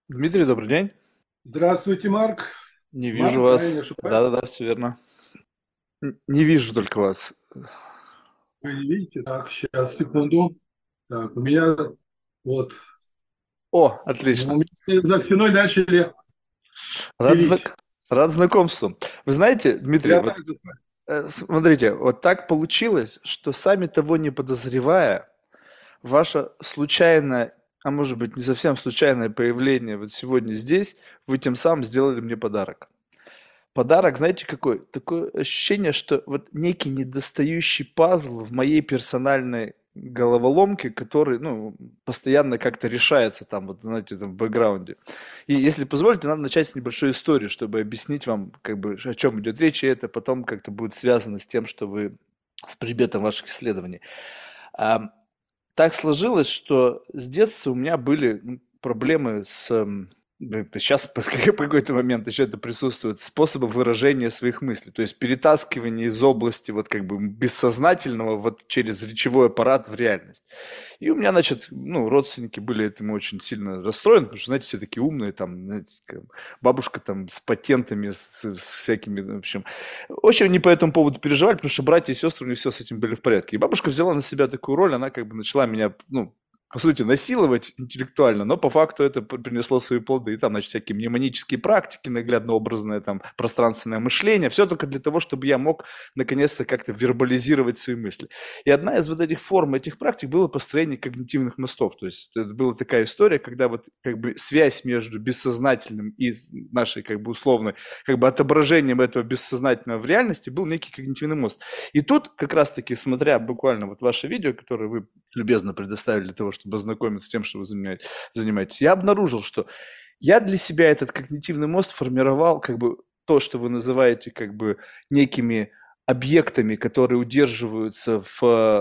Дмитрий, добрый день. Здравствуйте, Марк. Не вижу Марк, да, я вас. не ошибаюсь? Да-да-да, все верно. Не вижу только вас. Вы не видите? Так, сейчас, секунду. Так, у меня вот, О, у отлично. меня за стеной начали Рад, пилить. знак... Рад знакомству. Вы знаете, Дмитрий, Я вот также. смотрите, вот так получилось, что сами того не подозревая, ваше случайное, а может быть не совсем случайное появление вот сегодня здесь, вы тем самым сделали мне подарок. Подарок, знаете, какой? Такое ощущение, что вот некий недостающий пазл в моей персональной головоломке, который, ну, постоянно как-то решается там, вот, знаете, там в бэкграунде. И если позволите, надо начать с небольшой истории, чтобы объяснить вам, как бы, о чем идет речь, и это потом как-то будет связано с тем, что вы, с предметом ваших исследований. Ам, Так сложилось, что с детства у меня были проблемы с... Сейчас в какой-то момент еще это присутствует, способом выражения своих мыслей, то есть перетаскивание из области вот как бы бессознательного вот через речевой аппарат в реальность. И у меня, значит, ну, родственники были этому очень сильно расстроены, потому что, знаете, все такие умные, там, знаете, бабушка там с патентами, с всякими, в общем. В общем, они по этому поводу переживали, потому что братья и сестры у них все с этим были в порядке. И бабушка взяла на себя такую роль, она как бы начала меня, ну, по сути, насиловать интеллектуально, но по факту это принесло свои плоды. И там, значит, всякие мнемонические практики, наглядно-образное там пространственное мышление, все только для того, чтобы я мог наконец-то как-то вербализировать свои мысли. И одна из вот этих форм, этих практик было построение когнитивных мостов. То есть это была такая история, когда вот как бы связь между бессознательным и нашей как бы условной как бы отображением этого бессознательного в реальности был некий когнитивный мост. И тут как раз-таки, смотря буквально вот ваше видео, которое вы любезно предоставили для того, чтобы ознакомиться с тем, что вы занимаетесь, я обнаружил, что я для себя этот когнитивный мост формировал как бы то, что вы называете как бы некими объектами, которые удерживаются в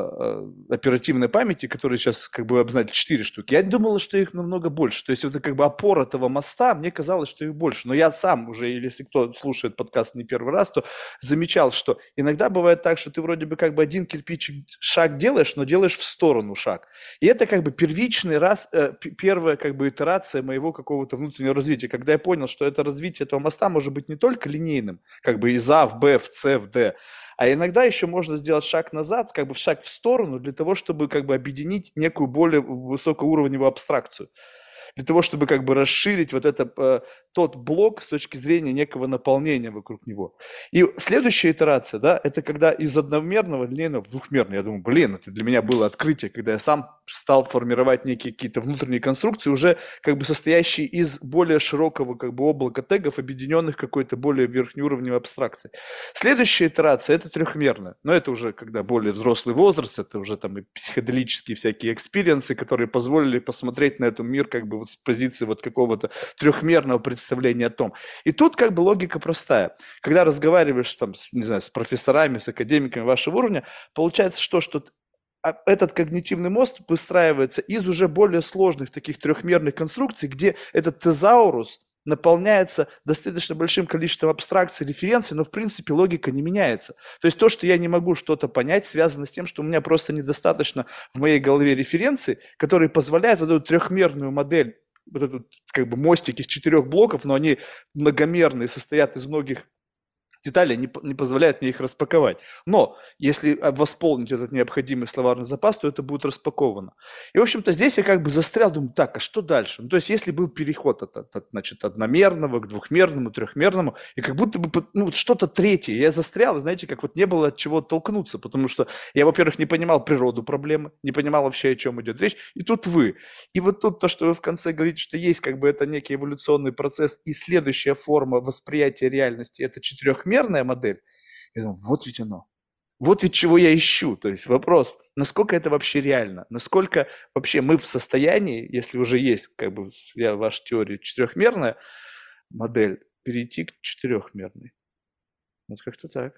оперативной памяти, которые сейчас как бы обозначили 4 штуки. Я думал, что их намного больше. То есть это как бы опора этого моста, мне казалось, что их больше. Но я сам уже, или если кто слушает подкаст не первый раз, то замечал, что иногда бывает так, что ты вроде бы как бы один кирпичик шаг делаешь, но делаешь в сторону шаг. И это как бы первичный раз, первая как бы итерация моего какого-то внутреннего развития, когда я понял, что это развитие этого моста может быть не только линейным, как бы из А в Б, в С, в Д, а иногда еще можно сделать шаг назад, как бы шаг в сторону, для того, чтобы как бы объединить некую более высокоуровневую абстракцию для того, чтобы как бы расширить вот это, тот блок с точки зрения некого наполнения вокруг него. И следующая итерация, да, это когда из одномерного линейного в двухмерный. Я думаю, блин, это для меня было открытие, когда я сам стал формировать некие какие-то внутренние конструкции, уже как бы состоящие из более широкого как бы облака тегов, объединенных какой-то более верхнеуровневой абстракцией. Следующая итерация – это трехмерная. Но это уже когда более взрослый возраст, это уже там и психоделические всякие экспириенсы, которые позволили посмотреть на этот мир как бы вот с позиции вот какого-то трехмерного представления о том. И тут как бы логика простая. Когда разговариваешь там, не знаю, с профессорами, с академиками вашего уровня, получается что этот когнитивный мост выстраивается из уже более сложных таких трехмерных конструкций, где этот тезаурус наполняется достаточно большим количеством абстракций, референций, но в принципе логика не меняется. То есть то, что я не могу что-то понять, связано с тем, что у меня просто недостаточно в моей голове референций, которые позволяют вот эту трехмерную модель, вот этот как бы мостик из 4 блоков, но они многомерные, состоят из многих детали не позволяют мне их распаковать. Но если восполнить этот необходимый словарный запас, то это будет распаковано. И, в общем-то, здесь я как бы застрял, думаю, так, а что дальше? Ну, то есть, если был переход от значит, одномерного к двухмерному, трехмерному, и как будто бы ну, вот что-то третье, я застрял, и знаете, как вот не было от чего толкнуться, потому что я, во-первых, не понимал природу проблемы, не понимал вообще, о чем идет речь, и тут вы. И вот тут то, что вы в конце говорите, что есть как бы это некий эволюционный процесс, и следующая форма восприятия реальности – это четырехмерная модель. Я думаю, вот ведь оно. Вот ведь чего я ищу. То есть вопрос, насколько это вообще реально? Насколько вообще мы в состоянии, если уже есть как бы ваша теория четырехмерная модель, перейти к четырехмерной? Вот как-то так.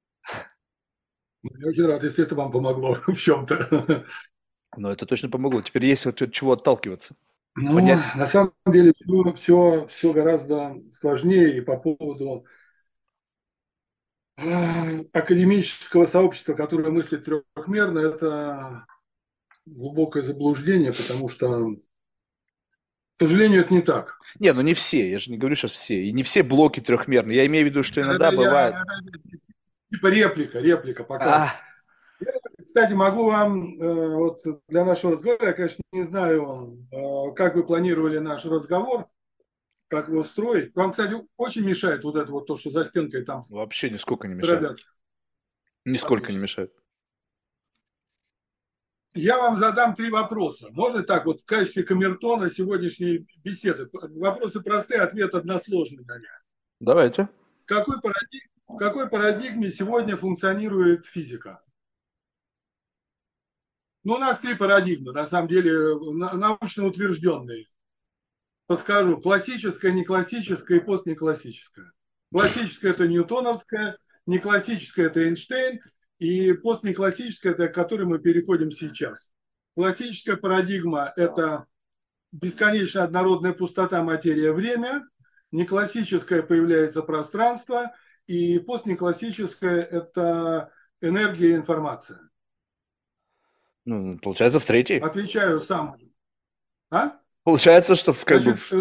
Я очень рад, если это вам помогло в чем-то. Но это точно помогло. Теперь есть вот от чего отталкиваться. Ну, Понять. на самом деле все гораздо сложнее и по поводу академического сообщества, которое мыслит трехмерно, это глубокое заблуждение, потому что К сожалению, это не так. Не, ну не все, я же не говорю сейчас все. И не все блоки трехмерные. Я имею в виду, что Это иногда бывает. типа реплика пока. А, Я, кстати, могу вам, вот для нашего разговора, я, конечно, не знаю, как вы планировали наш разговор, как его строить. Вам, кстати, очень мешает вот это вот то, что за стенкой там вообще нисколько не мешает. страдают. Нисколько не Отлично. мешает. Я вам задам 3 вопроса. Можно так вот в качестве камертона сегодняшней беседы? Вопросы простые, ответ односложный на них. Давайте. В какой парадигме сегодня функционирует физика? Ну, у нас 3 парадигмы, на самом деле, научно утвержденные. Подскажу, классическая, неклассическая и постнеклассическая. Классическая – это ньютоновская, неклассическая – это Эйнштейн, и постнеклассическая – это к которой мы переходим сейчас. Классическая парадигма – это бесконечно однородная пустота, материя, время. Неклассическое появляется пространство, и постнеклассическое – это энергия и информация. Ну, получается, в третий. Отвечаю сам. А? Получается, что в, как бы... Значит,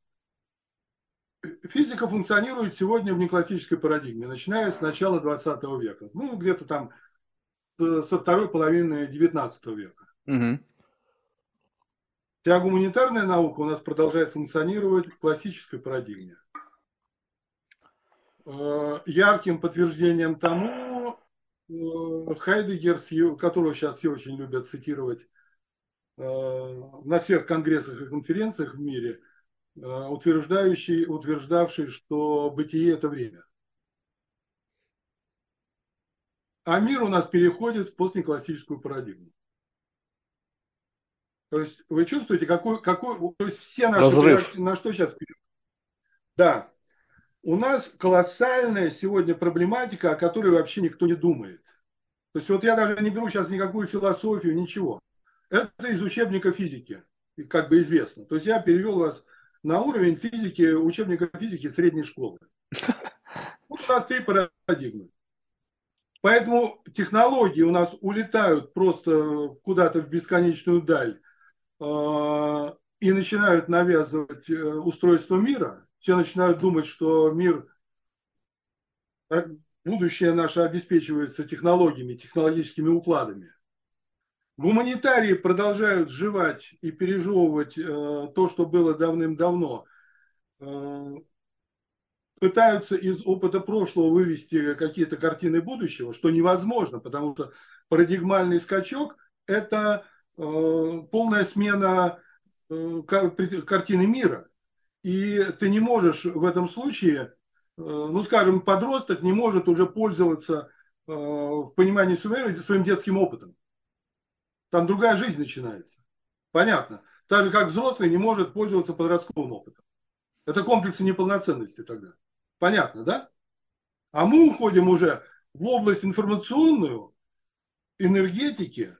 физика функционирует сегодня в неклассической парадигме, начиная с начала 20 века. Ну, где-то там со второй половины 19 века. Мгм. Вся гуманитарная наука у нас продолжает функционировать в классической парадигме. Ярким подтверждением тому Хайдеггер, которого сейчас все очень любят цитировать на всех конгрессах и конференциях в мире, утверждавший, что бытие – это время. А мир у нас переходит в постнеклассическую парадигму. То есть вы чувствуете, то есть все наши Разрыв. на что сейчас? Да, у нас колоссальная сегодня проблематика, о которой вообще никто не думает. То есть вот я даже не беру сейчас никакую философию, ничего. Это из учебника физики, как бы известно. То есть я перевел вас на уровень физики, учебника физики средней школы. Вот у нас 3 парадигмы. Поэтому технологии у нас улетают просто куда-то в бесконечную даль и начинают навязывать устройство мира. Все начинают думать, что мир, будущее наше обеспечивается технологиями, технологическими укладами. Гуманитарии продолжают жевать и пережевывать то, что было давным-давно. Пытаются из опыта прошлого вывести какие-то картины будущего, что невозможно, потому что парадигмальный скачок – это полная смена картины мира. И ты не можешь в этом случае, ну, скажем, подросток не может уже пользоваться в понимании своим детским опытом. Там другая жизнь начинается. Понятно. Так же, как взрослый не может пользоваться подростковым опытом. Это комплексы неполноценности тогда. Понятно, да? А мы уходим уже в область информационную, энергетики.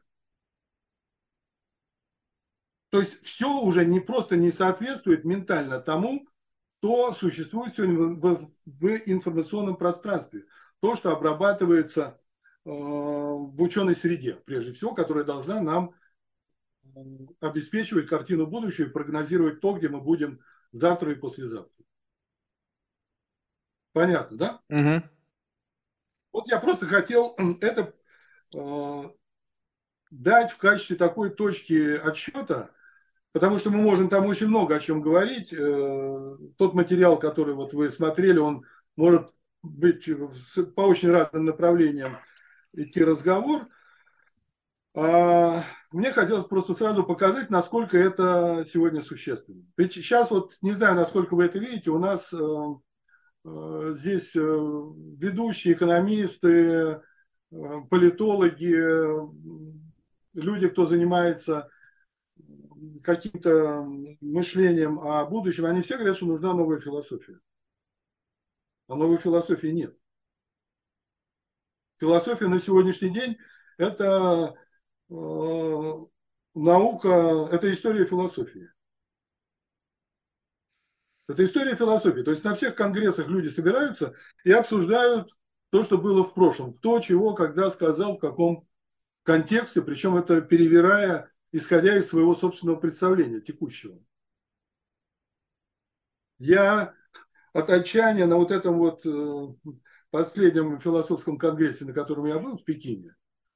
То есть все уже не просто не соответствует ментально тому, что существует сегодня в информационном пространстве. То, что обрабатывается в ученой среде, прежде всего, которая должна нам обеспечивать картину будущего и прогнозировать то, где мы будем завтра и послезавтра. Понятно, да? Мгм. Вот я просто хотел это дать в качестве такой точки отсчета, потому что мы можем там очень много о чем говорить. Тот материал, который вот вы смотрели, он может быть по очень разным направлениям идти разговор. А мне хотелось просто сразу показать, насколько это сегодня существенно. Ведь сейчас вот, не знаю, насколько вы это видите, у нас здесь ведущие экономисты, политологи, люди, кто занимается каким-то мышлением о будущем, они все говорят, что нужна новая философия. А новой философии нет. Философия на сегодняшний день – это наука, это история философии. Это история философии. То есть на всех конгрессах люди собираются и обсуждают то, что было в прошлом. Кто, чего, когда сказал, в каком контексте, причем это перевирая, исходя из своего собственного представления текущего. Я от отчаяния на вот этом вот последнем философском конгрессе, на котором я был в Пекине,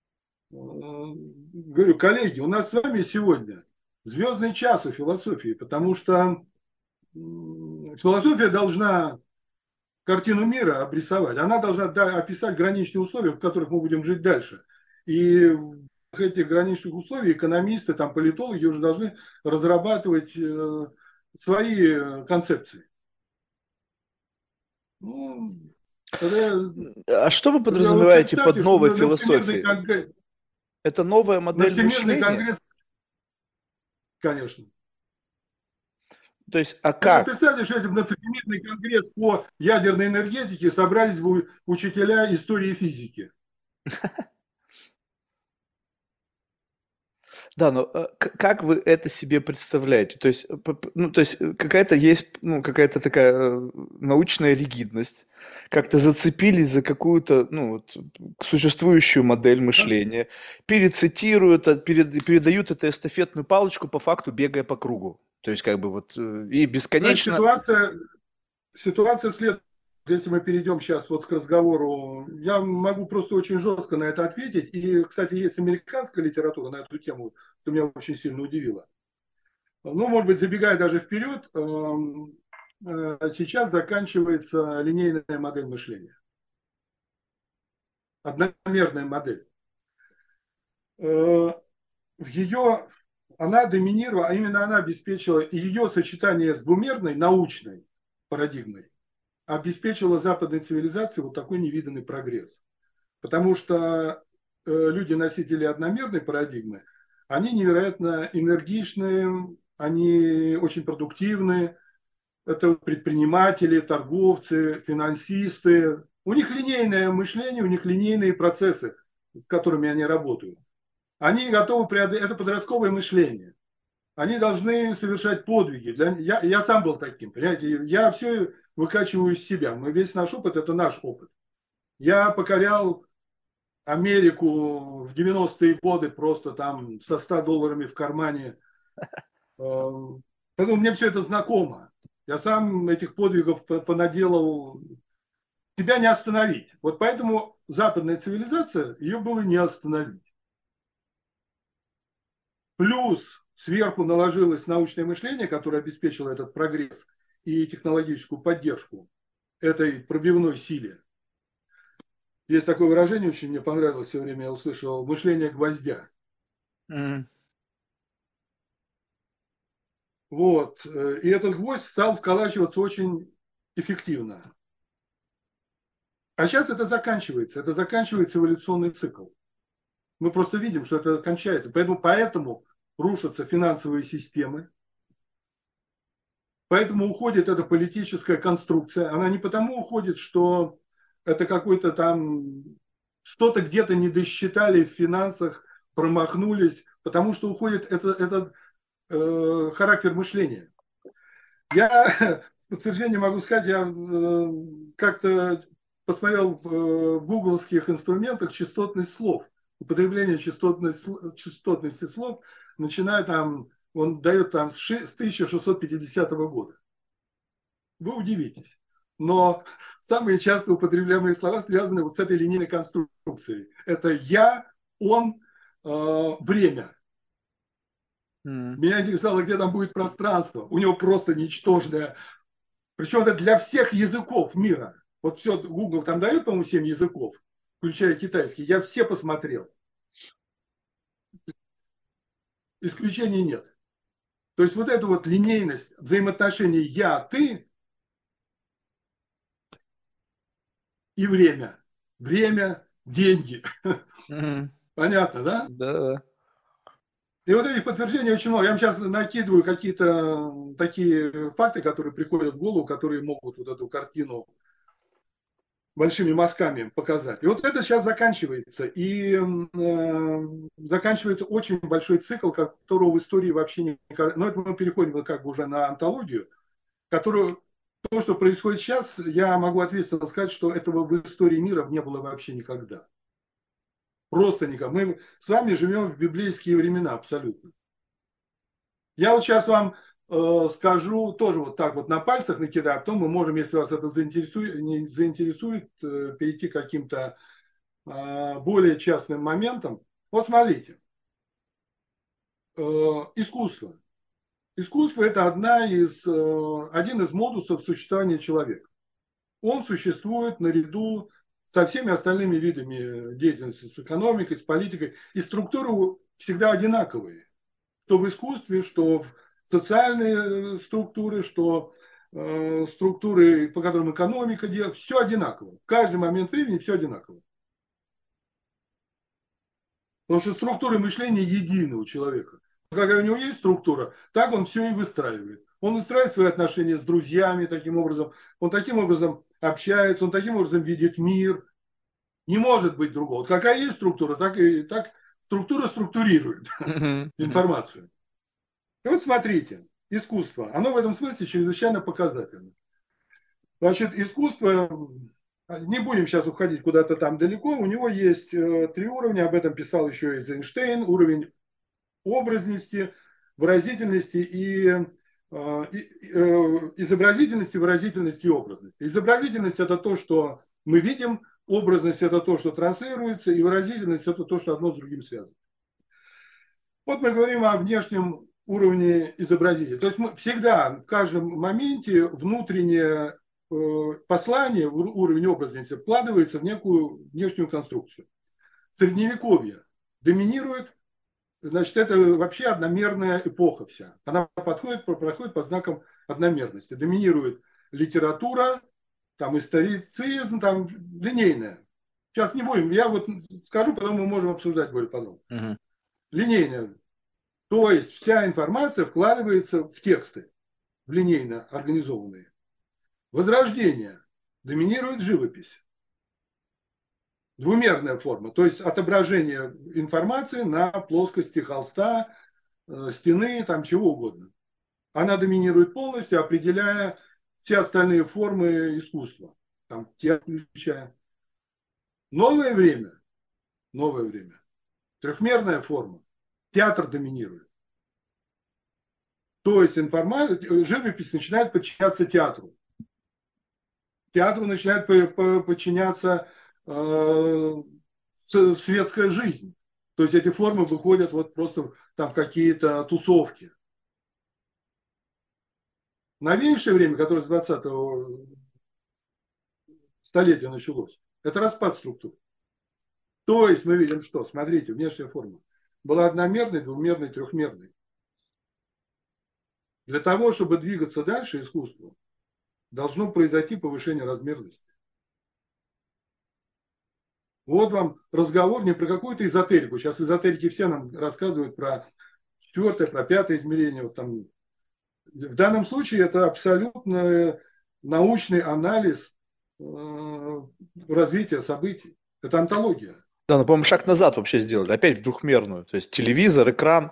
говорю, коллеги, у нас с вами сегодня звездный час у философии, потому что философия должна картину мира обрисовать, она должна описать граничные условия, в которых мы будем жить дальше. И в этих граничных условиях экономисты, там, политологи уже должны разрабатывать свои концепции. Ну, тогда, А что вы вот подразумеваете под представьте, что новой на Всемирный философией? конгресс, Это новая на модель Всемирный мышления? конгресс, конечно. То есть, а Это как? представьте, что если бы на Всемирный конгресс по ядерной энергетике собрались бы учителя истории физики. Да, но как вы это себе представляете? То есть, ну, то есть какая-то есть, ну, какая-то такая научная ригидность, как-то зацепились за какую-то, ну, вот, существующую модель Да? мышления, перецитируют, передают эту эстафетную палочку по факту, бегая по кругу. То есть, как бы вот, и Значит, бесконечно. ситуация следует. Если мы перейдем сейчас вот к разговору, я могу просто очень жестко на это ответить. И, кстати, есть американская литература на эту тему, что меня очень сильно удивило. Ну, может быть, забегая даже вперед, сейчас заканчивается линейная модель мышления. Одномерная модель. В ее, она доминировала, а именно она обеспечила, и ее сочетание с двумерной научной парадигмой обеспечило западной цивилизации вот такой невиданный прогресс. Потому что люди-носители одномерной парадигмы, они невероятно энергичные, они очень продуктивные, это предприниматели, торговцы, финансисты. У них линейное мышление, у них линейные процессы, с которыми они работают. Они готовы преодолеть, это подростковое мышление. Они должны совершать подвиги. Я сам был таким, понимаете, я все выкачиваю из себя. Весь наш опыт – это наш опыт. Я покорял Америку в 90-е годы просто там со $100 в кармане. Поэтому мне все это знакомо. Я сам этих подвигов понаделал. Тебя не остановить. Вот поэтому западная цивилизация, ее было не остановить. Плюс сверху наложилось научное мышление, которое обеспечило этот прогресс и технологическую поддержку этой пробивной силе. Есть такое выражение, очень мне понравилось все время, я услышал, мышление гвоздя. М, Вот. И этот гвоздь стал вколачиваться очень эффективно. А сейчас это заканчивается эволюционный цикл. Мы просто видим, что это кончается. Поэтому рушатся финансовые системы, поэтому уходит эта политическая конструкция. Она не потому уходит, что это какой-то там что-то где-то не досчитали в финансах, промахнулись, потому что уходит этот характер мышления. Я в подтверждение могу сказать, я как-то посмотрел в гугловских инструментах частотность слов, употребление частотности слов, начиная там, он дает там с 1650 года. Вы удивитесь. Но самые часто употребляемые слова связаны вот с этой линейной конструкцией. Это я, он, время. м. Меня интересовало, где там будет пространство. У него просто ничтожное. Причем это для всех языков мира. Вот все, Google там дает, по-моему, 7 языков, включая китайский. Я все посмотрел. Исключений нет. То есть вот эта вот линейность взаимоотношений я, ты и время. Время, деньги. Мгм. Понятно, да? Да. И вот этих подтверждений очень много. Я вам сейчас накидываю какие-то такие факты, которые приходят в голову, которые могут вот эту картину большими мазками показать. И вот это сейчас заканчивается. И заканчивается очень большой цикл, которого в истории вообще не... Ну, это мы переходим как бы уже на антологию, которую... То, что происходит сейчас, я могу ответственно сказать, что этого в истории мира не было вообще никогда. Просто никогда. Мы с вами живем в библейские времена абсолютно. Я вот сейчас вам скажу тоже вот так вот на пальцах накидаю, а потом мы можем, если вас это заинтересует, не заинтересует, перейти к каким-то более частным моментам. Вот смотрите, искусство. Искусство – это один из модусов существования человека. Он существует наряду со всеми остальными видами деятельности, с экономикой, с политикой. И структуры всегда одинаковые. Что в искусстве, что в социальные структуры, что структуры, по которым экономика делает, все одинаково. В каждый момент времени все одинаково. Потому что структура мышления едина у человека. Когда у него есть структура, так он все и выстраивает. Он выстраивает свои отношения с друзьями таким образом. Он таким образом общается, он таким образом видит мир. Не может быть другого. Вот какая есть структура, так структура структурирует Мгм, мгм. информацию. И вот смотрите, искусство, оно в этом смысле чрезвычайно показательно. Значит, искусство, не будем сейчас уходить куда-то там далеко, у него есть три уровня, об этом писал еще Эйзенштейн, уровень образности, выразительности изобразительности, выразительности и образности. Изобразительность – это то, что мы видим, образность – это то, что транслируется, и выразительность – это то, что одно с другим связано. Вот мы говорим о внешнем уровне изобразителя. То есть мы всегда, в каждом моменте внутреннее послание, уровень образности вкладывается в некую внешнюю конструкцию. Средневековье доминирует. Значит, это вообще одномерная эпоха вся. Она проходит под знаком одномерности. Доминирует литература, там историцизм, там линейная. Сейчас не будем, я вот скажу, потом мы можем обсуждать более подробно. Мгм. Линейная. То есть вся информация вкладывается в тексты, в линейно организованные. Возрождение. Доминирует живопись. Двумерная форма, то есть отображение информации на плоскости холста, стены, там чего угодно. Она доминирует полностью, определяя все остальные формы искусства. Там те включая. Новое время, новое время. Трехмерная форма. Театр доминирует. То есть живопись начинает подчиняться театру. Театру начинает подчиняться светская жизнь. То есть эти формы выходят вот просто там в какие-то тусовки. Новейшее время, которое с 20-го столетия началось, это распад структур. То есть мы видим, что, смотрите, внешняя форма была одномерной, двумерной, трехмерной. Для того, чтобы двигаться дальше искусству, должно произойти повышение размерности. Вот вам разговор не про какую-то эзотерику. Сейчас эзотерики все нам рассказывают про четвертое, про пятое измерение. Вот там. В данном случае это абсолютно научный анализ развития событий. Это антология. Да, ну, по-моему, шаг назад вообще сделали, опять в двухмерную. То есть телевизор, экран.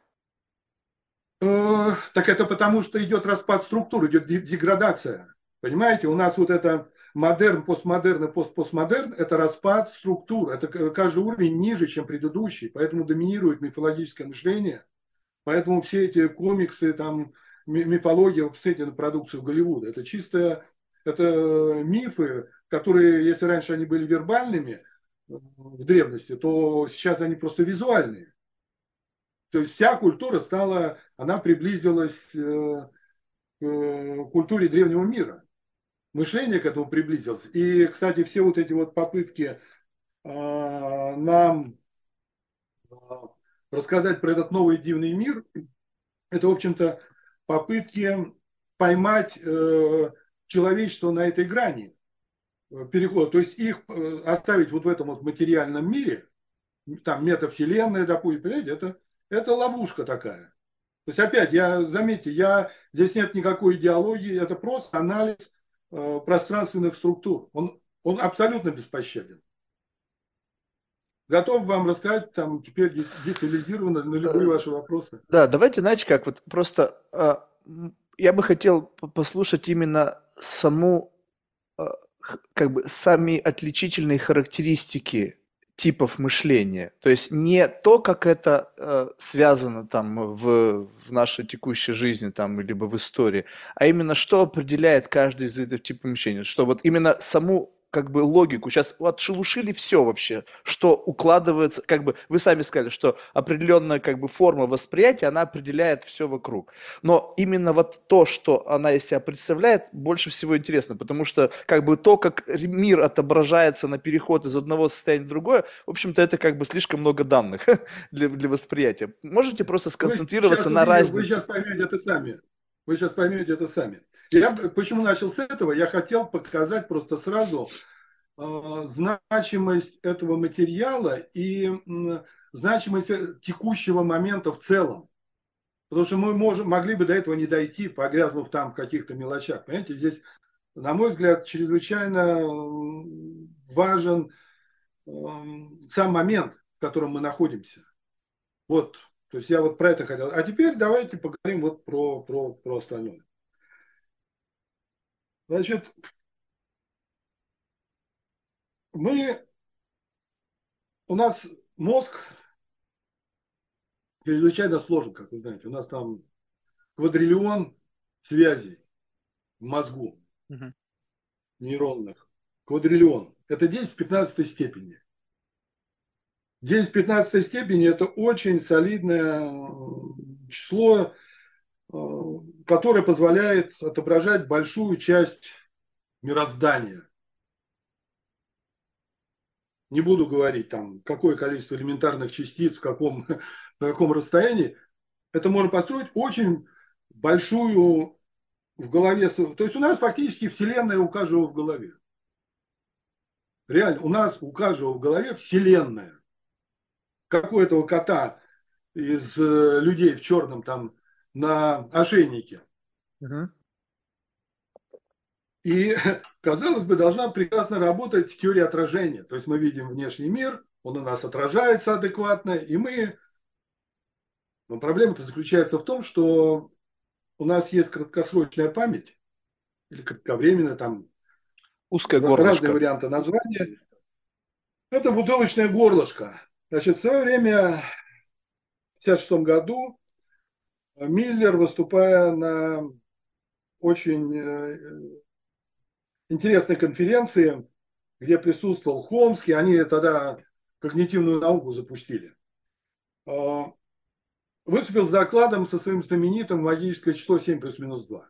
Так это потому, что идет распад структур, идет деградация. Понимаете, у нас вот это модерн, постмодерн и постмодерн – это распад структур. Это каждый уровень ниже, чем предыдущий. Поэтому доминирует мифологическое мышление. Поэтому все эти комиксы, там, мифология, посмотрите на продукцию Голливуда. Это чисто, это мифы, которые, если раньше они были вербальными в древности, то сейчас они просто визуальные. То есть вся культура стала, она приблизилась к культуре древнего мира. Мышление к этому приблизилось. И, кстати, все вот эти вот попытки нам рассказать про этот новый дивный мир, это, в общем-то, попытки поймать человечество на этой грани перехода. То есть их оставить вот в этом вот материальном мире, там метавселенная, допустим, понимаете, это ловушка такая. То есть опять, заметьте, здесь нет никакой идеологии, это просто анализ пространственных структур. Он абсолютно беспощаден. Готов вам рассказать там теперь детализированно на любые ваши вопросы. Да, давайте, знаете, как вот просто я бы хотел послушать именно как бы сами отличительные характеристики типов мышления. То есть не то, как это связано там в нашей текущей жизни там, либо в истории, а именно что определяет каждый из этих типов мышления. Что вот именно саму как бы логику сейчас отшелушили все вообще, что укладывается, как бы вы сами сказали, что определенная как бы форма восприятия, она определяет все вокруг. Но именно вот то, что она из себя представляет, больше всего интересно, потому что как бы то, как мир отображается на переход из одного состояния в другое, в общем-то, это как бы слишком много данных для восприятия. Можете просто Вы сконцентрироваться сейчас на увидите, вы разнице? сейчас поймете это сами. Вы сейчас поймете это сами. Я почему начал с этого? Я хотел показать просто сразу значимость этого материала и значимость текущего момента в целом. Потому что мы могли бы до этого не дойти, погрязнув там в каких-то мелочах. Понимаете, здесь, на мой взгляд, чрезвычайно важен сам момент, в котором мы находимся. Вот, то есть я вот про это хотел. А теперь давайте поговорим вот про остальное. Значит, у нас мозг чрезвычайно сложен, как вы знаете. У нас там квадриллион связей в мозгу Мгм. нейронных. Квадриллион. Это 10 в 15 степени. 10 в 15 степени это очень солидное число, которое позволяет отображать большую часть мироздания. Не буду говорить там, какое количество элементарных частиц, на каком расстоянии. Это можно построить очень большую в голове. То есть у нас фактически Вселенная у каждого в голове. Реально, у нас у каждого в голове Вселенная. Как у этого кота из людей в черном там на ошейнике. Мгм. И, казалось бы, должна прекрасно работать теория отражения. То есть мы видим внешний мир, он у нас отражается адекватно, и мы... Но проблема-то заключается в том, что у нас есть краткосрочная память, или кратковременная, там Узкое разные горлышко. варианты названия. Это бутылочное горлышко. Значит, в свое время, в 1956 году, Миллер, выступая на очень интересной конференции, где присутствовал Хомский, они тогда когнитивную науку запустили, выступил с докладом со своим знаменитым магическое число 7 плюс минус 2.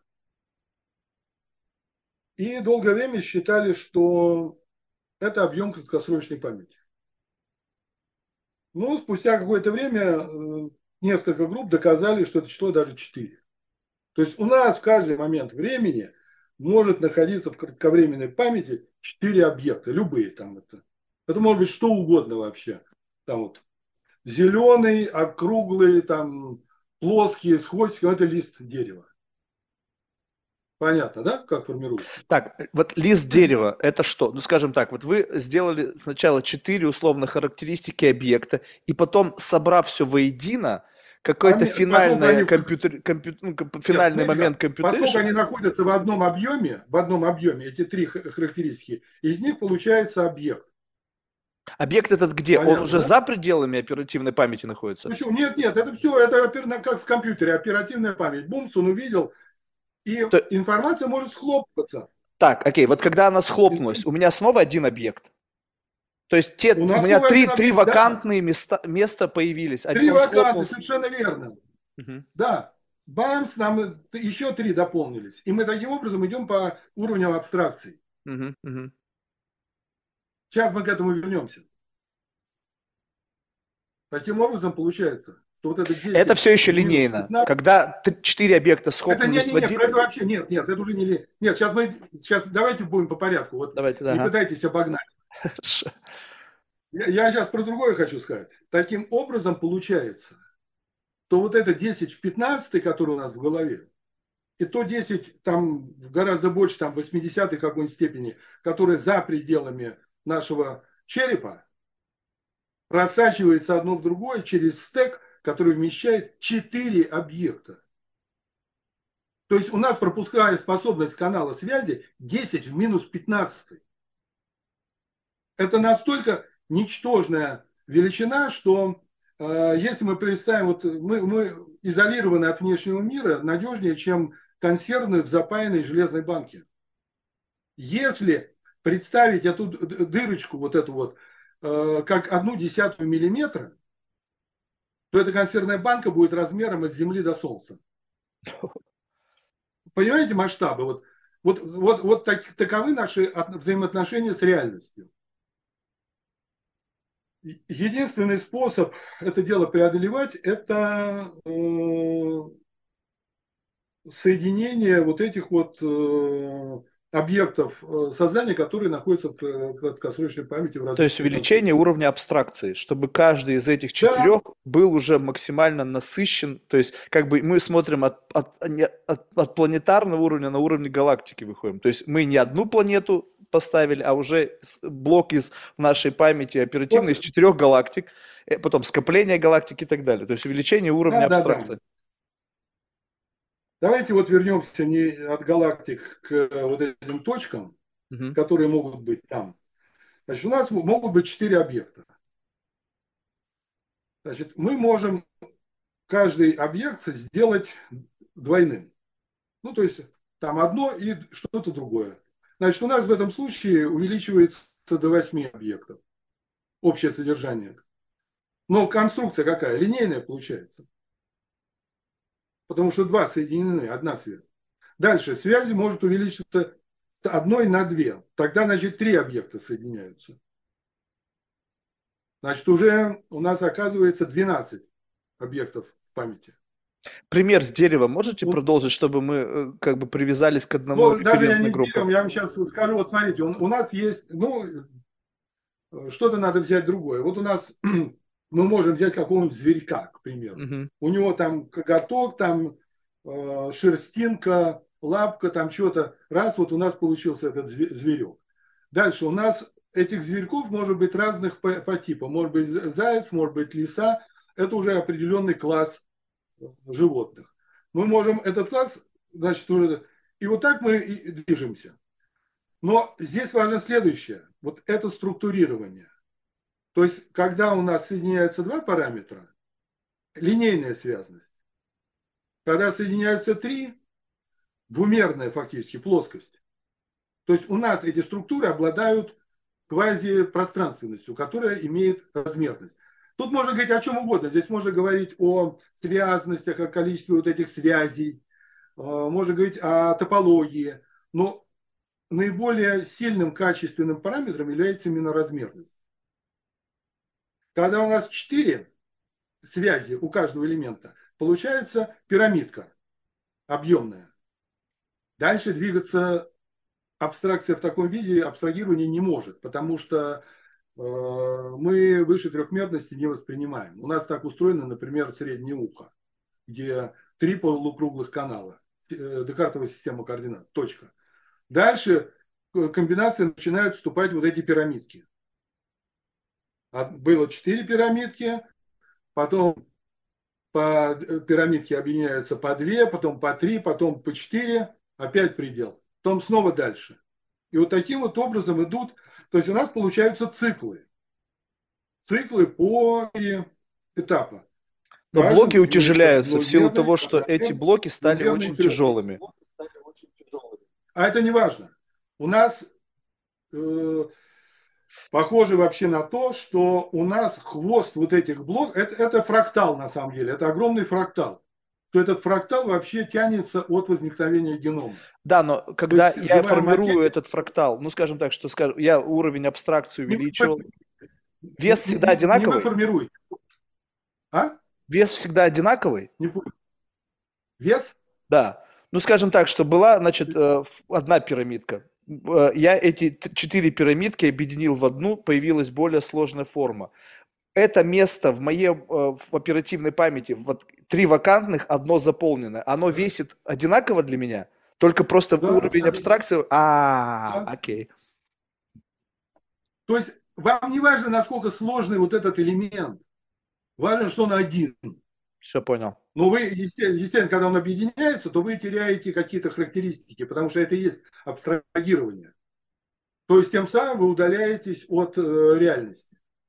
И долгое время считали, что это объем краткосрочной памяти. Но спустя какое-то время несколько групп доказали, что это число даже 4. То есть у нас в каждый момент времени может находиться в кратковременной памяти 4 объекта, любые там это. Это может быть что угодно вообще. Там вот зеленый, округлый, там плоский, с хвостиком, это лист дерева. Понятно, да, как формируется? Так, вот лист дерева, это что? Ну, скажем так, вот вы сделали сначала 4 условно характеристики объекта, и потом, собрав все воедино, какой-то Поскольку они, нет, финальный смотрите момент как, поскольку computation, они находятся в одном объеме, эти три характеристики, из них получается объект. объект этот где? Он Понятно, уже да? за пределами оперативной памяти находится? Почему? Нет, нет, это все, это как в компьютере, оперативная память. Бумс, он увидел, и То- информация может схлопываться. так, окей, вот когда она схлопнулась, у меня снова один объект. То есть У у нас меня снова один три объект, да. вакантные места появились. Три Он ваканты, схлопнулся. совершенно верно. Мгм, Да. Бамс, нам еще три дополнились. И мы таким образом идем по уровню абстракции. мгм, мгм. Сейчас мы к этому вернемся. Таким образом получается, что вот это Это 10 все еще в минус линейно. 15, Когда 4 объекта это схлопнулись в один... это вообще нет, нет, это уже не... Нет, сейчас давайте будем по порядку. Вот Давайте, да, не ага. пытайтесь обогнать. Хорошо. Я сейчас про другое хочу сказать. Таким образом получается, что вот это 10 в 15, который у нас в голове, и то 10 там гораздо больше, там в 80-й какой-нибудь степени, которые за пределами нашего черепа, просачивается одно в другое через стек, который вмещает 4 объекта. То есть у нас пропускная способность канала связи 10 в минус 15. Это настолько ничтожная величина, что если мы представим, вот мы изолированы от внешнего мира надежнее, чем консервы в запаянной железной банке. Если представить эту дырочку, вот эту вот, как 0,1 миллиметра, то эта консервная банка будет размером от Земли до Солнца. Понимаете масштабы? Таковы наши взаимоотношения с реальностью. Единственный способ это дело преодолевать – это соединение вот этих вот объектов сознания, которые находятся в краткосрочной памяти в То есть различных увеличение конструкциях. уровня абстракции, чтобы каждый из этих Да, четырех был уже максимально насыщен. То есть как бы мы смотрим от планетарного уровня на уровне галактики выходим. То есть мы не одну планету поставили, а уже блок из нашей памяти вот, оперативной из четырех галактик, потом скопление галактик и так далее. То есть увеличение уровня да. абстракции. Давайте вот вернемся не от галактик к вот этим точкам, Мгм. которые могут быть там. Значит, у нас могут быть 4 объекта. Значит, мы можем каждый объект сделать двойным. Ну, то есть там одно и что-то другое. Значит, у нас в этом случае увеличивается до 8 объектов общее содержание. Но конструкция какая? Линейная получается. Потому что два соединены, одна связь. Дальше связи может увеличиться с 1 на 2. Тогда, значит, 3 объекта соединяются. Значит, уже у нас оказывается 12 объектов в памяти. Пример с дерева можете Ну, продолжить, чтобы мы как бы привязались к одному даже я референтной не группе? деревом, я вам сейчас скажу, вот смотрите, у нас есть, ну, что-то надо взять другое. Вот у нас мы можем взять какого-нибудь зверька, к примеру. Мгм. У него там коготок, там шерстинка, лапка, там что-то. Раз, вот у нас получился этот зверек. Дальше у нас этих зверьков может быть разных по типу. Может быть заяц, может быть лиса. Это уже определенный класс животных. Мы можем этот класс, значит, уже... И вот так мы и движемся. Но здесь важно следующее. Вот это структурирование. То есть, когда у нас соединяются 2 параметра, линейная связность. Когда соединяются 3, двумерная фактически плоскость. То есть у нас эти структуры обладают квазипространственностью, которая имеет размерность. Тут можно говорить о чем угодно. Здесь можно говорить о связностях, о количестве вот этих связей, можно говорить о топологии. Но наиболее сильным качественным параметром является именно размерность. Когда у нас 4 связи у каждого элемента, получается пирамидка объемная. Дальше двигаться абстракция в таком виде, абстрагирование не может, потому что мы выше трехмерности не воспринимаем. У нас так устроено, например, среднее ухо, где 3 полукруглых канала, Декартова система координат, точка. Дальше комбинации начинают вступать вот эти пирамидки. Было 4 пирамидки, потом по пирамидке объединяются по 2, потом по 3, потом по 4, опять предел, потом снова дальше. И вот таким вот образом идут, то есть у нас получаются циклы. Циклы по этапа. Но блоки Каждым имеется утяжеляются в силу одномерный, того, что эти блоки стали двумерный и очень трехмерный. тяжелыми. А это не важно. У нас похоже вообще на то, что у нас хвост вот этих блоков, это фрактал на самом деле, это огромный фрактал. Что этот фрактал вообще тянется от возникновения генома. Да, но То когда есть я живая формирую материя этот фрактал, ну, скажем так, что скажем, я уровень абстракции не увеличивал, вес всегда не вы одинаковый? формируете. А? Вес всегда одинаковый? Не понял. Вес? Да. Ну, скажем так, что была, значит, одна пирамидка. Я эти 4 пирамидки объединил в одну, появилась более сложная форма. Это место в моей в оперативной памяти, вот 3 вакантных, одно заполненное, оно Да, весит одинаково для меня? Только просто да, уровень абсолютно. абстракции? Да. Окей. То есть вам не важно, насколько сложный вот этот элемент. Важно, что он один. Все понял. Но вы, естественно, когда он объединяется, то вы теряете какие-то характеристики, потому что это и есть абстрагирование. То есть тем самым вы удаляетесь от реальности.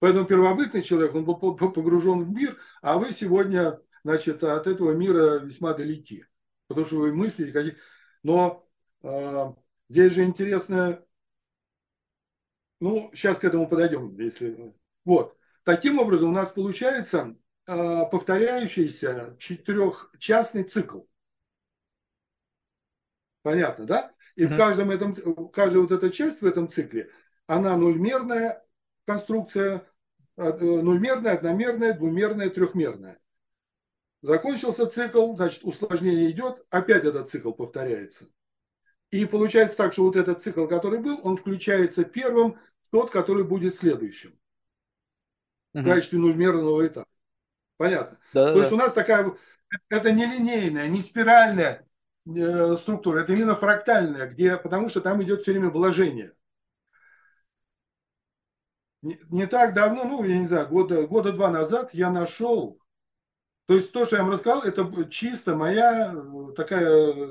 Поэтому первобытный человек, он был погружен в мир, а вы сегодня, значит, от этого мира весьма далеки. Потому что вы мыслите какие. Но э, здесь же интересно, ну, сейчас к этому подойдем, если. Вот. Таким образом, у нас получается повторяющийся четырехчастный цикл. Понятно, да? И в Мгм. каждом этом, каждая вот эта часть в этом цикле, она нульмерная конструкция, нульмерная, одномерная, двумерная, трехмерная. Закончился цикл, значит, усложнение идет, опять этот цикл повторяется. И получается так, что вот этот цикл, который был, он включается первым в тот, который будет следующим в Мгм. качестве нульмерного этапа. Понятно? То есть Да-да-да. у нас такая, это не линейная, не спиральная структура, это именно фрактальная, где, потому что там идет все время вложение. Не так давно, ну, я не знаю, года два назад я нашел, то есть то, что я вам рассказал, это чисто моя такая,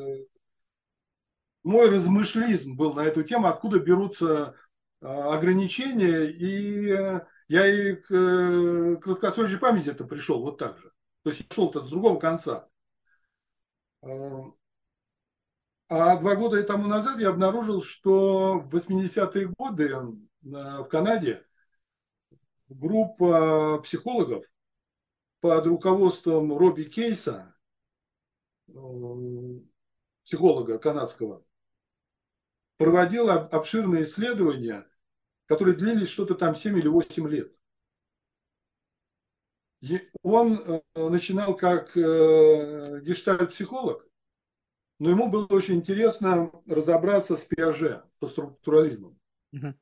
мой размышлизм был на эту тему, откуда берутся ограничения, и я и к краткосрочной памяти это пришел вот так же. То есть я шел-то с другого конца. А 2 года тому назад я обнаружил, что в 80-е годы в Канаде группа психологов под руководством Робби Кейса, психолога канадского, проводила обширные исследования, которые длились что-то там 7 или 8 лет. И он начинал как гештальт-психолог, но ему было очень интересно разобраться с Пиаже, со структурализмом. Мгм.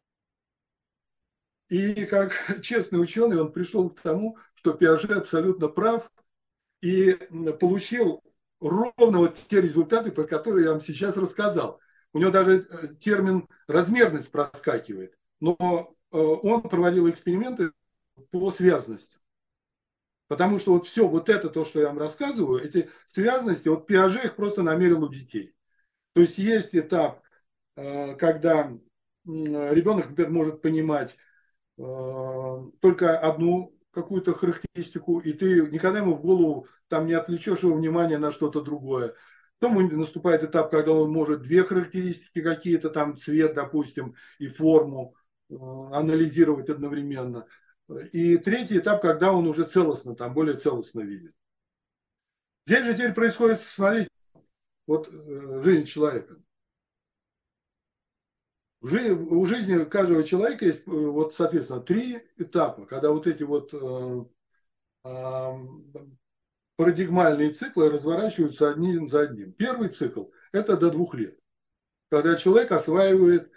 И как честный ученый он пришел к тому, что Пиаже абсолютно прав и получил ровно вот те результаты, про которые я вам сейчас рассказал. У него даже термин размерность проскакивает. Но он проводил эксперименты по связности. Потому что вот все вот это, то, что я вам рассказываю, эти связности, вот Пиаже их просто намерил у детей. То есть есть этап, когда ребенок, например, может понимать только одну какую-то характеристику, и ты никогда ему в голову там не отвлечешь его внимание на что-то другое. Потом наступает этап, когда он может две характеристики какие-то, там цвет, допустим, и форму анализировать одновременно. И третий этап, когда он уже целостно, там более целостно видит. Здесь же теперь происходит, смотрите, вот жизнь человека. У жизни каждого человека есть, вот, соответственно, 3 этапа, когда вот эти вот парадигмальные циклы разворачиваются одним за одним. Первый цикл – это до 2 лет, когда человек осваивает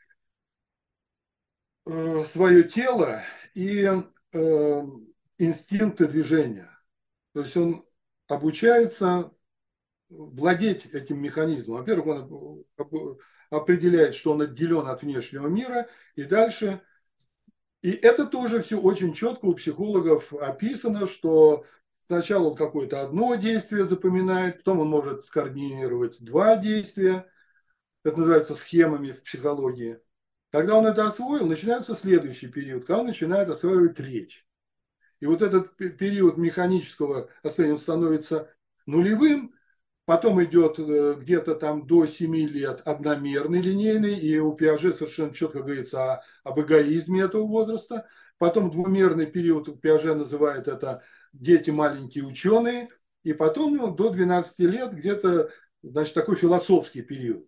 свое тело и инстинкты движения. То есть он обучается владеть этим механизмом. Во-первых, он определяет, что он отделен от внешнего мира, и дальше. И это тоже все очень четко у психологов описано, что сначала он какое-то одно действие запоминает, потом он может скоординировать 2 действия, это называется схемами в психологии. Когда он это освоил, начинается следующий период, когда он начинает осваивать речь. И вот этот период механического освоения он становится нулевым, потом идет где-то там до 7 лет одномерный линейный, и у Пиаже совершенно четко говорится об эгоизме этого возраста. Потом двумерный период Пиаже называет это дети маленькие ученые. И потом до 12 лет где-то, значит, такой философский период.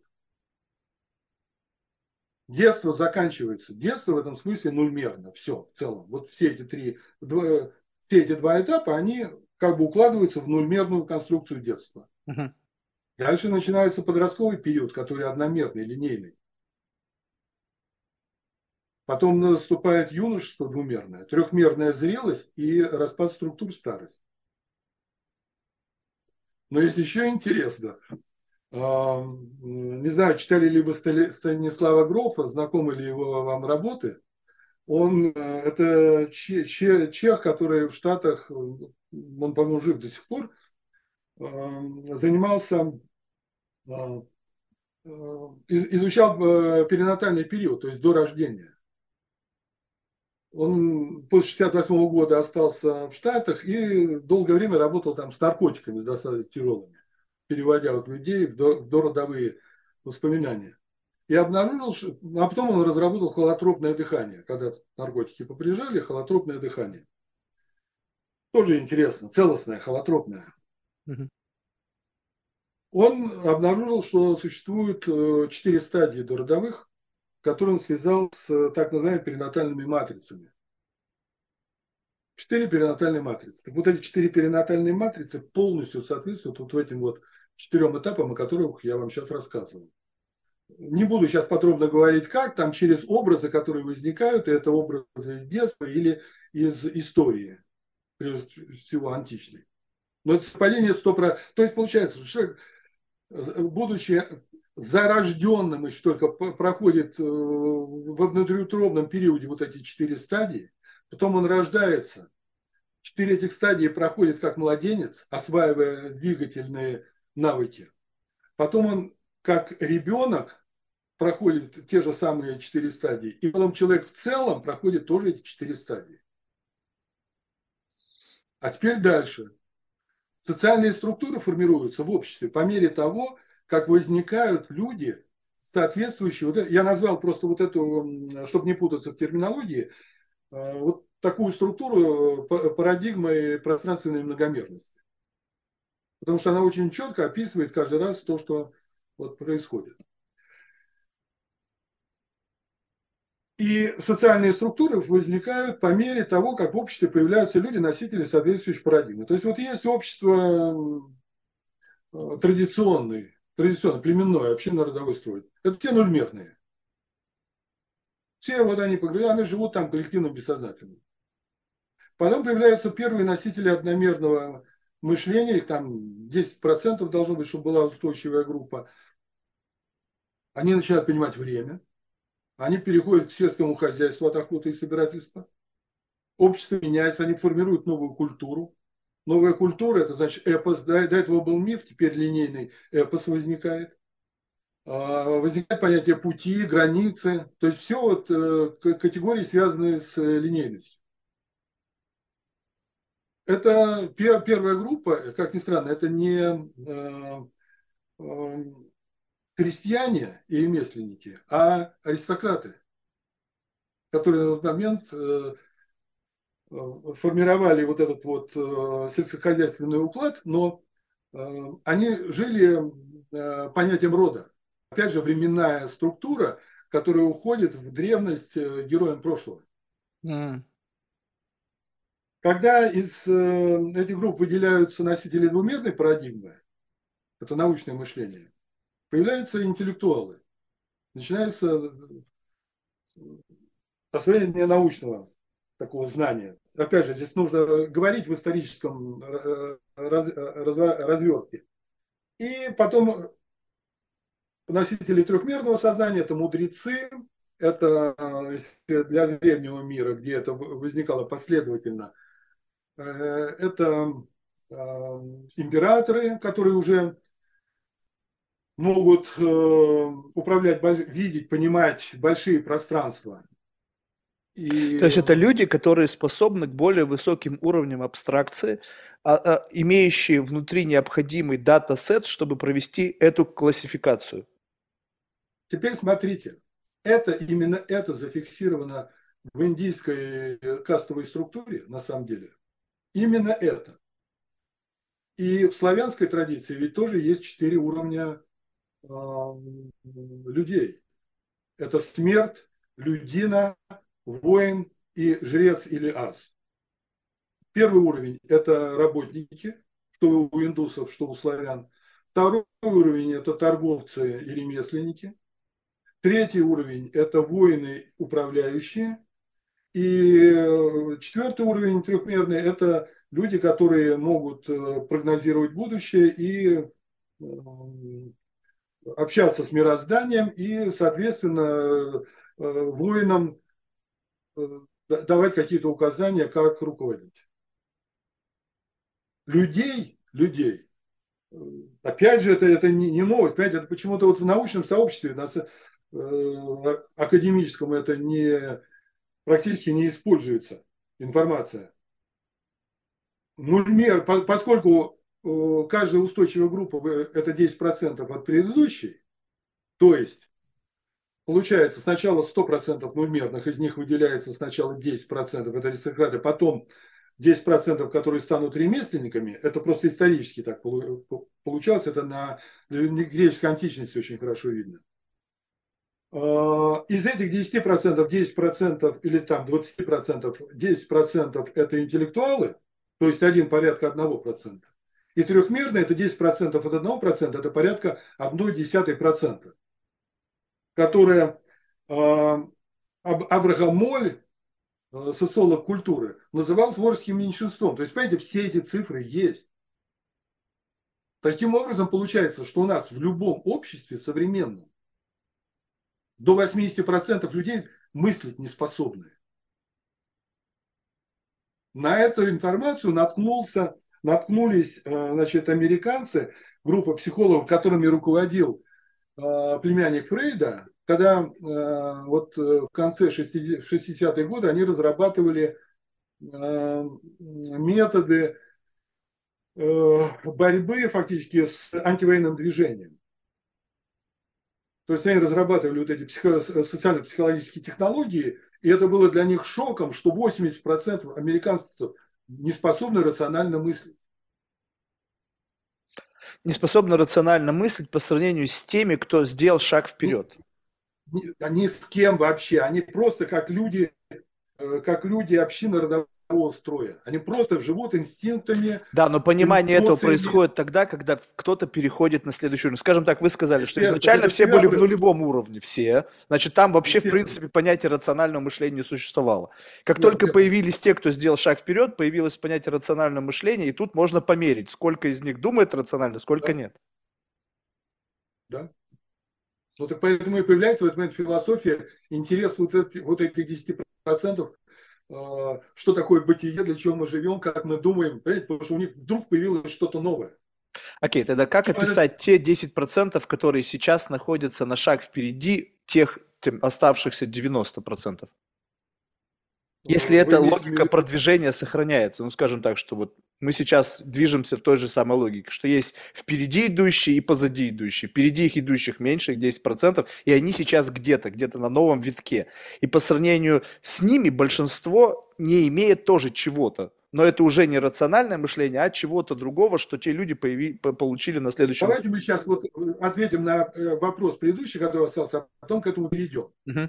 Детство заканчивается. Детство в этом смысле нульмерно. Все, в целом. Вот все эти два этапа, они как бы укладываются в нульмерную конструкцию детства. Мгм. Дальше начинается подростковый период, который одномерный, линейный. Потом наступает юношество двумерное, трехмерная зрелость и распад структур старости. Но есть еще интересно. Не знаю, читали ли вы Станислава Грофа, знакомы ли его вам работы. Он, это чех, который в Штатах, он, по-моему, жив до сих пор, занимался, изучал перинатальный период, то есть до рождения. Он после 68 года остался в Штатах и долгое время работал там с наркотиками, с достаточно тяжелыми, переводя вот людей в дородовые воспоминания. И обнаружил, а потом он разработал холотропное дыхание, когда наркотики поприжали, холотропное дыхание. Тоже интересно, целостное, холотропное. Мгм. Он обнаружил, что существует 4 стадии дородовых, которые он связал с так называемыми перинатальными матрицами. 4 перинатальные матрицы. Так вот эти 4 перинатальные матрицы полностью соответствуют вот этим вот 4 этапам, о которых я вам сейчас рассказывал. Не буду сейчас подробно говорить, как, там через образы, которые возникают, и это образы из детства или из истории, прежде всего античной. Но это совпадение 100%. То есть получается, что человек, будучи зарожденным, еще только проходит в внутриутробном периоде вот эти 4 стадии, потом он рождается, 4 этих стадии проходит как младенец, осваивая двигательные навыки. Потом он как ребенок проходит те же самые 4 стадии. И потом человек в целом проходит тоже эти 4 стадии. А теперь дальше. Социальные структуры формируются в обществе по мере того, как возникают люди, соответствующие. Вот я назвал просто вот эту, чтобы не путаться в терминологии, вот такую структуру парадигмы пространственной многомерности. Потому что она очень четко описывает каждый раз то, что вот происходит. И социальные структуры возникают по мере того, как в обществе появляются люди, носители соответствующей парадигмы. То есть вот есть общество традиционное, племенное, общинно-родовой строй. Это те нульмерные. Все вот они живут там коллективным бессознательным. Потом появляются первые носители одномерного мышления, их там 10% должно быть, чтобы была устойчивая группа. Они начинают понимать время, они переходят к сельскому хозяйству от охоты и собирательства. Общество меняется, они формируют новую культуру. Новая культура – это значит эпос. До этого был миф, теперь линейный эпос возникает. Возникает понятие пути, границы. То есть все вот категории, связанные с линейностью. Это первая группа, как ни странно, это не крестьяне и ремесленники, а аристократы, которые на тот момент формировали вот этот вот сельскохозяйственный уклад, но они жили понятием рода. Опять же, временная структура, которая уходит в древность героям прошлого. М. Когда из этих групп выделяются носители двумерной парадигмы, это научное мышление, появляются интеллектуалы. Начинается освоение научного такого знания. Опять же, здесь нужно говорить в историческом развертке. И потом носители трехмерного сознания – это мудрецы, это для древнего мира, где это возникало последовательно, это императоры, которые уже могут управлять, видеть, понимать большие пространства. То И есть это люди, которые способны к более высоким уровням абстракции, имеющие внутри необходимый дата-сет, чтобы провести эту классификацию. теперь смотрите, именно это зафиксировано в индийской кастовой структуре, на самом деле. Именно это. И в славянской традиции ведь тоже есть 4 уровня людей. Это смерть, людина, воин и жрец или ас. Первый уровень – это работники, что у индусов, что у славян. Второй уровень – это торговцы и ремесленники. Третий уровень – это воины управляющие. И четвертый уровень трехмерный – это люди, которые могут прогнозировать будущее и общаться с мирозданием и, соответственно, воинам давать какие-то указания, как руководить. Людей, опять же, это не новость, понимаете, это почему-то вот в научном сообществе, академическом, это не практически не используется информация. Нульмер, поскольку каждая устойчивая группа это 10% от предыдущей, то есть получается сначала 100% нульмерных, из них выделяется сначала 10%, это аристократы, потом 10%, которые станут ремесленниками, это просто исторически так получалось, это на греческой античности очень хорошо видно. Из этих 10%, 10% или там 20%, 10% это интеллектуалы, то есть один порядка 1%. И трехмерные это 10% от 1%, это порядка 0,1%, которые Абрахам Моль, социолог культуры, называл творческим меньшинством. То есть, понимаете, все эти цифры есть. Таким образом, получается, что у нас в любом обществе современном до 80% людей мыслить не способны. На эту информацию наткнулись, значит, американцы, группа психологов, которыми руководил племянник Фрейда, когда вот в конце 60-х годов они разрабатывали методы борьбы фактически с антивоенным движением. То есть они разрабатывали вот эти социально-психологические технологии, и это было для них шоком, что 80% американцев не способны рационально мыслить. Не способны рационально мыслить по сравнению с теми, кто сделал шаг вперед. Они с кем вообще? Они просто как люди общины родового строя. Они просто живут инстинктами, Да, но понимание этого эмоциями. происходит тогда, когда кто-то переходит на следующий уровень. Скажем так, вы сказали, что Так изначально это все всегда были в было. нулевом уровне, все. Значит, там вообще, в Естественно. принципе, понятие рационального мышления не существовало. Как Верно, только верно. появились те, кто сделал шаг вперед, появилось понятие рационального мышления, и тут можно померить, сколько из них думает рационально, сколько Да, нет. да. Ну, так поэтому и появляется в этот момент философия, интерес вот этих 10%, что такое бытие, для чего мы живем, как мы думаем, понимаете? Потому что у них вдруг появилось что-то новое. Окей, тогда как Причем это, описать те 10%, которые сейчас находятся на шаг впереди тем оставшихся 90%? Если вы эта имеете в логика виду, продвижения сохраняется, ну, скажем так, что вот мы сейчас движемся в той же самой логике, что есть впереди идущие и позади идущие. Впереди их идущих меньше, их 10%, и они сейчас где-то на новом витке. И по сравнению с ними большинство не имеет тоже чего-то. Но это уже не рациональное мышление, а чего-то другого, что те люди получили на следующем давайте этапе. мы сейчас вот ответим на вопрос предыдущий, который остался, а потом к этому перейдем. Мгм.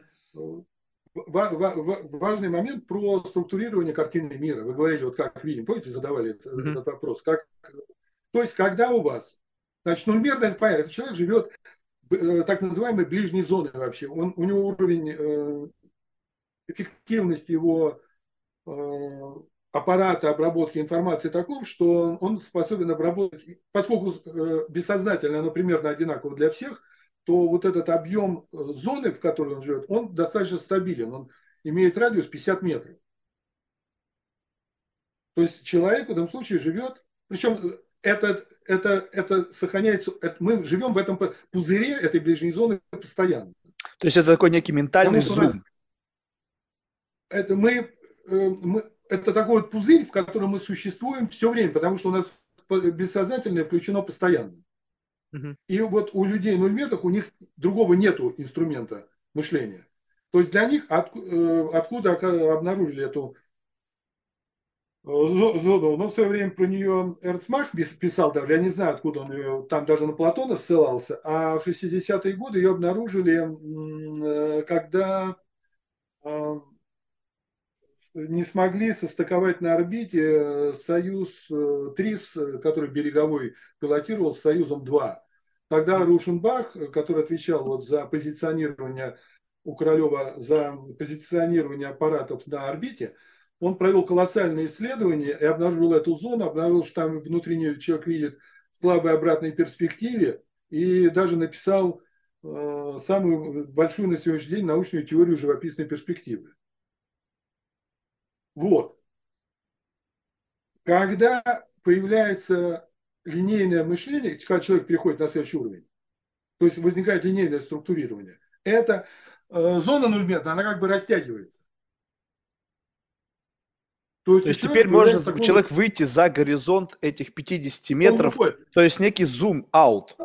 Важный момент про структурирование картины мира. Вы говорили, вот как видим, помните, задавали Мгм. этот вопрос. То есть, когда у вас, значит, нульмерно, это понятно, человек живет так называемой ближней зоны вообще. У него уровень эффективности его э, аппарата обработки информации таков, что он способен обработать, поскольку бессознательно оно примерно одинаково для всех, то вот этот объем зоны, в которой он живет, он достаточно стабилен. Он имеет радиус 50 метров. То есть человек в этом случае живет, причем это сохраняется, мы живем в этом пузыре этой ближней зоны постоянно. То есть это такой некий ментальный Потому что у нас зум. это это такой вот пузырь, в котором мы существуем все время, потому что у нас бессознательное включено постоянно. Мгм. И вот у людей нульметов, у них другого нету инструмента мышления. То есть для них откуда обнаружили эту зону, но в свое время про нее Эрцмах писал даже, я не знаю, откуда он ее, там даже на Платона ссылался, а в 60-е годы ее обнаружили, когда не смогли состыковать на орбите Союз ТРИС, который береговой пилотировал, с Союзом-2. Тогда Рушенбах, который отвечал вот за позиционирование у Королева, за позиционирование аппаратов на орбите, он провел колоссальные исследования и обнаружил эту зону, обнаружил, что там внутри нее человек видит слабой обратной перспективе, и даже написал самую большую на сегодняшний день научную теорию живописной перспективы. Вот. Когда появляется линейное мышление, когда человек переходит на следующий уровень, то есть возникает линейное структурирование, эта зона нульметная, она как бы растягивается. То То есть у есть теперь человека может появляется такой вот, человек выйти за горизонт этих 50 он метров, выходит. то есть некий зум-аут.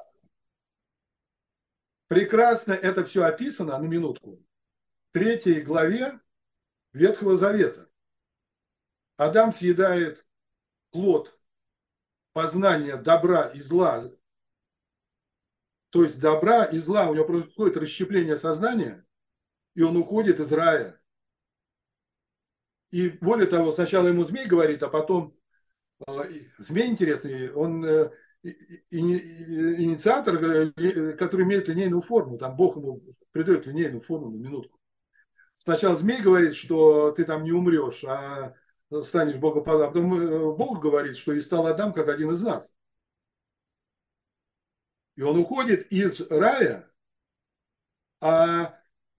Прекрасно это все описано, на минутку, в 3 главе Ветхого Завета. Адам съедает плод познания добра и зла, то есть добра и зла, у него происходит расщепление сознания, и он уходит из рая. И более того, сначала ему змей говорит, а потом змей интересный, он инициатор, который имеет линейную форму, там Бог ему придает линейную форму на минутку. Сначала змей говорит, что ты там не умрешь, а станешь богоподобным. А потом Бог говорит, что и стал Адам как один из нас. И он уходит из рая, а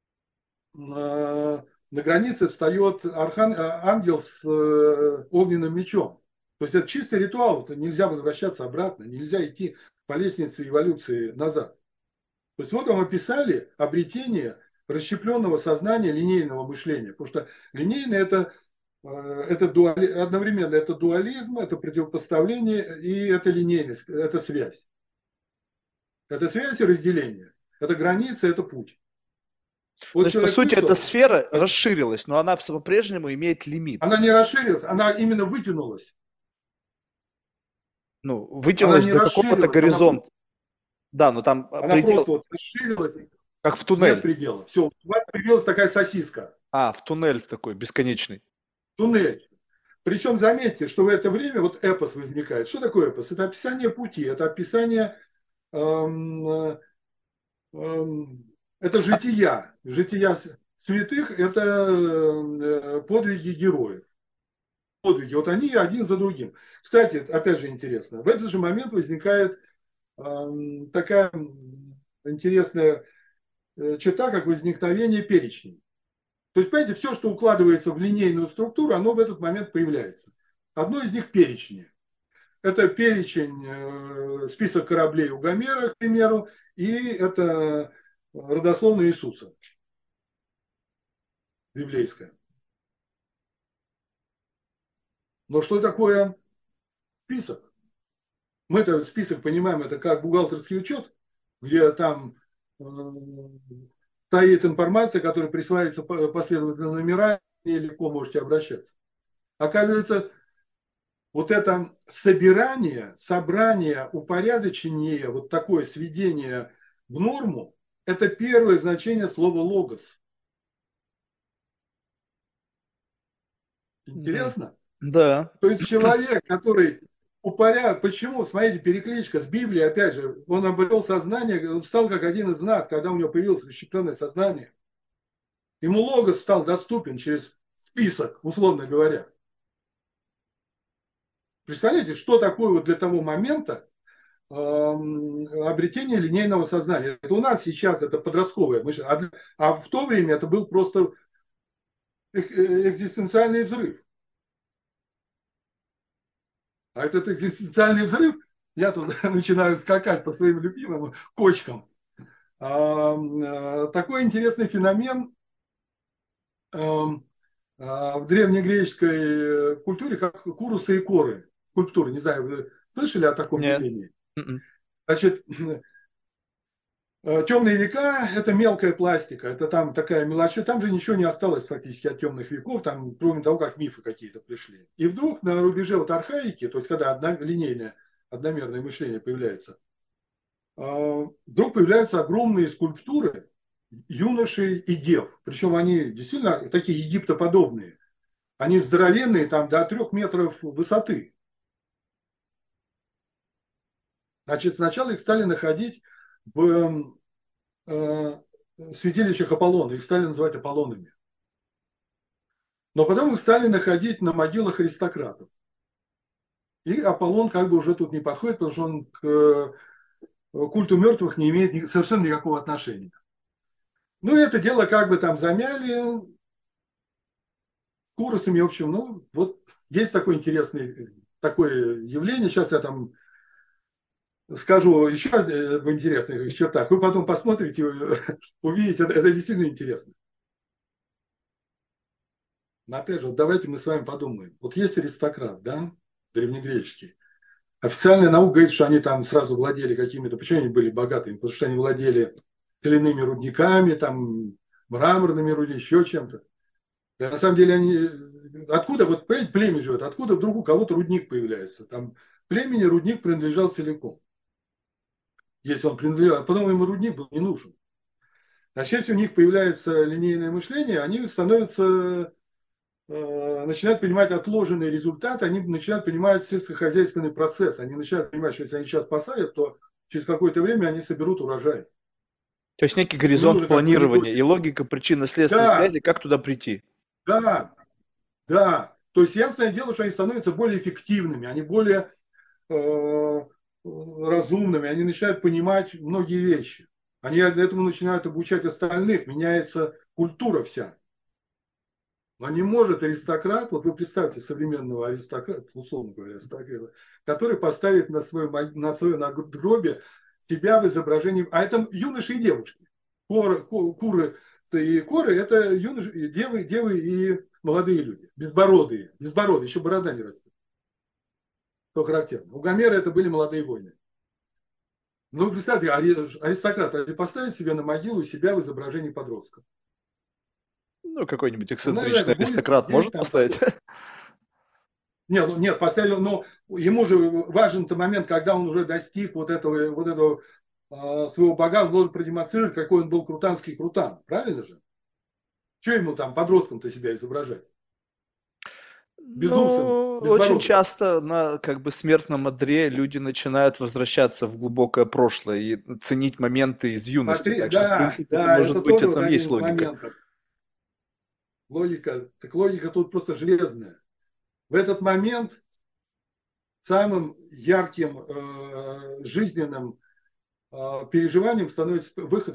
на границе встает ангел с огненным мечом. То есть это чистый ритуал, это нельзя возвращаться обратно, нельзя идти по лестнице эволюции назад. То есть вот вам описали обретение расщепленного сознания линейного мышления. Потому что линейное это одновременно это дуализм, это противопоставление и это линейность, это связь. Это связь и разделение. Это граница, это путь. То Вот есть, по человек сути, эта вышел, сфера расширилась, но она по-прежнему имеет лимит. она не расширилась, она именно вытянулась. Ну, Она вытянулась не до какого-то расширилась, горизонта. Да, но там она предел, просто вот расширилась, как в нет туннель. предела. Все, у вас появилась такая сосиска, А, в туннель в такой бесконечный. туннель. Причем заметьте, что в это время вот эпос возникает. Что такое эпос? Это описание пути, это описание, эм, это А, жития. Жития святых – это подвиги героев. Подвиги, вот они один за другим. Кстати, опять же интересно, в этот же момент возникает такая интересная черта, как возникновение перечней. То есть, понимаете, все, что укладывается в линейную структуру, оно в этот момент появляется. Одно из них перечни. Это перечень, список кораблей у Гомера, к примеру, и это родословная Иисуса, библейская. Но что такое список? Мы этот список понимаем, это как бухгалтерский учет, где там стоит информация, которая присваивается последовательно номера, и легко можете обращаться. Оказывается, вот это собирание, собрание, упорядочение, вот такое сведение в норму, это первое значение слова логос. м, Интересно? да. То есть человек, который почему, смотрите, перекличка с Библией, опять же, он обрел сознание, он стал как один из нас, когда у него появилось расщепленное сознание. Ему логос стал доступен через список, условно говоря. Представляете, что такое вот для того момента обретение линейного сознания. Это у нас сейчас это подростковое мышление, а в то время это был просто экзистенциальный взрыв. А этот экзистенциальный взрыв, я тут начинаю скакать по своим любимым кочкам. Такой интересный феномен в древнегреческой культуре, как курусы и коры. Скульптуры, не знаю, вы слышали о таком Нет. явлении? М-м. Значит, темные века – это мелкая пластика, это там такая мелочь, там же ничего не осталось фактически от темных веков, там, кроме того, как мифы какие-то пришли. И вдруг на рубеже вот архаики, то есть когда линейное, одномерное мышление появляется, вдруг появляются огромные скульптуры юношей и дев. Причем они действительно такие египтоподобные. Они здоровенные, там до 3 метров высоты. Значит, сначала их стали находить в святилищах Аполлона, их стали называть Аполлонами. Но потом их стали находить на могилах аристократов. И Аполлон как бы уже тут не подходит, потому что он к культу мертвых не имеет совершенно никакого отношения. Ну, и это дело как бы там замяли курсами, в общем, ну, вот есть такое интересное такое явление. Сейчас я там скажу еще в интересных чертах. Вы потом посмотрите, увидите, это действительно интересно. Но опять же, вот давайте мы с вами подумаем. Вот есть аристократ, да, древнегреческий. Официальная наука говорит, что они там сразу владели какими-то... Почему они были богатыми? Потому что они владели соляными рудниками, там, мраморными рудниками, еще чем-то. Да, на самом деле они... Откуда, вот понимаете, племя живет, откуда вдруг у кого-то рудник появляется? Там племени рудник принадлежал целиком. Если он принадлежал, а потом ему рудник был не нужен. А если у них появляется линейное мышление, они становятся, начинают понимать отложенные результаты, они начинают понимать сельскохозяйственный процесс. Они начинают понимать, что если они сейчас посадят, то через какое-то время они соберут урожай. То есть некий Ему горизонт нужно как бы... планирования и логика причинно-следственной Да, связи, как туда прийти. да, да. То есть ясное дело, что они становятся более эффективными, они более разумными, они начинают понимать многие вещи. Они этому начинают обучать остальных, меняется культура вся. Но не может аристократ, вот вы представьте современного аристократа, условно говоря, аристократа, который поставит на свое надгробие себя в изображении, а это юноши и девушки. Куры и коры – это юноши, девы и молодые люди, безбородые, еще борода не растет. Что характерно. У Гомера это были молодые воины. Ну, представьте, аристократ поставит себе на могилу себя в изображении подростка. Ну, какой-нибудь Он, наверное, эксцентричный будет аристократ сидеть может там поставить? такой. Нет, нет, поставил, но ему же важен-то момент, когда он уже достиг вот этого своего бога, он должен продемонстрировать, какой он был крутанский крутан. Правильно же? Что ему там подростком-то себя изображать? Безусым, Ну, очень безбородым. часто на как бы смертном одре люди начинают возвращаться в глубокое прошлое и ценить моменты из юности. Смотри, Так что, в да, принципе, это да, может это быть, тоже это вот там один есть из логика. моментов. Логика тут просто железная. В этот момент самым ярким жизненным переживанием становится выход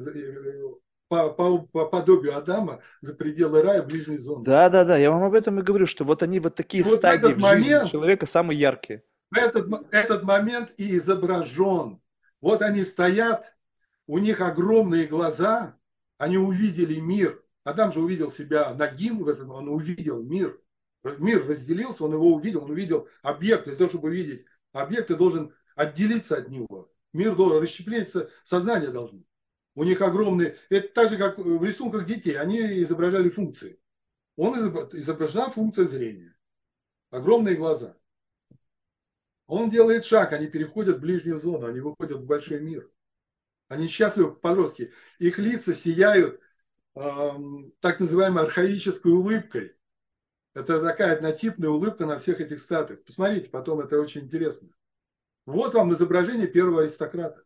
по подобию Адама за пределы рая в ближней зоны. Да-да-да, я вам об этом и говорю, что вот они, вот И такие вот в стадии этот в жизни момент, человека самые яркие. этот момент и изображен. Вот они стоят, у них огромные глаза, они увидели мир. Адам же увидел себя нагим в этом, он увидел мир. Мир разделился, он его увидел, он увидел объект. Для того, чтобы увидеть объект, ты должен отделиться от него. Мир должен расщеплиться, сознание должно. У них огромные... Это так же, как в рисунках детей. Они изображали функции. Изображена функция зрения. Огромные глаза. Он делает шаг, они переходят в ближнюю зону, они выходят в большой мир. Они счастливы, подростки. Их лица сияют так называемой архаической улыбкой. Это такая однотипная улыбка на всех этих статуях. Посмотрите, потом это очень интересно. Вот вам изображение первого аристократа,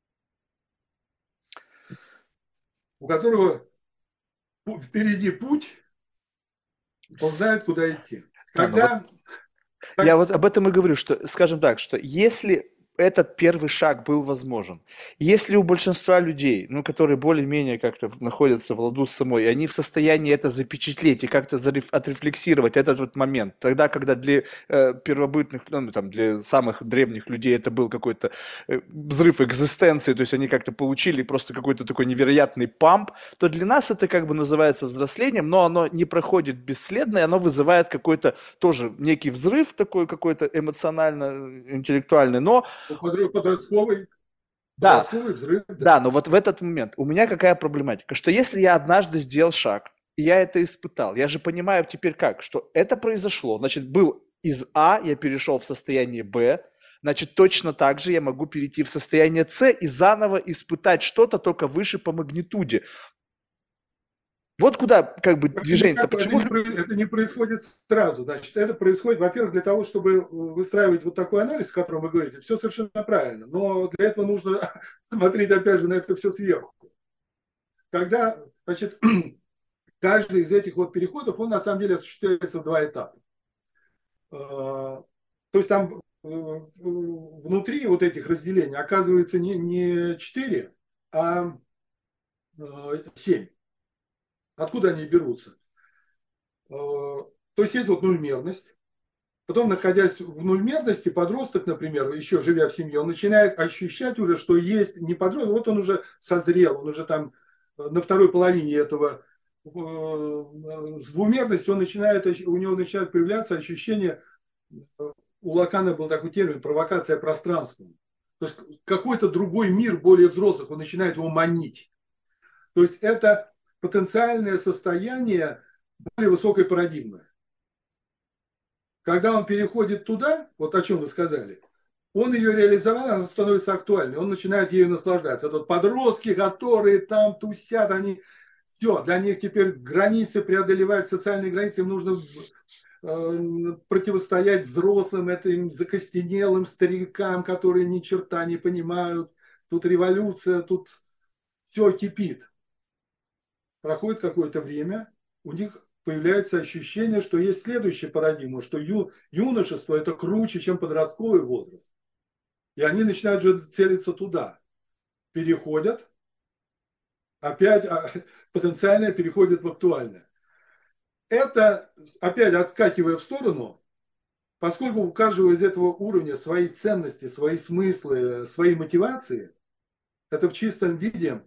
у которого впереди путь, он знает, куда идти. Да, но вот Когда... я Так, вот об этом и говорю, что, скажем так, что если этот первый шаг был возможен, если у большинства людей, ну, которые более-менее как-то находятся в ладу с самой, и они в состоянии это запечатлеть и как-то отрефлексировать этот вот момент, тогда, когда для первобытных, ну, там, для самых древних людей это был какой-то взрыв экзистенции, то есть они как-то получили просто какой-то такой невероятный памп, то для нас это как бы называется взрослением, но оно не проходит бесследно, и оно вызывает какой-то тоже некий взрыв такой какой-то эмоционально-интеллектуальный, но подростковый, да, подростковый взрыв, да. да, но вот в этот момент у меня какая проблематика, что если я однажды сделал шаг, и я это испытал, я же понимаю теперь как, что это произошло, значит, был из А, я перешел в состояние Б, значит, точно так же я могу перейти в состояние С и заново испытать что-то только выше по магнитуде. Вот куда как бы движение-то, почему... Это не происходит сразу. Значит, это происходит, во-первых, для того, чтобы выстраивать вот такой анализ, о котором вы говорите, все совершенно правильно. Но для этого нужно смотреть, опять же, на это все сверху. Когда, значит, каждый из этих вот переходов, он на самом деле осуществляется в два этапа. То есть там внутри вот этих разделений оказывается не 4, а 7. Откуда они берутся? То есть есть вот нульмерность. Потом, находясь в нульмерности, подросток, например, еще живя в семье, он начинает ощущать уже, что есть не подросток, вот он уже созрел, он уже там на второй половине этого с двумерностью у него начинает появляться ощущение, у Лакана был такой термин, провокация пространства. То есть какой-то другой мир, более взрослых, он начинает его манить. То есть это потенциальное состояние более высокой парадигмы. Когда он переходит туда, вот о чем вы сказали, он ее реализовал, она становится актуальной, он начинает ею наслаждаться. Тут подростки, которые там тусят, они все, для них теперь границы преодолевать, социальные границы, им нужно противостоять взрослым, этим закостенелым старикам, которые ни черта не понимают. Тут революция, тут все кипит. Проходит какое-то время, у них появляется ощущение, что есть следующая парадигма, что юношество это круче, чем подростковый возраст. И они начинают же целиться туда. Переходят, опять потенциально переходят в актуальное. Это, опять отскакивая в сторону, поскольку у каждого из этого уровня свои ценности, свои смыслы, свои мотивации, это в чистом виде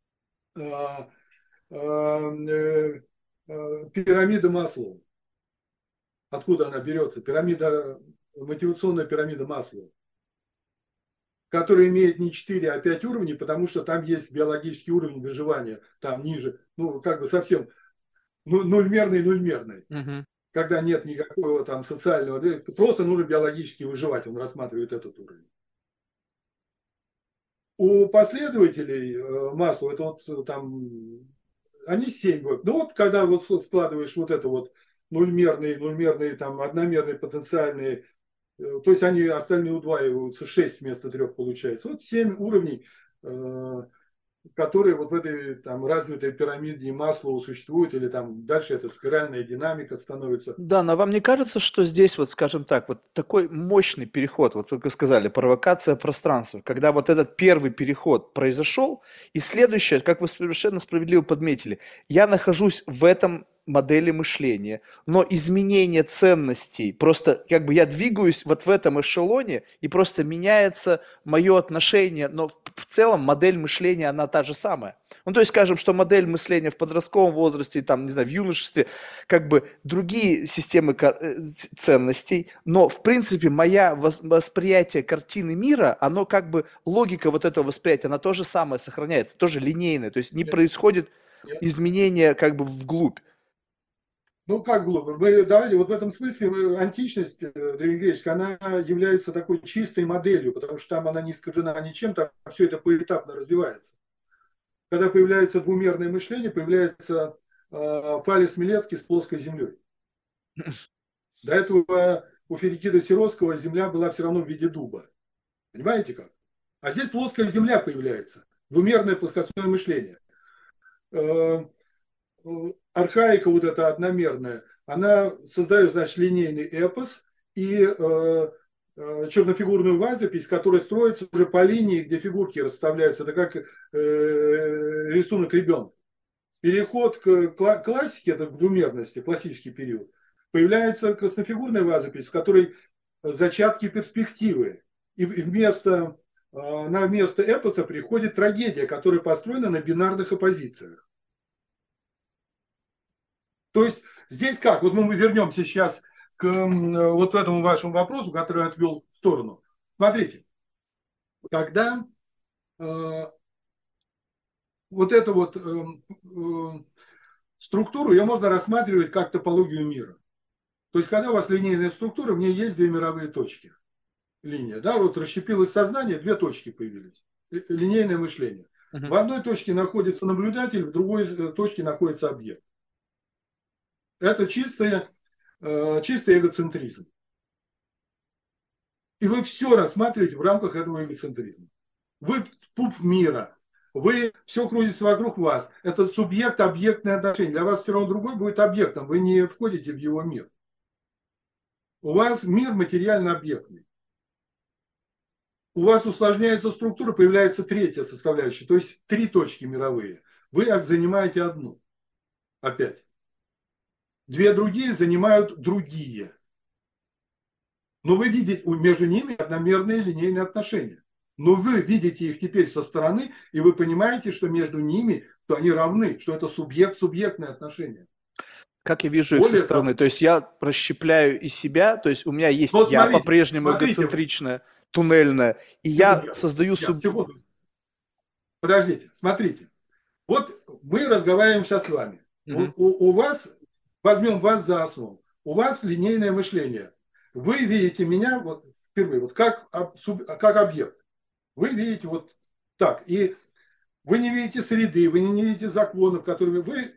пирамида Маслоу. Откуда она берется? Мотивационная пирамида Маслоу, которая имеет не 4, а 5 уровней, потому что там есть биологический уровень выживания, там ниже, ну, как бы совсем нульмерный. Мгм. Когда нет никакого там социального, просто нужно биологически выживать, он рассматривает этот уровень. У последователей Маслоу, это вот там, они 7 вот. Ну вот, когда вот складываешь вот это вот нульмерные, там, одномерные, потенциальные, то есть они остальные удваиваются, 6 вместо 3 получается. Вот 7 уровней, которые вот в этой там развитой пирамиде Маслоу существуют, или там дальше это спиральная динамика становится. Да, но вам не кажется, что здесь, вот скажем так, вот такой мощный переход, вот как вы сказали, провокация пространства, когда вот этот первый переход произошел, и следующее, как вы совершенно справедливо подметили, я нахожусь в этом модели мышления, но изменение ценностей, просто как бы я двигаюсь вот в этом эшелоне, и просто меняется мое отношение, но в целом модель мышления, она та же самая. Ну, то есть, скажем, что модель мышления в подростковом возрасте, там, не знаю, в юношестве, как бы другие системы ценностей, но, в принципе, мое восприятие картины мира, оно как бы, логика вот этого восприятия, она тоже самое сохраняется, тоже линейная, то есть не Нет, происходит нет. изменения как бы вглубь. Ну, как глупо. Давайте, вот в этом смысле античность древнегреческая, она является такой чистой моделью, потому что там она не искажена ничем, там все это поэтапно развивается. Когда появляется двумерное мышление, появляется Фалес Милецкий с плоской землей. До этого у Ферикида Сироцкого земля была все равно в виде дуба. Понимаете как? А здесь плоская земля появляется. Двумерное плоскостное мышление. Архаика вот эта одномерная, она создает, значит, линейный эпос и чернофигурную вазопись, которая строится уже по линии, где фигурки расставляются. Это как рисунок ребенка. Переход к классике, это к двумерности, классический период, появляется краснофигурная вазопись, в которой зачатки перспективы. И на место эпоса приходит трагедия, которая построена на бинарных оппозициях. То есть здесь как? Вот мы вернемся сейчас к вот этому вашему вопросу, который я отвел в сторону. Смотрите, когда вот эту вот структуру ее можно рассматривать как топологию мира. То есть когда у вас линейная структура, в ней есть 2 мировые точки. Линия, да, вот расщепилось сознание, 2 точки появились. Линейное мышление. В Мгм. одной точке находится наблюдатель, в другой точке находится объект. Это чистый эгоцентризм. И вы все рассматриваете в рамках этого эгоцентризма. Вы пуп мира. Вы все крутится вокруг вас. Это субъект-объектное отношение. Для вас все равно другой будет объектом. Вы не входите в его мир. У вас мир материально-объектный. У вас усложняется структура, появляется третья составляющая. То есть 3 точки мировые. Вы занимаете одну. Опять. 2 другие занимают другие. Но вы видите между ними одномерные линейные отношения. Но вы видите их теперь со стороны, и вы понимаете, что между ними, что они равны, что это субъект-субъектные отношения. Как я вижу их со Более того, стороны? То есть я расщепляю из себя, то есть у меня есть вот я смотрите, по-прежнему смотрите, эгоцентричная, туннельная, и я секунду, создаю нет, секунду, подождите, смотрите. Вот мы разговариваем сейчас с вами. Мгм. У вас, возьмем вас за основу, у вас линейное мышление. Вы видите меня вот впервые, вот как объект. Вы видите вот так. И вы не видите среды, вы не видите законов, которыми вы...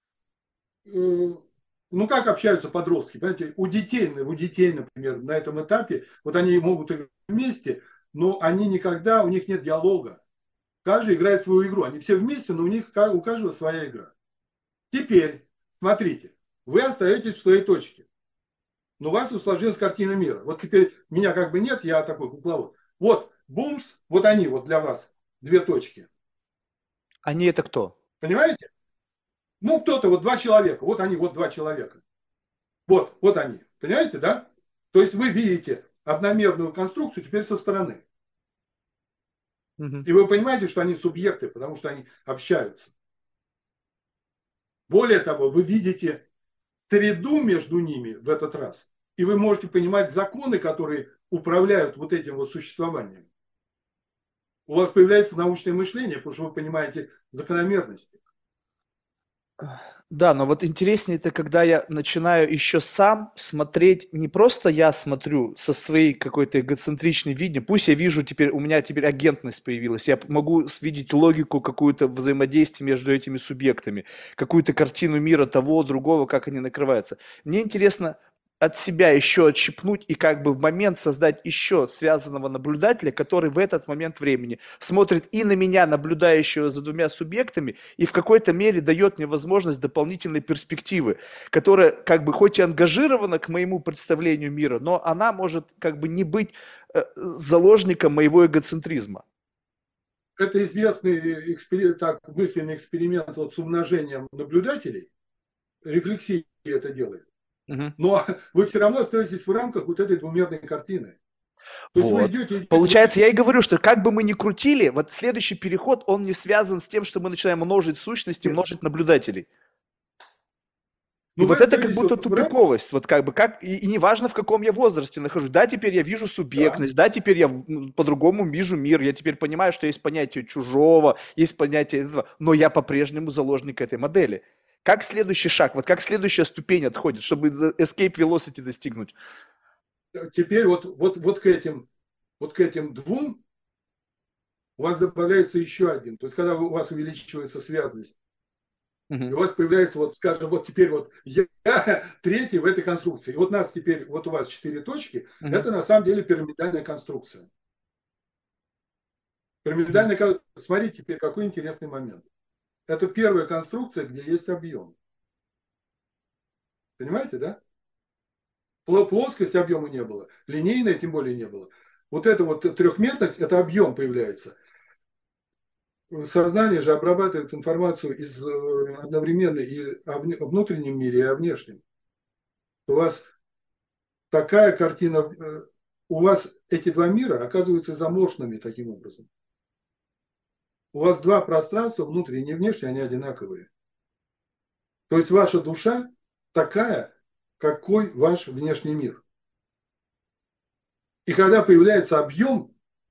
Ну, как общаются подростки? Понимаете, у детей, например, на этом этапе, вот они могут играть вместе, но они никогда, у них нет диалога. Каждый играет свою игру. Они все вместе, но у каждого своя игра. Теперь, смотрите, вы остаетесь в своей точке. Но у вас усложнилась картина мира. Вот теперь меня как бы нет, я такой кукловод. Вот бумс, вот они, вот для вас, две точки. Они это кто? Понимаете? Ну, кто-то, вот два человека, вот они, вот два человека. Вот они. Понимаете, да? То есть вы видите одномерную конструкцию теперь со стороны. Мгм. И вы понимаете, что они субъекты, потому что они общаются. Более того, вы видите среду между ними в этот раз. И вы можете понимать законы, которые управляют вот этим вот существованием. У вас появляется научное мышление, потому что вы понимаете закономерности. Да, но вот интереснее это, когда я начинаю еще сам смотреть, не просто я смотрю со своей какой-то эгоцентричной видением, пусть я вижу теперь, у меня теперь агентность появилась, я могу видеть логику какую-то взаимодействия между этими субъектами, какую-то картину мира того, другого, как они накрываются. Мне интересно от себя еще отщипнуть и как бы в момент создать еще связанного наблюдателя, который в этот момент времени смотрит и на меня, наблюдающего за двумя субъектами, и в какой-то мере дает мне возможность дополнительной перспективы, которая как бы хоть и ангажирована к моему представлению мира, но она может как бы не быть заложником моего эгоцентризма. Это известный так, мысленный эксперимент вот с умножением наблюдателей. Рефлексия это делает. Мгм. Но вы все равно остаетесь в рамках вот этой двумерной картины. То есть вы Вот. идете, Получается, я и говорю, что как бы мы ни крутили, вот следующий переход, он не связан с тем, что мы начинаем множить сущности, множить наблюдателей. И но вы вот это как остаетесь будто вот в рамках, тупиковость, вот как бы как, и неважно в каком я возрасте нахожусь. Да, теперь я вижу да. субъектность, да, теперь я по-другому вижу мир, я теперь понимаю, что есть понятие чужого, есть понятие этого, но я по-прежнему заложник этой модели. Как следующий шаг, вот как следующая ступень отходит, чтобы escape velocity достигнуть? Теперь вот к этим двум у вас добавляется еще один. То есть когда у вас увеличивается связность, и Мгм. у вас появляется, вот, скажем, вот теперь вот я третий в этой конструкции. И вот нас теперь, вот у вас 4 точки, Мгм. это на самом деле пирамидальная конструкция. Мгм. Смотрите теперь, какой интересный момент. Это первая конструкция, где есть объем. Понимаете, да? Плоскость объема не было, линейная тем более не было. Вот эта вот трехметность, это объем появляется. Сознание же обрабатывает информацию одновременно и о внутреннем мире, и о внешнем. У вас такая картина, у вас эти два мира оказываются замороженными таким образом. У вас два пространства, внутреннее и внешнее, они одинаковые. То есть ваша душа такая, какой ваш внешний мир. И когда появляется объем,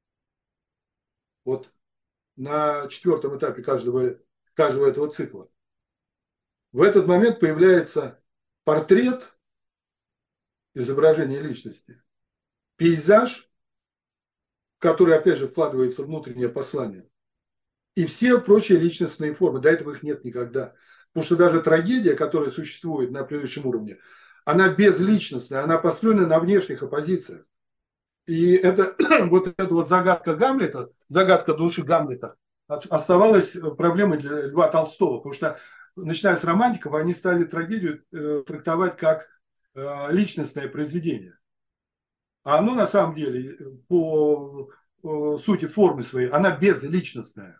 вот на четвертом этапе каждого этого цикла, в этот момент появляется портрет изображения личности, пейзаж, в который, опять же, вкладывается внутреннее послание, и все прочие личностные формы. До этого их нет никогда. Потому что даже трагедия, которая существует на предыдущем уровне, она безличностная, она построена на внешних оппозициях. И это вот эта вот загадка Гамлета, загадка души Гамлета, оставалась проблемой для Льва Толстого, потому что, начиная с романтиков, они стали трагедию трактовать как личностное произведение. А оно на самом деле по сути формы своей, она безличностная.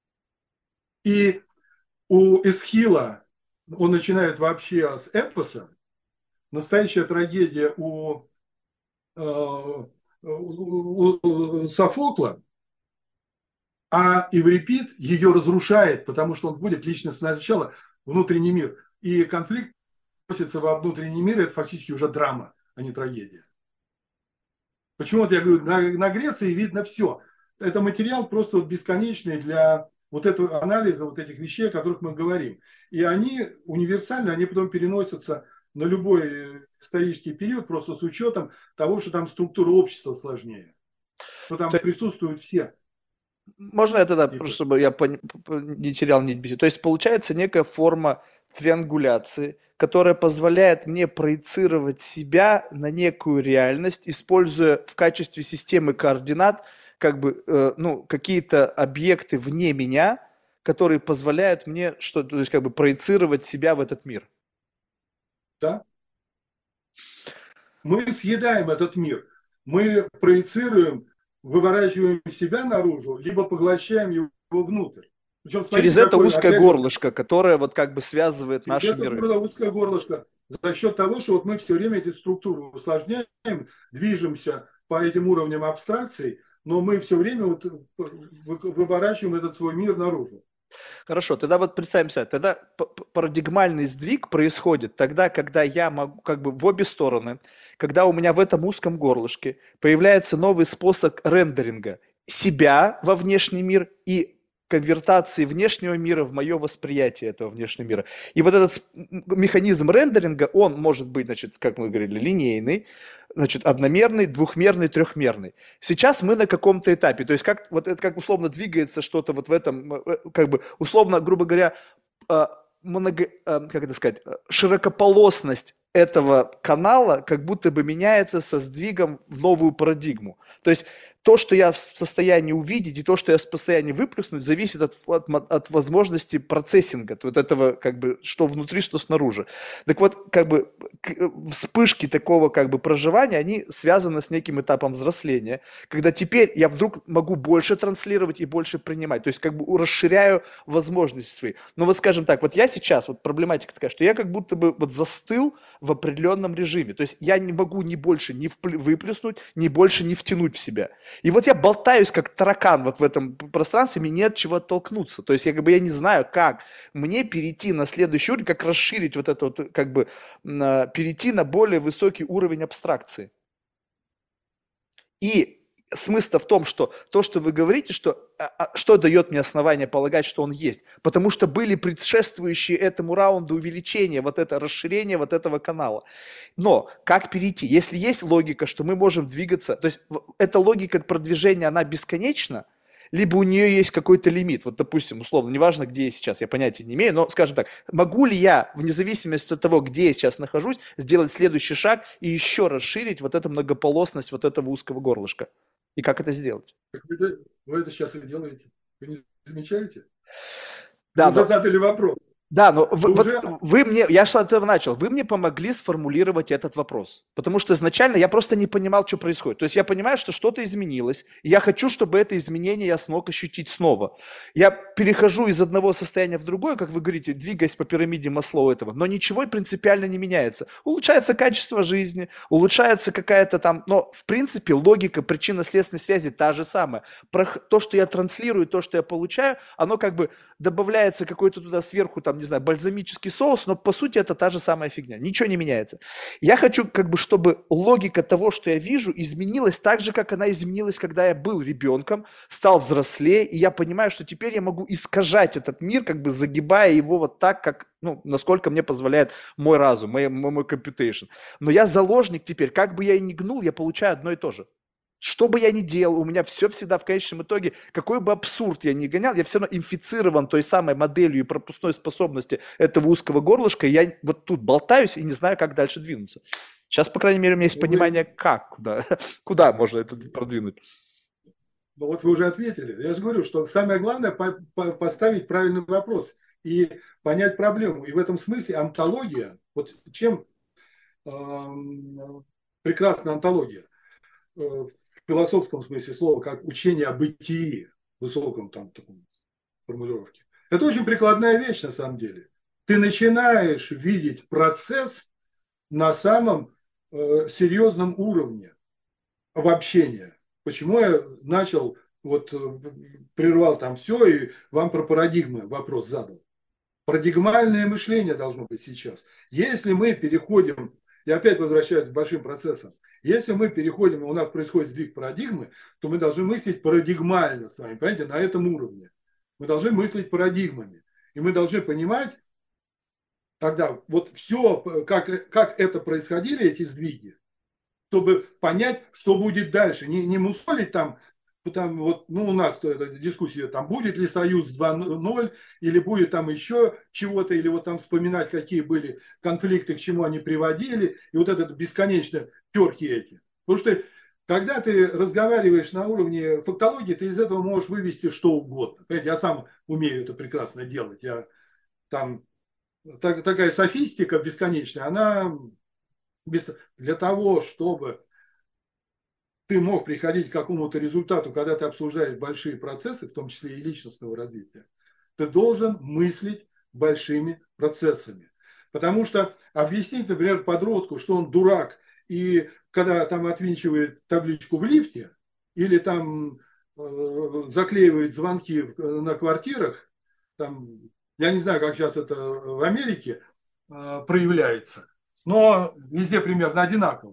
И у Эсхила, он начинает вообще с эпоса, настоящая трагедия у Софокла, А Эврипид ее разрушает, потому что он вводит личностное начало, внутренний мир. И конфликт вносится во внутренний мир, и это фактически уже драма, а не трагедия. Почему-то я говорю, на Греции видно все. Это материал просто вот бесконечный для вот этого анализа вот этих вещей, о которых мы говорим. И они универсальны, они потом переносятся на любой исторический период, просто с учетом того, что там структура общества сложнее. Что там То присутствуют все. можно я тогда, просто Типа. чтобы я не терял нить беседы? То есть получается некая форма триангуляции, которая позволяет мне проецировать себя на некую реальность, используя в качестве системы координат как бы, ну, какие-то объекты вне меня, которые позволяют мне что, то есть как бы проецировать себя в этот мир. Да? Мы съедаем этот мир. Мы проецируем, выворачиваем себя наружу, либо поглощаем его внутрь. Причем Через смотрите, это какой, узкое опять же, горлышко, которое вот как бы связывает через наши это миры. узкое горлышко, за счет того, что вот мы все время эти структуры усложняем, движемся по этим уровням абстракций, но мы все время вот выворачиваем этот свой мир наружу. Хорошо, тогда вот представим себе, тогда парадигмальный сдвиг происходит тогда, когда я могу как бы в обе стороны, когда у меня в этом узком горлышке появляется новый способ рендеринга себя во внешний мир и конвертации внешнего мира в мое восприятие этого внешнего мира. И вот этот механизм рендеринга, он может быть, значит, как мы говорили, линейный, значит, одномерный, двухмерный, трехмерный. Сейчас мы на каком-то этапе, то есть как вот это как условно двигается что-то вот в этом, как бы условно, грубо говоря, как это сказать, широкополосность этого канала как будто бы меняется со сдвигом в новую парадигму. То есть то, что я в состоянии увидеть, и то, что я в состоянии выплеснуть, зависит от возможности процессинга, вот этого, как бы, что внутри, что снаружи. Так вот, как бы, вспышки такого, как бы, проживания, они связаны с неким этапом взросления, когда теперь я вдруг могу больше транслировать и больше принимать, то есть, как бы, расширяю возможности свои. Но вот, скажем так, вот я сейчас, вот проблематика такая, что я как будто бы вот застыл в определенном режиме, то есть я не могу ни больше не выплеснуть, ни больше не втянуть в себя. И вот я болтаюсь как таракан вот в этом пространстве, мне нет чего оттолкнуться. То есть я как бы я не знаю, как мне перейти на следующий уровень, как расширить вот это вот, как бы перейти на более высокий уровень абстракции. И смысл в том, что то, что вы говорите, что дает мне основание полагать, что он есть. Потому что были предшествующие этому раунду увеличения, вот это расширение вот этого канала. Но как перейти? Если есть логика, что мы можем двигаться, то есть эта логика продвижения, она бесконечна, либо у нее есть какой-то лимит. Вот, допустим, условно, неважно, где я сейчас, я понятия не имею, но, скажем так, могу ли я, вне зависимости от того, где я сейчас нахожусь, сделать следующий шаг и еще расширить вот эту многополосность вот этого узкого горлышка? И как это сделать? Вы это сейчас и делаете. Вы не замечаете? Да, Вы уже но задали вопрос. Да, но Вы вот уже вы мне, я с этого начал, вы мне помогли сформулировать этот вопрос, потому что изначально я просто не понимал, что происходит. То есть я понимаю, что что-то изменилось, и я хочу, чтобы это изменение я смог ощутить снова. Я перехожу из одного состояния в другое, как вы говорите, двигаясь по пирамиде Маслоу этого, но ничего принципиально не меняется. Улучшается качество жизни, улучшается какая-то там, но в принципе логика причинно-следственной связи та же самая. Про то, что я транслирую, то, что я получаю, оно как бы добавляется какой-то туда сверху, там, не знаю, бальзамический соус, но по сути это та же самая фигня, ничего не меняется. Я хочу, как бы, чтобы логика того, что я вижу, изменилась так же, как она изменилась, когда я был ребенком, стал взрослее, и я понимаю, что теперь я могу искажать этот мир, как бы загибая его вот так, как, ну, насколько мне позволяет мой разум, мой computation. Но я заложник теперь, как бы я и ни гнул, я получаю одно и то же. Что бы я ни делал, у меня все всегда в конечном итоге, какой бы абсурд я ни гонял, я все равно инфицирован той самой моделью и пропускной способности этого узкого горлышка, и я вот тут болтаюсь и не знаю, как дальше двинуться. Сейчас, по крайней мере, у меня есть вы, понимание, как, куда, куда можно это продвинуть. ну вот вы уже ответили. Я же говорю, что самое главное поставить правильный вопрос и понять проблему. И в этом смысле онтология, вот чем прекрасна онтология, в философском смысле слова, как учение о бытии, в высоком там таком формулировке. Это очень прикладная вещь на самом деле. Ты начинаешь видеть процесс на самом серьезном уровне обобщения. Почему я начал вот прервал там все и вам про парадигмы вопрос задал. Парадигмальное мышление должно быть сейчас. Если мы переходим, я опять возвращаюсь к большим процессам, если мы переходим, и у нас происходит сдвиг парадигмы, то мы должны мыслить парадигмально с вами, понимаете, на этом уровне. Мы должны мыслить парадигмами. И мы должны понимать тогда вот все, как это происходили, эти сдвиги, чтобы понять, что будет дальше. Не мусолить там вот, ну, у нас эта дискуссия, там, будет ли Союз 2.0, или будет там еще чего-то, или вот там вспоминать, какие были конфликты, к чему они приводили, и вот это бесконечно терки эти. Потому что когда ты разговариваешь на уровне фактологии, ты из этого можешь вывести что угодно. Понимаете, я сам умею это прекрасно делать. Я там такая софистика бесконечная, она для того, чтобы ты мог приходить к какому-то результату, когда ты обсуждаешь большие процессы, в том числе и личностного развития, ты должен мыслить большими процессами. Потому что объяснить, например, подростку, что он дурак, и когда там отвинчивает табличку в лифте, или там заклеивает звонки на квартирах, там, я не знаю, как сейчас это в Америке проявляется, но везде примерно одинаково.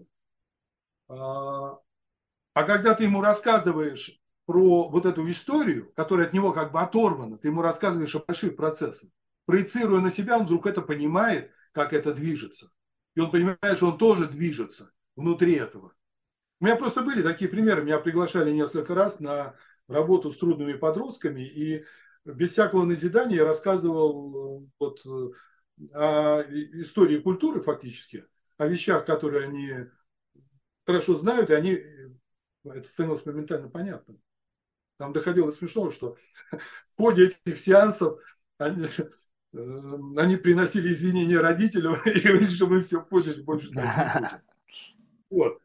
А когда ты ему рассказываешь про вот эту историю, которая от него как бы оторвана, ты ему рассказываешь о больших процессах, проецируя на себя, он вдруг это понимает, как это движется. И он понимает, что он тоже движется внутри этого. У меня просто были такие примеры. Меня приглашали несколько раз на работу с трудными подростками, и без всякого назидания я рассказывал вот о истории культуры фактически, о вещах, которые они хорошо знают, и они это становилось моментально понятно. Там доходило до смешного, что в ходе этих сеансов они приносили извинения родителям и говорили, что мы все поняли, больше так не будем. Вот.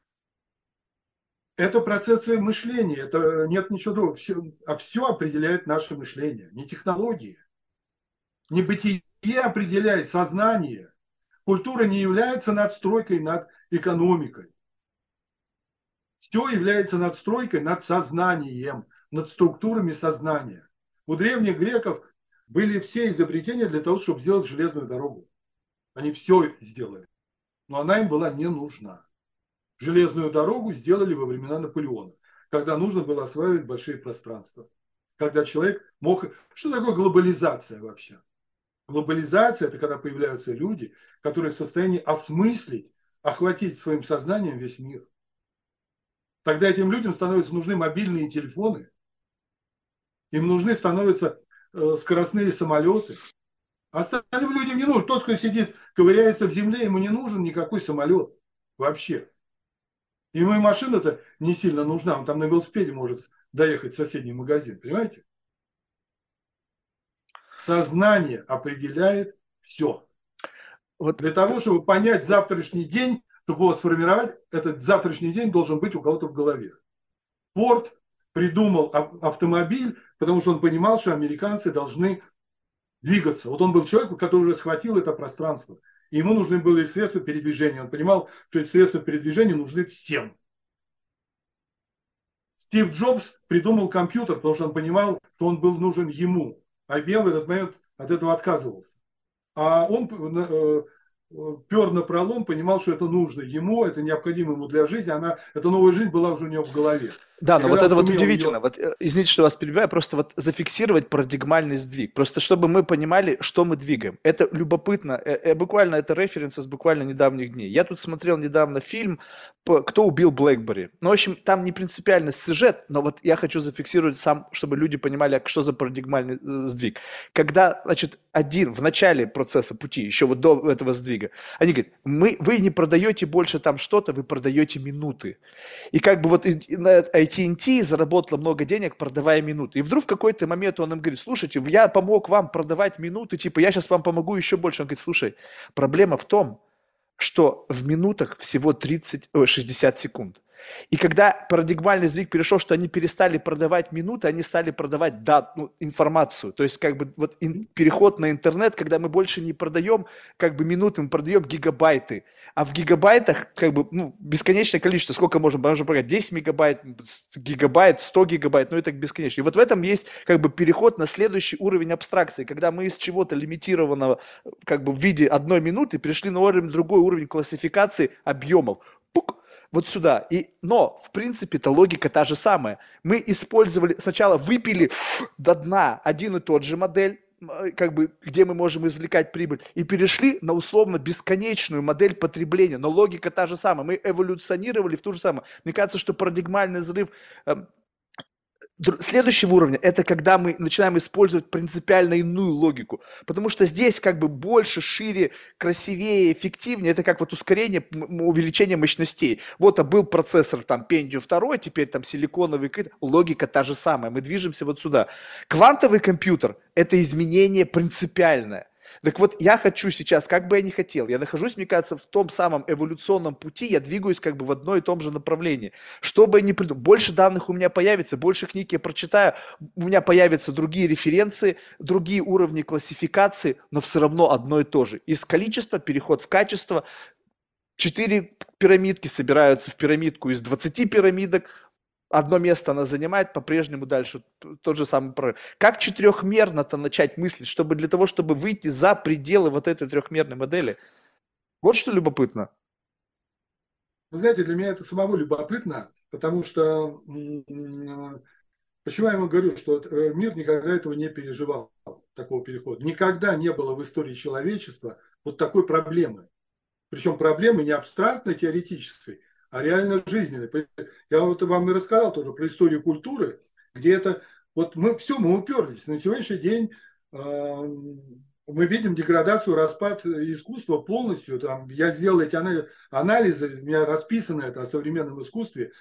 Это процессы мышления, это нет ничего другого. Все определяет наше мышление, не технологии. Не бытие определяет сознание. Культура не является надстройкой над экономикой. Все является надстройкой над сознанием, над структурами сознания. У древних греков были все изобретения для того, чтобы сделать железную дорогу. Они все сделали, но она им была не нужна. Железную дорогу сделали во времена Наполеона, когда нужно было осваивать большие пространства. Когда человек мог... Что такое глобализация вообще? Глобализация – это когда появляются люди, которые в состоянии осмыслить, охватить своим сознанием весь мир. Тогда этим людям становятся нужны мобильные телефоны, им нужны становятся скоростные самолеты. Остальным людям не нужен. Тот, кто сидит, ковыряется в земле, ему не нужен никакой самолет вообще. Ему и машина-то не сильно нужна. Он там на велосипеде может доехать в соседний магазин. Понимаете? Сознание определяет все. Вот Для того, чтобы понять завтрашний день, чтобы его сформировать, этот завтрашний день должен быть у кого-то в голове. Форд придумал автомобиль, потому что он понимал, что американцы должны двигаться. Вот он был человек, который уже схватил это пространство. И ему нужны были средства передвижения. Он понимал, что эти средства передвижения нужны всем. Стив Джобс придумал компьютер, потому что он понимал, что он был нужен ему. IBM в этот момент от этого отказывался. А он пер на пролом, понимал, что это нужно ему, это необходимо ему для жизни. Эта новая жизнь была уже у него в голове. да, И но вот когда он это вот сумел удивительно. ее... Вот, извините, что вас перебиваю, просто вот зафиксировать парадигмальный сдвиг. Просто чтобы мы понимали, что мы двигаем. Это любопытно. Буквально это референс из буквально недавних дней. Я тут смотрел недавно фильм «Кто убил Блэкбери». Ну, в общем, там не принципиально сюжет, но вот я хочу зафиксировать сам, чтобы люди понимали, что за парадигмальный сдвиг. Когда, значит, один в начале процесса пути, еще вот до этого сдвига, они говорят, вы не продаете больше там что-то, вы продаете минуты. И как бы вот AT&T заработала много денег, продавая минуты. И вдруг в какой-то момент он им говорит, слушайте, я помог вам продавать минуты, типа, я сейчас вам помогу еще больше. Он говорит, слушай, проблема в том, что в минутах всего 60 секунд. И когда парадигмальный сдвиг перешел, что они перестали продавать минуты, они стали продавать информацию. То есть как бы вот переход на интернет, когда мы больше не продаем как бы минуты, мы продаем гигабайты. А в гигабайтах как бы бесконечное количество. Сколько можно продать? 10 мегабайт, гигабайт, 100 гигабайт, ну это бесконечно. И вот в этом есть как бы переход на следующий уровень абстракции, когда мы из чего-то лимитированного как бы в виде одной минуты пришли на уровень, другой уровень классификации объемов. Пук, вот сюда. Но, в принципе, это логика та же самая. Мы использовали, сначала выпили до дна один и тот же модель, как бы, где мы можем извлекать прибыль, и перешли на условно бесконечную модель потребления. Но логика та же самая. Мы эволюционировали в ту же самую. Мне кажется, что парадигмальный взрыв следующего уровня – это когда мы начинаем использовать принципиально иную логику. Потому что здесь как бы больше, шире, красивее, эффективнее. Это как вот ускорение, увеличение мощностей. Вот был процессор там Pentium 2, теперь там силиконовый. Логика та же самая. Мы движемся вот сюда. Квантовый компьютер – это изменение принципиальное. Так вот, я хочу сейчас, как бы я ни хотел, я нахожусь, мне кажется, в том самом эволюционном пути, я двигаюсь как бы в одно и том же направлении. Что бы я ни придумал, больше данных у меня появится, больше книг я прочитаю, у меня появятся другие референции, другие уровни классификации, но все равно одно и то же. Из количества переход в качество, 4 пирамидки собираются в пирамидку из 20 пирамидок, одно место она занимает, по-прежнему дальше тот же самый прорыв. Как четырехмерно-то начать мыслить, чтобы для того, чтобы выйти за пределы вот этой трехмерной модели? Вот что любопытно. Вы знаете, для меня это самого любопытно, потому что почему я ему говорю, что мир никогда этого не переживал, такого перехода. Никогда не было в истории человечества вот такой проблемы. Причем проблемы не абстрактной, теоретической, а реально жизненной. Я вот вам и рассказал тоже про историю культуры, где это... Вот мы уперлись. На сегодняшний день мы видим деградацию, распад искусства полностью. Там, я сделал эти анализы, у меня расписано это о современном искусстве.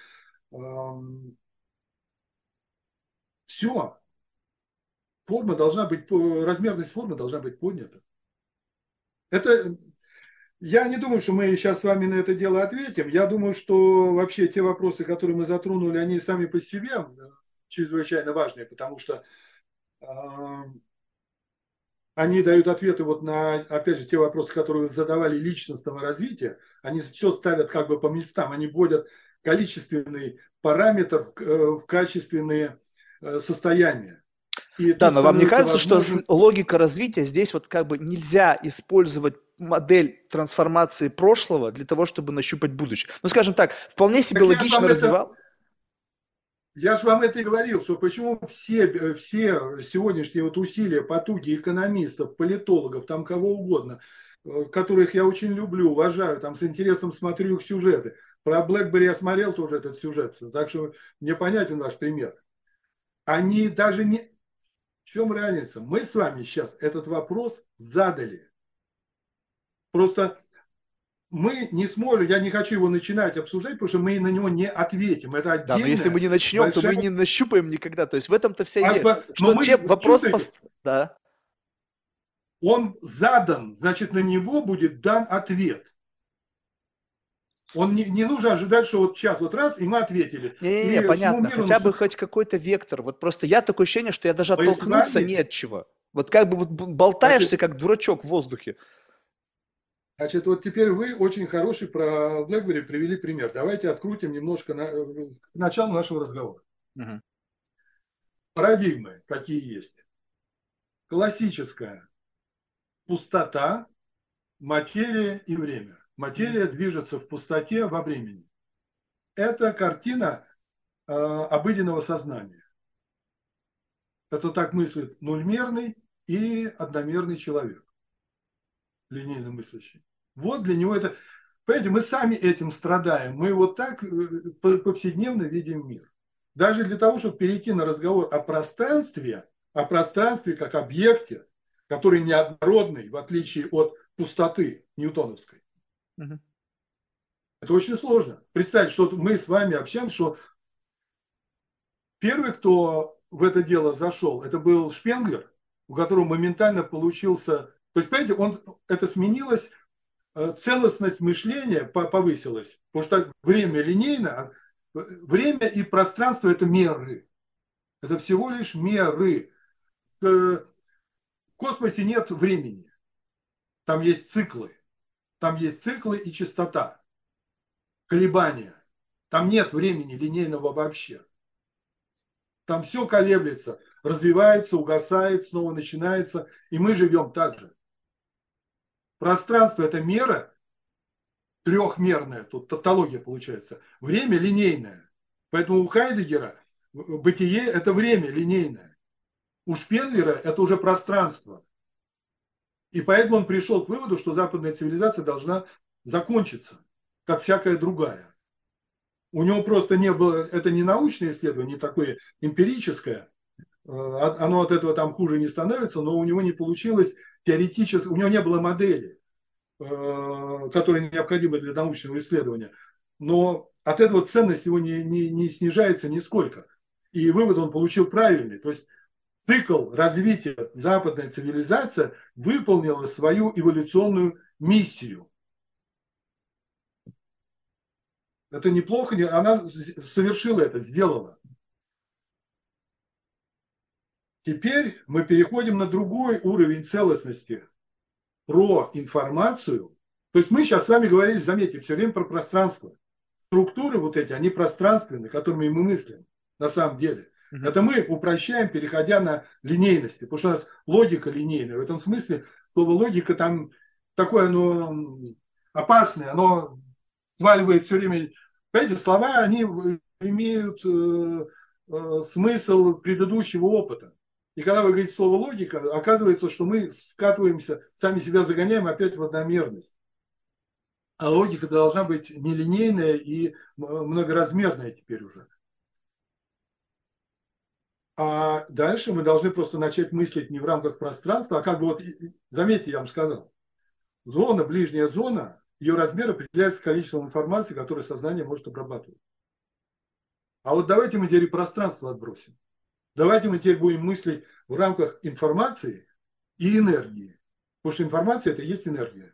Все. Форма должна быть, размерность формы должна быть поднята. Это... Я не думаю, что мы сейчас с вами на это дело ответим. Я думаю, что вообще те вопросы, которые мы затронули, они сами по себе чрезвычайно важные, потому что они дают ответы вот на, опять же, те вопросы, которые вы задавали личностного развития. Они все ставят как бы по местам, они вводят количественный параметр в качественные состояния. И да, но вам не кажется, возможным... что логика развития здесь вот как бы нельзя использовать модель трансформации прошлого для того, чтобы нащупать будущее? Ну, скажем так, вполне себе Так логично развивал. Я же вам это и говорил, что почему все сегодняшние вот усилия, потуги экономистов, политологов, там кого угодно, которых я очень люблю, уважаю, там с интересом смотрю их сюжеты. Про BlackBerry я смотрел тоже этот сюжет, так что мне понятен ваш пример. Они даже не... В чем разница? Мы с вами сейчас этот вопрос задали. Просто мы не сможем, я не хочу его начинать обсуждать, потому что мы на него не ответим. Это Да, но если мы отдельная, не начнем, большая... то мы не нащупаем никогда. То есть в этом-то вся идея. Но Что мы, вопрос... чувствуете, Да. он задан, значит, на него будет дан ответ. Он не нужно ожидать, что вот сейчас вот раз, и мы ответили. Не-не-не, И всему понятно. миру Хотя бы хоть какой-то вектор. Вот просто я такое ощущение, что я даже мы с оттолкнуться вами, не от чего. Вот как бы вот болтаешься, значит, как дурачок в воздухе. значит, вот теперь вы очень хороший про BlackBerry привели пример. Давайте открутим немножко к началу нашего разговора. Мгм. Парадигмы какие есть. Классическая пустота, материя и время. Материя движется в пустоте во времени. Это картина обыденного сознания. Это так мыслит нульмерный и одномерный человек, линейно мыслящий. Вот для него это... Понимаете, мы сами этим страдаем. Мы вот так повседневно видим мир. Даже для того, чтобы перейти на разговор о пространстве как объекте, который неоднородный, в отличие от пустоты ньютоновской. Мгм. Это очень сложно. Представить, что мы с вами общаемся, что первый, кто в это дело зашел, это был Шпенглер, у которого моментально получился... То есть, понимаете, это сменилось, целостность мышления повысилась, потому что время линейно, Время и пространство – это меры. Это всего лишь меры. В космосе нет времени. Там есть циклы. Там есть циклы и частота, колебания. Там нет времени линейного вообще. Там все колеблется, развивается, угасает, снова начинается. И мы живем так же. Пространство – это мера трехмерная, тут тавтология получается. Время линейное. Поэтому у Хайдегера бытие – это время линейное. У Шпенглера это уже пространство. И поэтому он пришел к выводу, что западная цивилизация должна закончиться, как всякая другая. У него просто не было, это не научное исследование, не такое эмпирическое, оно от этого там хуже не становится, но у него не получилось теоретически, у него не было модели, которые необходимы для научного исследования. Но от этого ценность его не снижается нисколько. И вывод он получил правильный. То есть цикл развития западной цивилизации выполнила свою эволюционную миссию. Это неплохо, она совершила это, сделала. Теперь мы переходим на другой уровень целостности, про информацию. То есть мы сейчас с вами говорили, заметьте, все время про пространство. Структуры вот эти, они пространственные, которыми мы мыслим на самом деле. Это мы упрощаем, переходя на линейности, потому что у нас логика линейная. В этом смысле слово логика там такое, оно опасное, оно сваливает все время. Понимаете, слова, они имеют смысл предыдущего опыта. И когда вы говорите слово логика, оказывается, что мы скатываемся, сами себя загоняем опять в одномерность. А логика должна быть нелинейная и многоразмерная теперь уже. А дальше мы должны просто начать мыслить не в рамках пространства, а как бы вот, заметьте, я вам сказал, зона, ближняя зона, ее размер определяется количеством информации, которую сознание может обрабатывать. А вот давайте мы теперь пространство отбросим. Давайте мы теперь будем мыслить в рамках информации и энергии. Потому что информация – это и есть энергия.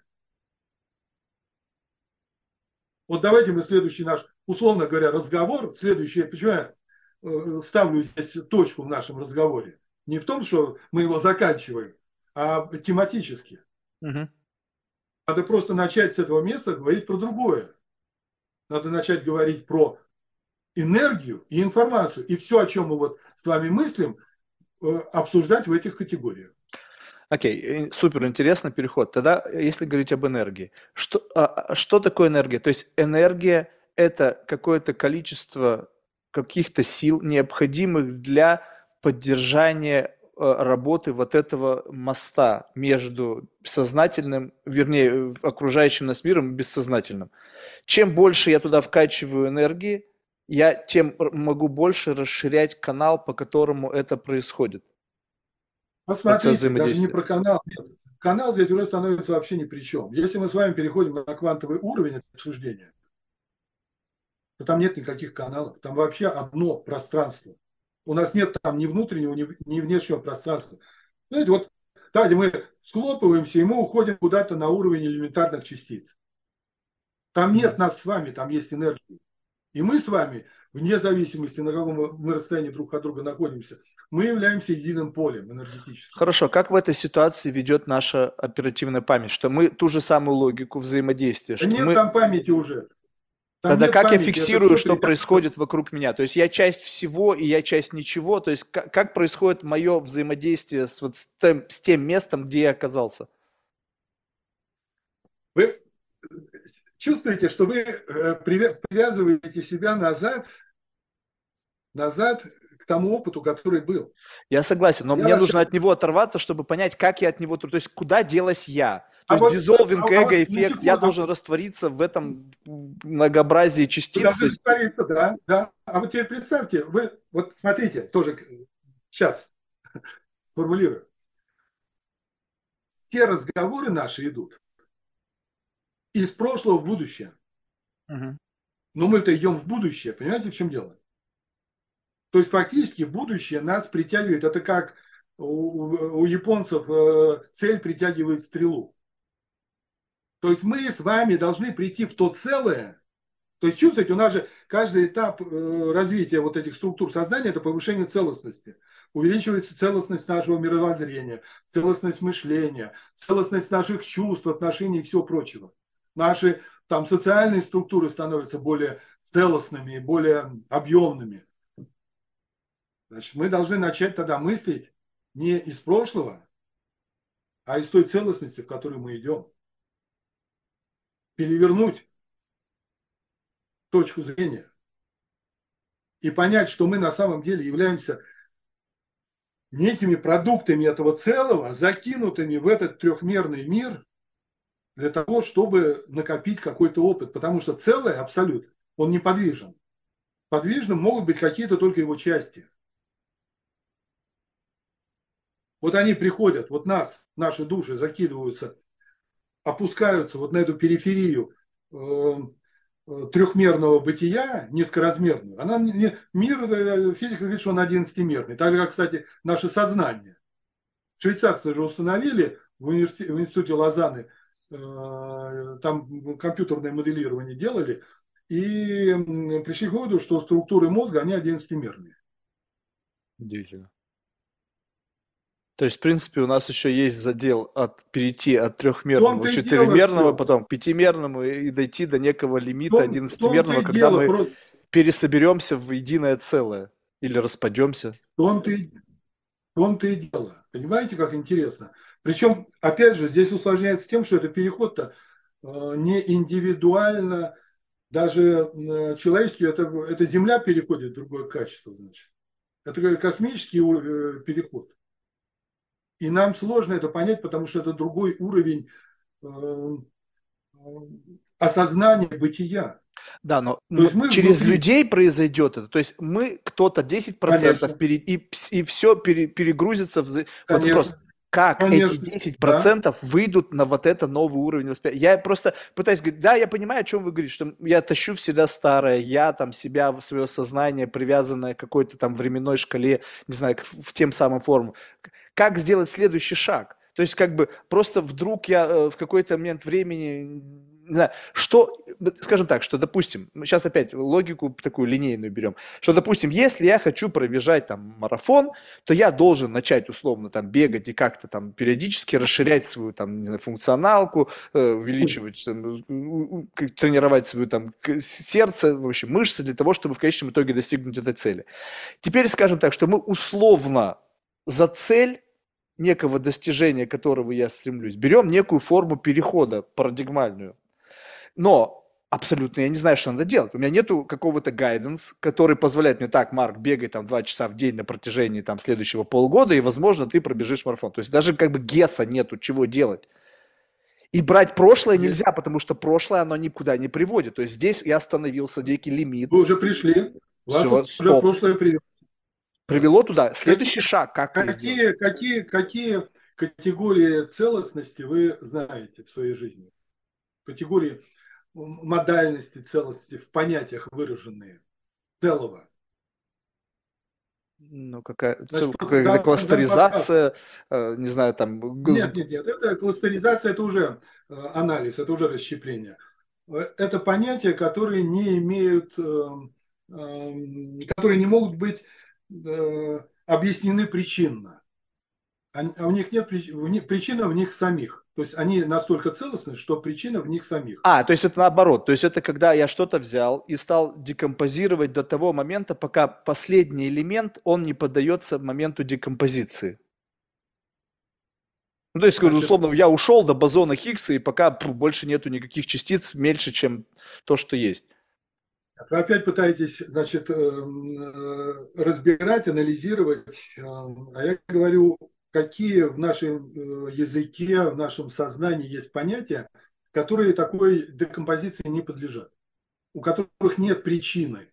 Вот давайте мы следующий наш, условно говоря, разговор, следующий, почему я ставлю здесь точку в нашем разговоре, не в том, что мы его заканчиваем, а тематически. Угу. Надо просто начать с этого места говорить про другое. Надо начать говорить про энергию и информацию. И все, о чем мы вот с вами мыслим, обсуждать в этих категориях. Окей, супер интересный переход. Тогда, если говорить об энергии, что такое энергия? То есть энергия – это какое-то количество каких-то сил, необходимых для поддержания работы вот этого моста между сознательным, вернее, окружающим нас миром и бессознательным. Чем больше я туда вкачиваю энергии, я тем могу больше расширять канал, по которому это происходит. Это Посмотрите, даже не взаимодействие. про канал. Нет. Канал здесь уже становится вообще ни при чем. Если мы с вами переходим на квантовый уровень обсуждения, то там нет никаких каналов. Там вообще одно пространство. У нас нет там ни внутреннего, ни внешнего пространства. Знаете, вот давайте мы схлопываемся, и мы уходим куда-то на уровень элементарных частиц. Там нет нас с вами, там есть энергия. И мы с вами, вне зависимости, на каком мы расстоянии друг от друга находимся, мы являемся единым полем энергетическим. Хорошо, как в этой ситуации ведет наша оперативная память? Что мы ту же самую логику взаимодействия, Да что нет мы... там памяти уже. Там Тогда нет как я памяти, это фиксирую, все что передается. происходит вокруг меня? То есть я часть всего и я часть ничего. То есть как происходит мое взаимодействие с тем местом, где я оказался? Вы чувствуете, что вы привязываете себя назад к тому опыту, который был. Я согласен, но Я мне вас нужно сейчас... от него оторваться, чтобы понять, как я от него... То есть куда делась я? То А есть вот, dissolving на эго эффект, я секунду, должен раствориться в этом многообразии вы частиц. То должны есть... раствориться, да, да. А вот теперь представьте, вы, вот смотрите, тоже сейчас сформулирую. Все разговоры наши идут из прошлого в будущее. Мгм. Но мы-то идем в будущее, понимаете, в чем дело? То есть фактически в будущее нас притягивает, это как у японцев цель притягивает стрелу. То есть мы с вами должны прийти в то целое, То есть, чувствуете, у нас же каждый этап развития вот этих структур сознания – это повышение целостности. Увеличивается целостность нашего мировоззрения, целостность мышления, целостность наших чувств, отношений и всего прочего. Наши там социальные структуры становятся более целостными, более объемными. Значит, мы должны начать тогда мыслить не из прошлого, а из той целостности, в которой мы идем. Перевернуть точку зрения и понять, что мы на самом деле являемся некими продуктами этого целого, закинутыми в этот трехмерный мир для того, чтобы накопить какой-то опыт. Потому что целое, абсолют, он неподвижен. Подвижным могут быть какие-то только его части. Вот они приходят, вот нас, наши души закидываются, опускаются вот на эту периферию трехмерного бытия, низкоразмерную. Она мир, физика говорит, что он одиннадцатимерный. Так же, как, кстати, наше сознание. Швейцарцы же установили в институте Лозанны, там компьютерное моделирование делали, и пришли к выводу, что структуры мозга, они одиннадцатимерные. Удивительно. То есть, в принципе, у нас еще есть задел перейти от трехмерного к В том-то и дело четырехмерному, все. потом к пятимерному и дойти до некого лимита В том-то одиннадцатимерного, и когда дело. мы пересоберемся в единое целое или распадемся. В том-то и, в том-то и дело. Понимаете, как интересно? Причем, опять же, здесь усложняется тем, что это переход-то не индивидуально, даже человеческий, это Земля переходит в другое качество, значит. Это космический переход. И нам сложно это понять, потому что это другой уровень осознания бытия. Да, но То есть мы через внутри, людей произойдет это. То есть мы кто-то 10% конечно, и все перегрузится Вот вопрос, конечно, как эти конечно, да. 10% выйдут на вот это новый уровень восприятия? Я просто пытаюсь говорить, да, я понимаю, о чем вы говорите, что я тащу всегда старое, я там себя, свое сознание, привязанное к какой-то там временной шкале, не знаю, в тем самым формам. Как сделать следующий шаг? То есть как бы просто вдруг я в какой-то момент времени, не знаю, что, скажем так, что, допустим, мы сейчас опять логику такую линейную берем, что, допустим, если я хочу пробежать там марафон, то я должен начать условно там бегать и как-то там периодически расширять свою там, не знаю, функционалку, увеличивать, тренировать свое там сердце, в общем, мышцы для того, чтобы в конечном итоге достигнуть этой цели. Теперь скажем так, что мы условно за цель некого достижения, которого я стремлюсь, берем некую форму перехода парадигмальную. Но абсолютно я не знаю, что надо делать. У меня нету какого-то гайденс, который позволяет мне так, Марк, бегай там 2 часа в день на протяжении там следующего полугода, и, возможно, ты пробежишь марафон. То есть даже как бы геса нету, чего делать. И брать прошлое нельзя, потому что прошлое, оно никуда не приводит. То есть здесь я остановился, некий лимит. Вы уже пришли, вас Все, уже стоп. прошлое привело. Привело туда. Следующий Какие, шаг, как мне сделать? какие категории целостности вы знаете в своей жизни? Категории модальности целостности в понятиях выраженные, целого. Ну, Значит, какая-то дам подсказку. кластеризация, не знаю, там, Нет, это кластеризация, это уже анализ, это уже расщепление. Это понятия, которые не имеют, которые не могут быть объяснены причинно. А у них нет причина в них самих. То есть они настолько целостны, что причина в них самих. То есть это наоборот. То есть это когда я что-то взял и стал декомпозировать до того момента, пока последний элемент, он не поддается моменту декомпозиции. Ну, то есть, Значит, условно, я ушел до бозона Хиггса, и пока больше нету никаких частиц меньше, чем то, что есть. вы опять пытаетесь, значит, разбирать, анализировать. А я говорю, какие в нашем языке, в нашем сознании есть понятия, которые такой декомпозиции не подлежат, у которых нет причины.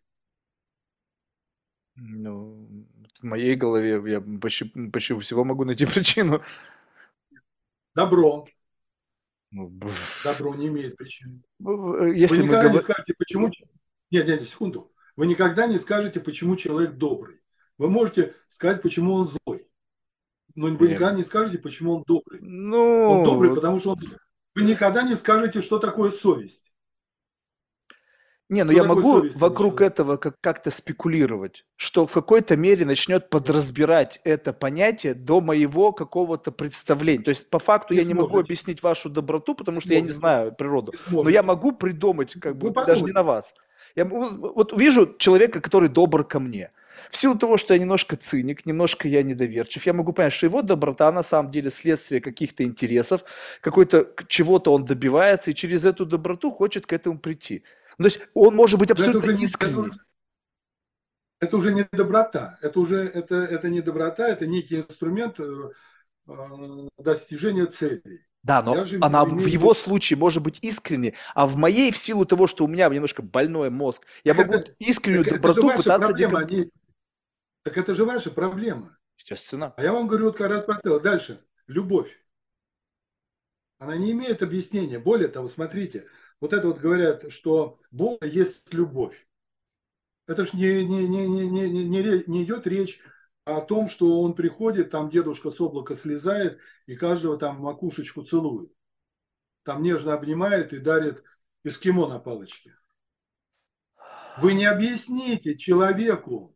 Ну, в моей голове я почти всего могу найти причину. Добро. Ну, Добро не имеет причины. Вы Если мы никогда не говорим... скажете, почему... Нет, секунду. Вы никогда не скажете, почему человек добрый. Вы можете сказать, почему он злой. Но вы никогда не скажете, почему он добрый. Он добрый, Ну, потому что он... Вы никогда не скажете, что такое совесть. Не, ну Что я такое могу совестливый вокруг человек? этого как-то спекулировать, что в какой-то мере начнет подразбирать это понятие до моего какого-то представления. То есть по факту Не я не могу сможете. объяснить вашу доброту, потому что я не Сможете. знаю природу, Не но я сможете. могу придумать, как бы, Вы даже не на подумайте. вас. Вот вижу человека, который добр ко мне. В силу того, что я немножко циник, немножко я недоверчив, я могу понять, что его доброта на самом деле следствие каких-то интересов, какой-то чего-то он добивается, и через эту доброту хочет к этому прийти. Ну, то есть он может быть Но абсолютно искренний. это уже не доброта. Это не доброта, это некий инструмент достижения целей. Да, Я но же она в имею в его виду, случае может быть искренней, а в моей, в силу того, что у меня немножко больной мозг, я так могу это, искреннюю так это же доброту ваша пытаться проблема, декомп... так это же ваша проблема. Естественно. А я вам говорю вот как раз про целое. Дальше. Любовь. Она не имеет объяснения. Более того, смотрите, вот это вот говорят, что Бог есть любовь. Это ж не идет речь о том, что он приходит, там дедушка с облака слезает и каждого там макушечку целует. Там нежно обнимает и дарит эскимо на палочке. Вы не объясните человеку,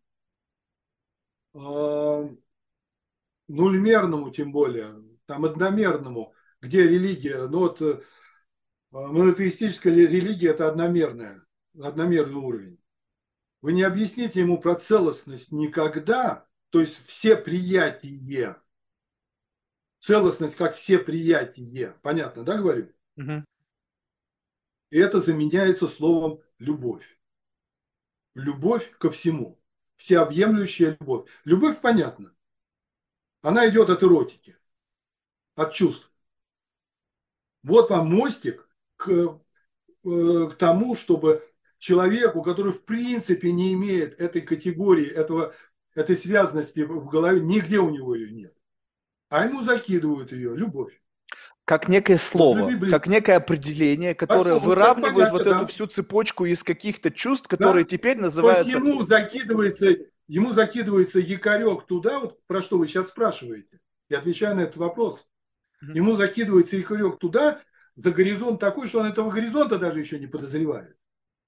нульмерному тем более, там одномерному, где религия, ну вот монотеистическая религия это одномерный уровень. Вы не объясните ему про целостность никогда, то есть все приятие, целостность как все приятие, понятно, да, говорю? Мгм. И это заменяется словом любовь. Любовь ко всему, всеобъемлющая любовь. Любовь понятна, она идет от эротики, от чувств. Вот вам мостик к тому, чтобы человеку, который в принципе не имеет этой категории, этой связности в голове, нигде у него ее нет. А ему закидывают ее, любовь. Как некое Возлюби слово, как близкого. некое определение, которое Слово, как выравнивает понятие, вот эту да. всю цепочку из каких-то чувств, которые Да? теперь То есть называются... ему закидывается якорек туда, вот про что вы сейчас спрашиваете. Я отвечаю на этот вопрос. Мгм. Ему закидывается якорек туда, за горизонт такой, что он этого горизонта даже еще не подозревает.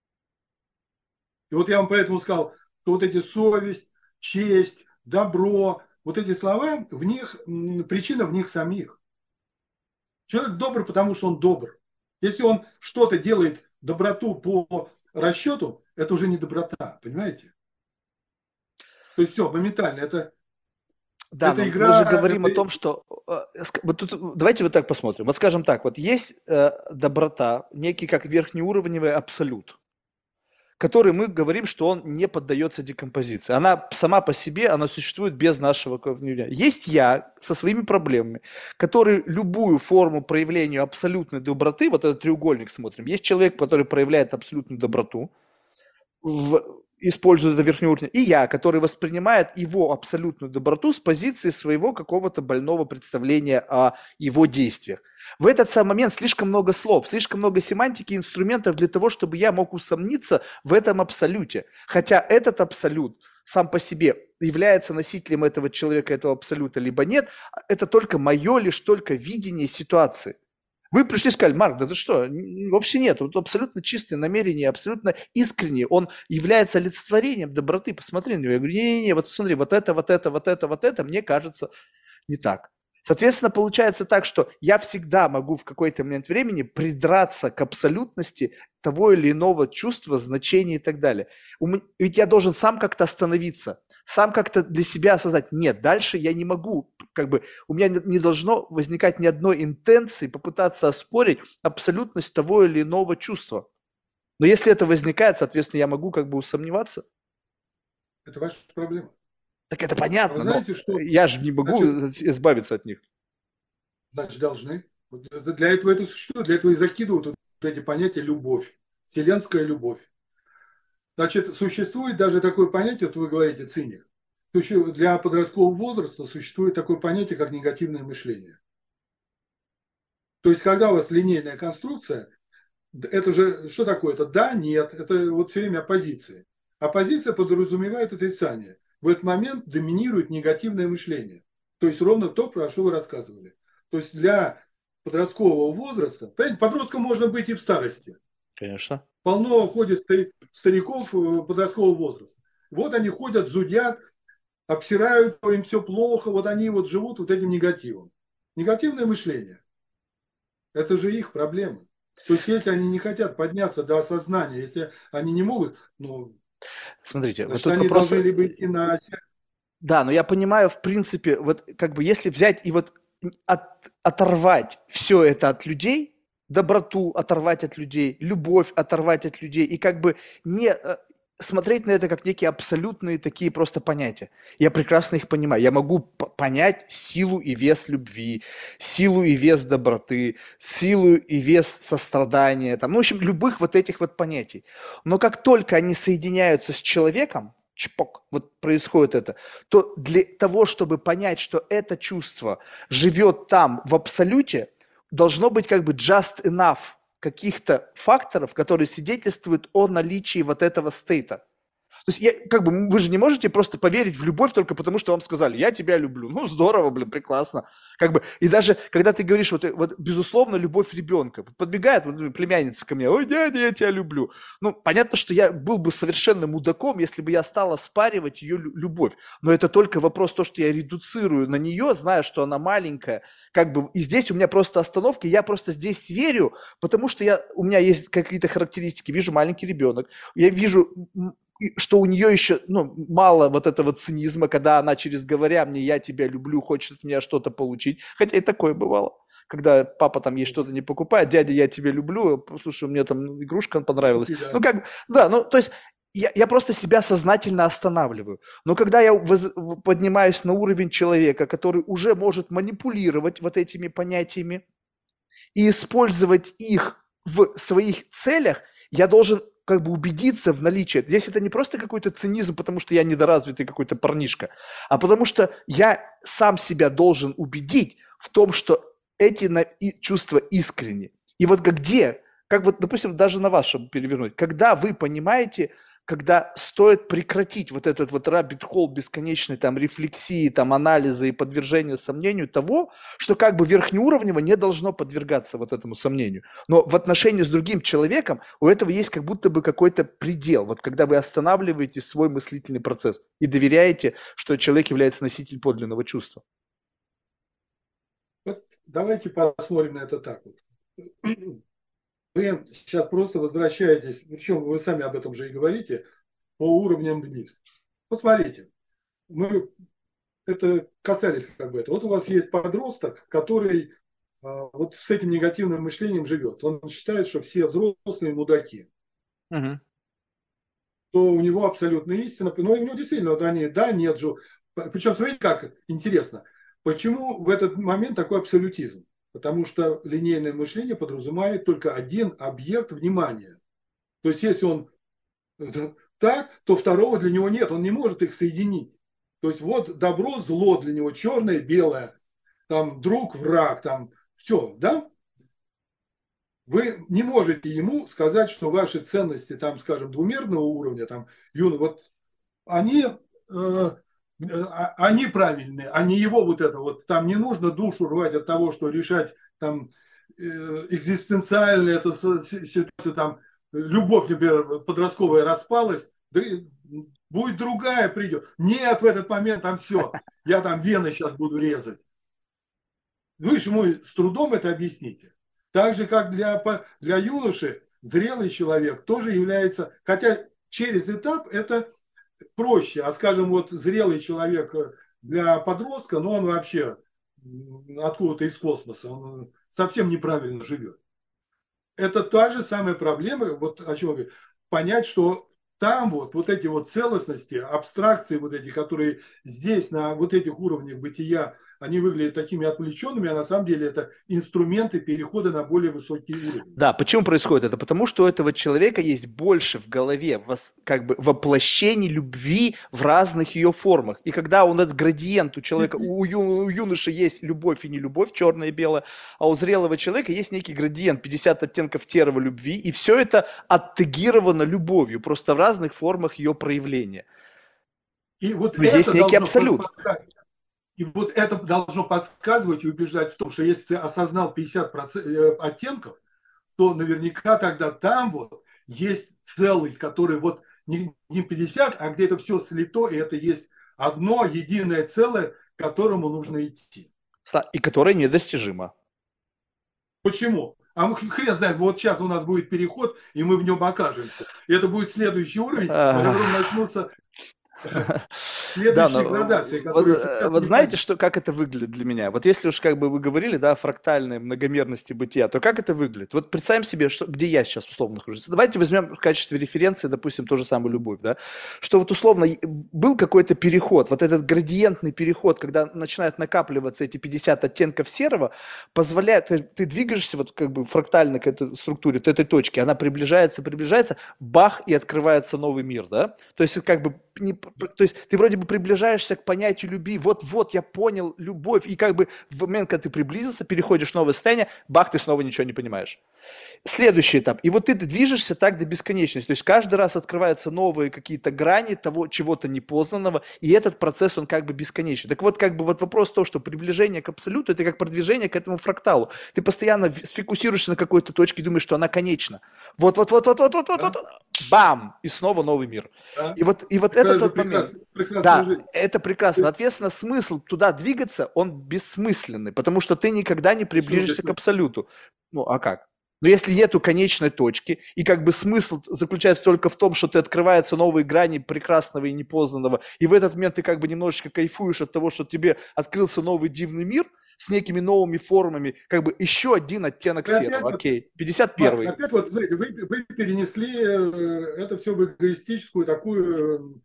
И вот я вам поэтому сказал, что вот эти совесть, честь, добро, вот эти слова, в них, причина в них самих. Человек добр, потому что он добр. Если он что-то делает доброту по расчету, это уже не доброта, понимаете? То есть все, моментально. Да, Это но мы же игра, говорим о том, что вот тут давайте вот так посмотрим. Вот скажем так, вот есть доброта, некий как верхнеуровневый абсолют, который мы говорим, что он не поддается декомпозиции. Она сама по себе, она существует без нашего ковнюня. Есть я со своими проблемами, который любую форму проявления абсолютной доброты, вот этот треугольник смотрим, есть человек, который проявляет абсолютную доброту, используя это верхний уровень, и я, который воспринимает его абсолютную доброту с позиции своего какого-то больного представления о его действиях. В этот самый момент слишком много слов, слишком много семантики и инструментов для того, чтобы я мог усомниться в этом абсолюте. Хотя этот абсолют сам по себе является носителем этого человека, этого абсолюта, либо нет, это только мое лишь только видение ситуации. Вы пришли и сказали: Марк, да ты что, вообще нет, вот абсолютно чистые намерения, абсолютно искренние, он является олицетворением доброты, посмотри на него. Я говорю: не-не-не, вот смотри, вот это, мне кажется, не так. Соответственно, получается так, что я всегда могу в какой-то момент времени придраться к абсолютности того или иного чувства, значения и так далее. Ведь я должен сам как-то остановиться, сам как-то для себя осознать: нет, дальше я не могу, как бы у меня не должно возникать ни одной интенции попытаться оспорить абсолютность того или иного чувства. Но если это возникает, соответственно, я могу как бы усомневаться. это ваша проблема. Так это А вы понятно, но знаете, что я же не могу значит, избавиться от них. значит должны. Вот для этого это существует, для этого и закидывают вот эти понятия любовь, вселенская любовь. Значит, существует даже такое понятие, вот вы говорите, циник. Для подросткового возраста существует такое понятие, как негативное мышление. То есть, когда у вас линейная конструкция, это же что такое? Это да, нет, это вот все время оппозиция. Оппозиция подразумевает отрицание. В этот момент доминирует негативное мышление. То есть ровно то, про что вы рассказывали. То есть для подросткового возраста, понимаете, подростком можно быть и в старости. Конечно. полно ходит стариков подросткового возраста. Вот они ходят, зудят, обсирают, им все плохо, вот они вот живут вот этим негативом. Негативное мышление – это же их проблемы. То есть, если они не хотят подняться до осознания, если они не могут, ну, Смотрите, вот значит, тут они вопрос, должны либо идти на... да, но я понимаю, в принципе, вот как бы если взять и вот оторвать все это от людей, доброту оторвать от людей, любовь оторвать от людей, и как бы не смотреть на это как некие абсолютные такие просто понятия. Я прекрасно их понимаю. Я могу понять силу и вес любви, силу и вес доброты, силу и вес сострадания, там, ну, в общем, любых вот этих вот понятий. Но как только они соединяются с человеком, чпок, вот происходит это, то для того, чтобы понять, что это чувство живет там в абсолюте, должно быть как бы just enough каких-то факторов, которые свидетельствуют о наличии вот этого стейта. То есть, как бы, вы же не можете просто поверить в любовь только потому, что вам сказали, я тебя люблю. Ну, здорово, блин, прекрасно. Как бы, и даже, когда ты говоришь, вот безусловно, любовь ребенка. Подбегает вот, племянница ко мне, ой, дядя, я тебя люблю. Ну, понятно, что я был бы совершенно мудаком, если бы я стал оспаривать ее любовь. Но это только вопрос то, что я редуцирую на нее, зная, что она маленькая. Как бы, и здесь у меня просто остановка, я просто здесь верю, потому что у меня есть какие-то характеристики. Вижу маленький ребенок, я вижу что у нее еще мало вот этого цинизма, когда она через говоря мне «я тебя люблю» хочет от меня что-то получить. Хотя и такое бывало. Когда папа там ей что-то не покупает, дядя, я тебя люблю, слушай, мне там игрушка понравилась. Ну, как, да, ну, то есть я просто себя сознательно останавливаю. Но когда я поднимаюсь на уровень человека, который уже может манипулировать вот этими понятиями и использовать их в своих целях, я должен как бы убедиться в наличии. Здесь это не просто какой-то цинизм, потому что я недоразвитый какой-то парнишка, а потому что я сам себя должен убедить в том, что эти чувства искренни. И вот где, как вот, допустим, даже на вашем перевернуть, когда вы понимаете, когда стоит прекратить вот этот вот rabbit hole бесконечной там рефлексии, там анализа и подвержения сомнению того, что как бы верхнеуровнево не должно подвергаться вот этому сомнению. Но в отношении с другим человеком у этого есть как будто бы какой-то предел. Вот когда вы останавливаете свой мыслительный процесс и доверяете, что человек является носителем подлинного чувства. Вот давайте посмотрим на это так вот. Вы сейчас просто возвращаетесь, причем вы сами об этом же и говорите, по уровням вниз. Посмотрите, мы это касались как бы этого. Вот у вас есть подросток, который вот с этим негативным мышлением живет. Он считает, что все взрослые мудаки. Угу. То у него абсолютная истина. Но у него действительно, вот они, да, нет же. Причем, смотрите, как интересно. Почему в этот момент такой абсолютизм? Потому что линейное мышление подразумевает только один объект внимания. То есть, если он так, то второго для него нет, он не может их соединить. То есть, вот добро, зло для него, черное, белое, там друг, враг, там все, да? Вы не можете ему сказать, что ваши ценности, там, скажем, двумерного уровня, там, вот они, они правильные, а не его вот это вот. Там не нужно душу рвать от того, что решать там экзистенциальная эта ситуация, там, любовь, например, подростковая распалась, да, будет другая придет. Нет, в этот момент там все, я там вены сейчас буду резать. Вы же ему с трудом это объясните. Так же, как для юноши, зрелый человек тоже является, хотя через этап это проще, а скажем, вот зрелый человек для подростка, ну он вообще откуда-то из космоса, он совсем неправильно живет. Это та же самая проблема, вот о чем я говорю, понять, что там вот эти вот целостности, абстракции вот эти, которые здесь на вот этих уровнях бытия, они выглядят такими отвлеченными, а на самом деле это инструменты перехода на более высокий уровень. Да, почему происходит это? Потому что у этого человека есть больше в голове как бы воплощений любви в разных ее формах. И когда он этот градиент у человека, у юноши есть любовь и не любовь, черное и белое, а у зрелого человека есть некий градиент, 50 оттенков серого любви, и все это оттегировано любовью, просто в разных формах ее проявления. И вот Но это есть некий должно абсолют. подсказывать. И вот это должно подсказывать и убеждать в том, что если ты осознал 50% оттенков, то наверняка тогда там вот есть целый, который вот не 50, а где это все слито, и это есть одно единое целое, к которому нужно идти. И которое недостижимо. Почему? А мы хрен знает, вот сейчас у нас будет переход, и мы в нем окажемся. И это будет следующий уровень, по которому начнутся Да, следующие но градации, вот, которые сейчас вот знаете, непонятны. что, как это выглядит для меня? Вот если уж как бы вы говорили, да, о фрактальной многомерности бытия, то как это выглядит? Вот представим себе, что, где я сейчас условно нахожусь. Давайте возьмем в качестве референции, допустим, ту же самую любовь, да, что вот условно был какой-то переход, вот этот градиентный переход, когда начинают накапливаться эти 50 оттенков серого, позволяет, ты двигаешься вот как бы фрактально к этой структуре, к этой точке, она приближается, приближается, бах, и открывается новый мир, да? То есть как бы то есть ты вроде бы приближаешься к понятию любви, вот-вот я понял любовь, и как бы в момент, когда ты приблизился, переходишь в новое состояние, бах, ты снова ничего не понимаешь. Следующий этап. И вот ты движешься так до бесконечности. То есть каждый раз открываются новые какие-то грани того, чего-то непознанного, и этот процесс, он как бы бесконечен. Так вот, как бы вот вопрос то, что приближение к абсолюту, это как продвижение к этому фракталу. Ты постоянно сфокусируешься на какой-то точке и думаешь, что она конечна. Вот, Да? бам! И снова новый мир. Да? И вот это Какая же тот момент. прекрасная Да, жизнь. это прекрасно. Соответственно, смысл туда двигаться, он бессмысленный, потому что ты никогда не Почему приближишься к бессмысленно? абсолюту. Ну, а как? Но если нету конечной точки, и как бы смысл заключается только в том, что ты открываются новые грани прекрасного и непознанного, и в этот момент ты как бы немножечко кайфуешь от того, что тебе открылся новый дивный мир с некими новыми формами, как бы еще один оттенок Вы опять, серого. вот, Окей, 51-й. опять вот, знаете, вы перенесли это все в эгоистическую такую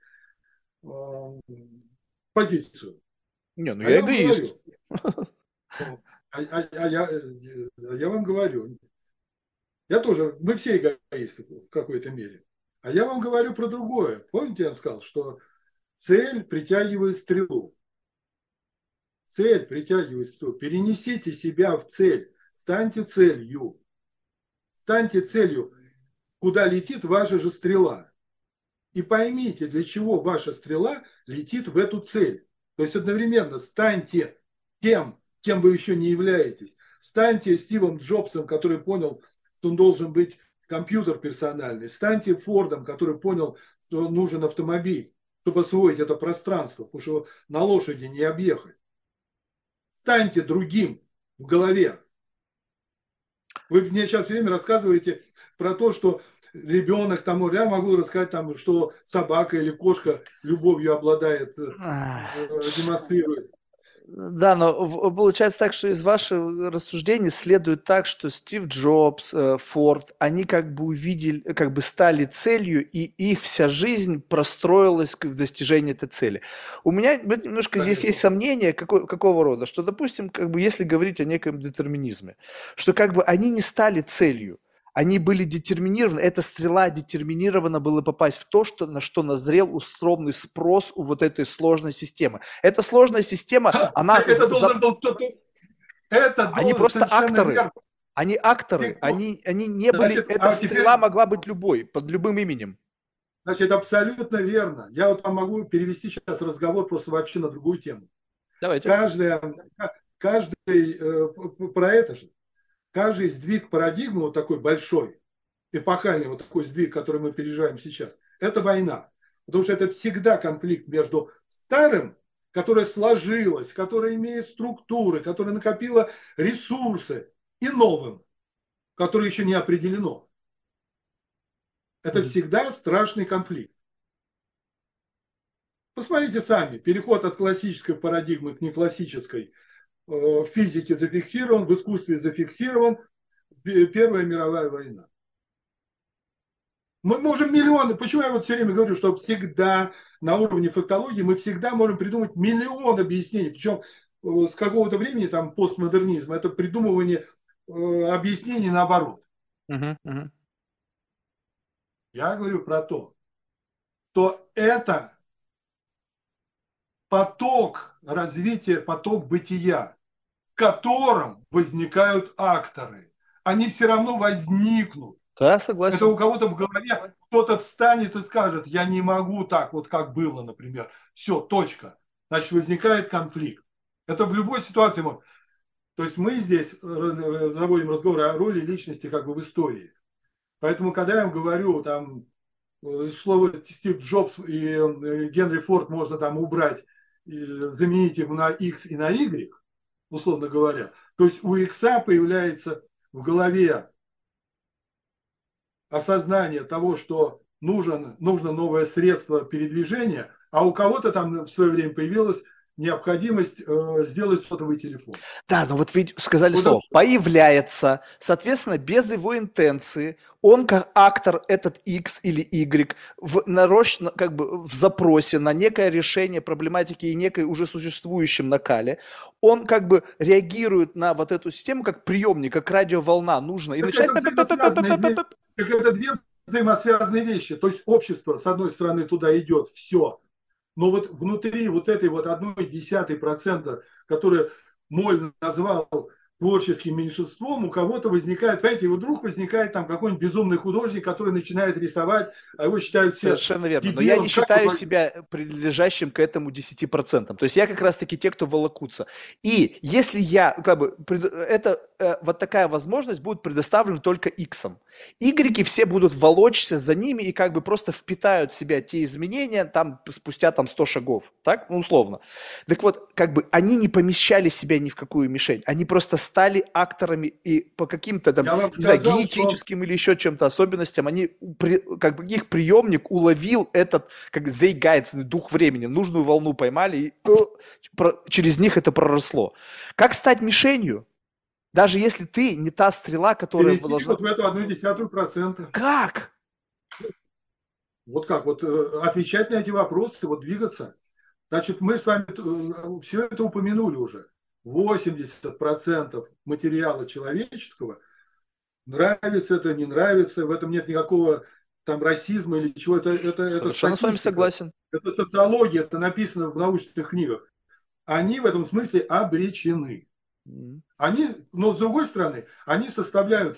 позицию. Не, ну А я я вам эгоист. говорю, ну, я вам говорю, я тоже, мы все эгоисты в какой-то мере. А я вам говорю про другое. Помните, я вам сказал, что цель притягивает стрелу. Цель притягивает стрелу. Перенесите себя в цель. Станьте целью. Станьте целью, куда летит ваша же стрела. И поймите, для чего ваша стрела летит в эту цель. То есть одновременно станьте тем, кем вы еще не являетесь. Станьте Стивом Джобсом, который понял, что он должен быть компьютер персональный. Станьте Фордом, который понял, что нужен автомобиль, чтобы освоить это пространство, потому что на лошади не объехать. Станьте другим в голове. Вы мне сейчас все время рассказываете про то, что ребенок там, я могу рассказать там, что собака или кошка любовью обладает, демонстрирует. Да, но получается так, что из вашего рассуждений следует так, что Стив Джобс, Форд, они как бы увидели, как бы стали целью, и их вся жизнь простроилась в достижении этой цели. У меня немножко здесь есть Конечно. сомнение какого рода, что, допустим, как бы если говорить о неком детерминизме, что как бы они не стали целью, они были детерминированы, эта стрела детерминирована была попасть в то, на что назрел условный спрос у вот этой сложной системы. Эта сложная система, она, Это должен был кто-то, это они должен просто совершенно акторы, верно. они акторы, они не были, Значит, эта а стрела теперь, могла быть любой, под любым именем. значит, абсолютно верно. Я вот вам могу перевести сейчас разговор просто вообще на другую тему. Давайте. Каждый, каждый про это же, каждый сдвиг парадигмы вот такой большой, эпохальный вот такой сдвиг, который мы переживаем сейчас, это война. Потому что это всегда конфликт между старым, которое сложилось, которое имеет структуры, которое накопило ресурсы, и новым, которое еще не определено. Это Мгм. всегда страшный конфликт. Посмотрите сами, переход от классической парадигмы к неклассической в физике зафиксирован, в искусстве зафиксирован, Первая мировая война. Мы можем миллионы, почему я вот все время говорю, что всегда на уровне фактологии мы всегда можем придумать миллион объяснений, причем с какого-то времени, там, постмодернизм, это придумывание объяснений наоборот. Мгм. Мгм. Я говорю про то, что это поток развития, поток бытия, в котором возникают акторы. Они все равно возникнут. Да, Это согласен. у кого-то в голове кто-то встанет и скажет, я не могу так, вот как было, например. Все, точка. Значит, возникает конфликт. Это в любой ситуации может. То есть мы здесь заводим разговор о роли личности как бы в истории. Поэтому, когда я им говорю, там, слово Стив Джобс и Генри Форд можно там убрать, и заменить их на X и на Y, условно говоря, то есть у X появляется в голове осознание того, что нужно новое средство передвижения, а у кого-то там в свое время появилась необходимость сделать сотовый телефон. Да, но вот ведь сказали Вот это слово «появляется», соответственно, без его интенции, он как актор, этот X или Y, нарочно, как бы в запросе на некое решение проблематики и некой уже существующем накале, он как бы реагирует на вот эту систему как приемник, как радиоволна нужно, и так начинает... это две взаимосвязанные вещи. То есть общество, с одной стороны, туда идет, все. Но вот внутри вот этой вот 0,1%, которое Моль назвал творческим меньшинством, у кого-то возникает, понимаете, вдруг возникает там какой-нибудь безумный художник, который начинает рисовать, а его считают все Совершенно верно. Но я не дебилом. считаю себя принадлежащим к этому 10%. То есть я как раз-таки те, кто волокутся. И если я, как бы, это, вот такая возможность будет предоставлена только X. Y все будут волочься за ними и как бы просто впитают в себя те изменения там спустя там 100 шагов. Так? Ну, условно. Так вот, как бы они не помещали себя ни в какую мишень. Они просто стали акторами и по каким-то там, Я вам не знаю, сказал, что генетическим или еще чем-то особенностям, они, как бы их приемник уловил этот, как zeitgeist, дух времени, нужную волну поймали, и через них это проросло. Как стать мишенью? Даже если ты не та стрела, которая перейти должна... вот в эту 0,1%. Как? Вот как? Вот отвечать на эти вопросы, вот двигаться. Значит, мы с вами все это упомянули уже. 80% материала человеческого, нравится это, не нравится, в этом нет никакого там расизма или чего, это Совершенно с вами статистика, согласен. это социология, это написано в научных книгах. Они в этом смысле обречены. Они, но с другой стороны, они составляют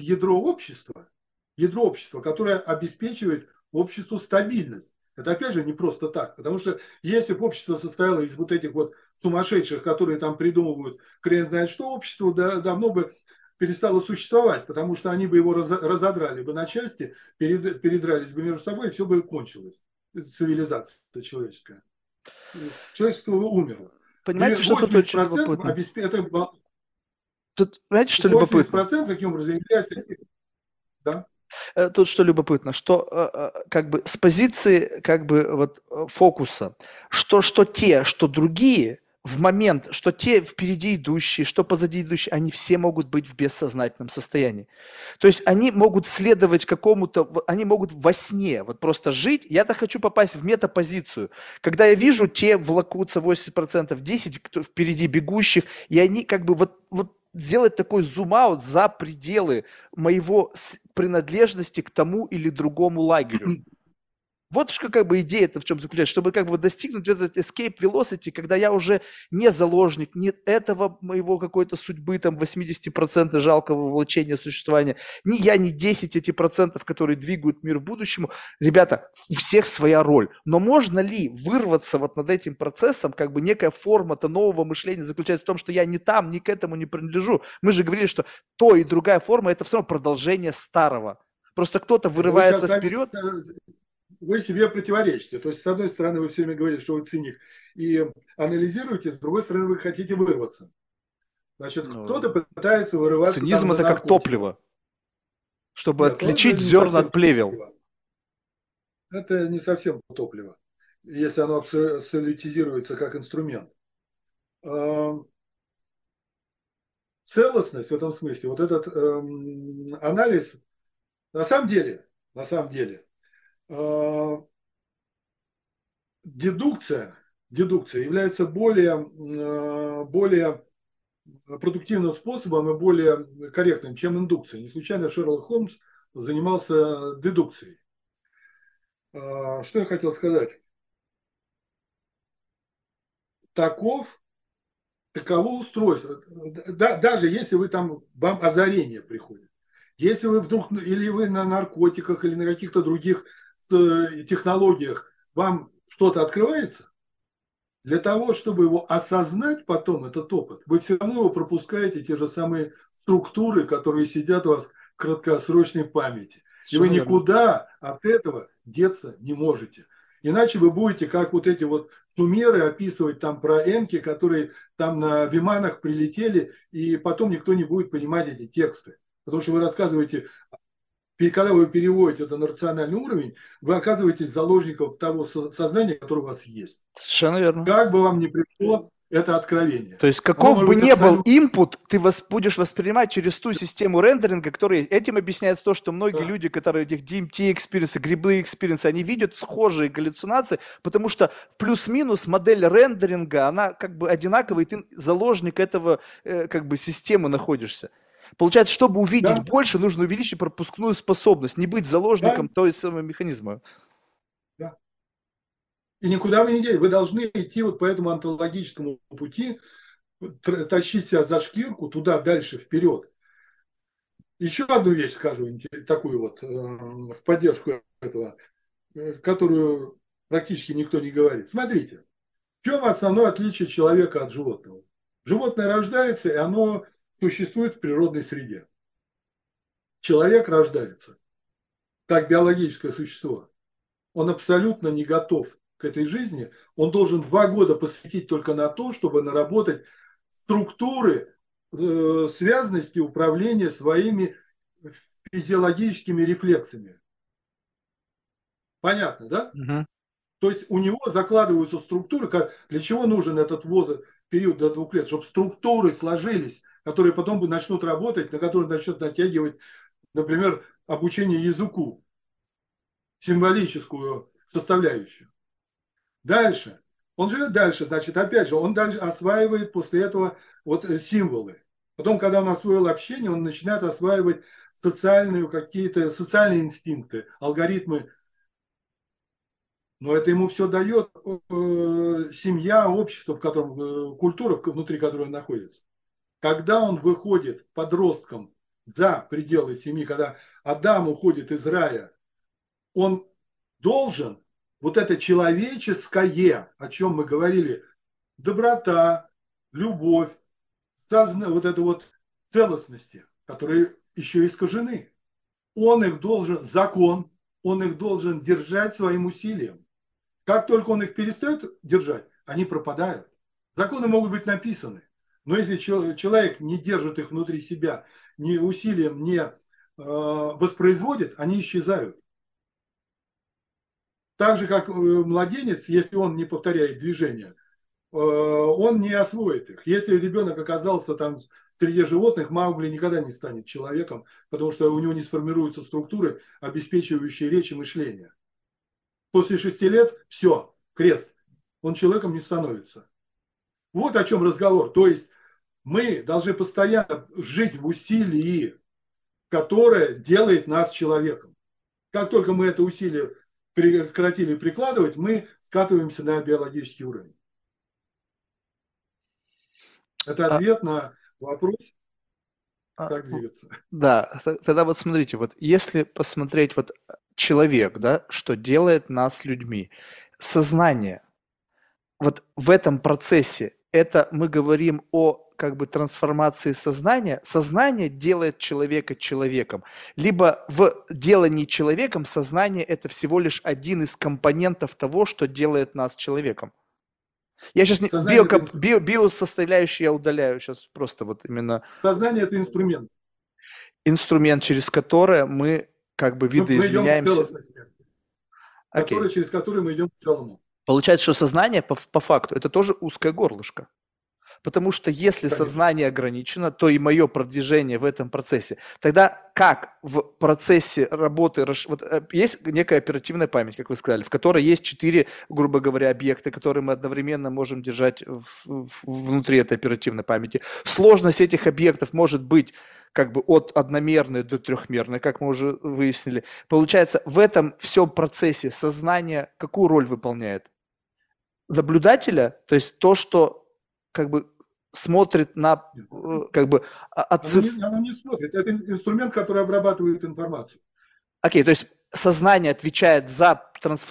ядро общества, которое обеспечивает обществу стабильность. Это опять же не просто так, потому что если бы общество состояло из вот этих вот сумасшедших, которые там придумывают, хрен знает что, общество давно бы перестало существовать, потому что они бы его разодрали бы на части, передрались бы между собой, и все бы кончилось. Цивилизация человеческая. Человечество умерло. И Понимаете, что тут очень 80% любопытно? это Тут, знаете, что любопытно? 80% таким образом является... Да? Тут что любопытно, что как бы с позиции как бы вот фокуса, что те, что другие, в момент, что те впереди идущие, что позади идущие, они все могут быть в бессознательном состоянии. То есть они могут следовать какому-то, они могут во сне вот просто жить. Я-то хочу попасть в метапозицию. Когда я вижу, те влакутся 80%, 10 кто впереди бегущих, и они как бы вот сделать такой зум-аут за пределы моего принадлежности к тому или другому лагерю. Вот что как бы идея-то в чем заключается, чтобы как бы достигнуть этот escape velocity, когда я уже не заложник, не этого моего какой-то судьбы, там 80% жалкого влачения существования, ни я, ни 10 эти процентов, которые двигают мир к будущему. Ребята, у всех своя роль. Но можно ли вырваться вот над этим процессом, как бы некая форма-то нового мышления заключается в том, что я не там, ни к этому не принадлежу. Мы же говорили, что то и другая форма – это все равно продолжение старого. Просто кто-то Вы сейчас вырывается вперед. вы себе противоречите. То есть, с одной стороны, вы все время говорите, что вы циник и анализируете, с другой стороны, вы хотите вырваться. Значит, кто-то Ну, пытается вырываться там цинизм на это как наркотиках. топливо, чтобы Нет, это отличить не зерна совсем от плевел. топливо. Это не совсем топливо, если оно абсолютизируется как инструмент. Целостность в этом смысле, вот этот анализ, на самом деле, э, дедукция является более продуктивным способом и более корректным, чем индукция. Не случайно Шерлок Холмс занимался дедукцией. Что я хотел сказать? Таково устройство. Даже если вы там, вам озарение приходит, если вы вдруг, или вы на наркотиках, или на каких-то других технологиях, вам что-то открывается, для того, чтобы его осознать потом, этот опыт, вы все равно его пропускаете, те же самые структуры, которые сидят у вас в краткосрочной памяти. И вы Совершенно верно. никуда от этого деться не можете. Иначе вы будете, как вот эти вот сумеры, описывать там про энки, которые там на виманах прилетели, и потом никто не будет понимать эти тексты. Потому что вы рассказываете, когда вы переводите это на рациональный уровень, вы оказываетесь заложником того сознания, которое у вас есть. Совершенно верно. Как бы вам ни пришло это откровение. То есть Оно каков может бы быть ни был абсолютно... input, ты будешь воспринимать через ту систему рендеринга, которая этим объясняется то, что многие Да, люди, которые этих DMT экспириенсы, грибные экспириенсы, они видят схожие галлюцинации, потому что плюс-минус модель рендеринга, она как бы одинаковая, и ты заложник этого как бы системы находишься. Получается, чтобы увидеть да, больше, нужно увеличить пропускную способность, не быть заложником да, той самого механизма. да. И никуда вы не денете. Вы должны идти вот по этому онтологическому пути, тащить себя за шкирку туда дальше, вперед. Еще одну вещь скажу, такую вот, в поддержку этого, которую практически никто не говорит. Смотрите, в чем основное отличие человека от животного? Животное рождается, и оно существует в природной среде. Человек рождается как биологическое существо. Он абсолютно не готов к этой жизни. Он должен 2 года посвятить только на то, чтобы наработать структуры связанности управления своими физиологическими рефлексами. Понятно, да? Мгм. То есть у него закладываются структуры, для чего нужен этот возраст, период до 2 лет, чтобы структуры сложились, которые потом начнут работать, на которые начнут натягивать, например, обучение языку, символическую составляющую. Дальше. Он живет дальше, значит, опять же, он дальше осваивает после этого вот символы. Потом, когда он освоил общение, он начинает осваивать какие-то социальные инстинкты, алгоритмы. Но это ему все дает семья, общество, в котором, культура, внутри которой он находится. Когда он выходит подростком за пределы семьи, когда Адам уходит из рая, он должен вот это человеческое, о чем мы говорили, доброта, любовь, вот это вот целостности, которые еще искажены. Он их должен, закон, он их должен держать своим усилием. Как только он их перестает держать, они пропадают. Законы могут быть написаны, но если человек не держит их внутри себя, ни усилием не воспроизводит, они исчезают. Так же, как младенец, если он не повторяет движения, он не освоит их. Если ребенок оказался там среди животных, Маугли никогда не станет человеком, потому что у него не сформируются структуры, обеспечивающие речь и мышление. После 6 лет все, крест. Он человеком не становится. Вот о чем разговор. То есть мы должны постоянно жить в усилии, которое делает нас человеком. Как только мы это усилие прекратили прикладывать, мы скатываемся на биологический уровень. Это А, ответ на вопрос, а, как двигаться. Да, тогда вот смотрите, вот если посмотреть вот человек, да, что делает нас людьми, сознание, вот в этом процессе, это мы говорим о как бы трансформации сознания, сознание делает человека человеком, либо в делании человеком сознание это всего лишь один из компонентов того, что делает нас человеком. Я сейчас Сознание это, биосоставляющую я удаляю, сейчас просто вот именно сознание это инструмент. инструмент, через который мы как бы Мы идем к видоизменяемся. целостности, Окей. через который мы идем к целому. Получается, что сознание по факту это тоже узкое горлышко. Потому что если Конечно. сознание ограничено, то и мое продвижение в этом процессе. Тогда как в процессе работы, вот есть некая оперативная память, как вы сказали, в которой есть 4, грубо говоря, объекта, которые мы одновременно можем держать внутри этой оперативной памяти. Сложность этих объектов может быть как бы от одномерной до трехмерной, как мы уже выяснили. Получается, в этом всем процессе сознание какую роль выполняет? Наблюдателя, то есть то, что как бы смотрит на как бы Оно не смотрит. Это инструмент, который обрабатывает информацию. Окей, то есть сознание отвечает за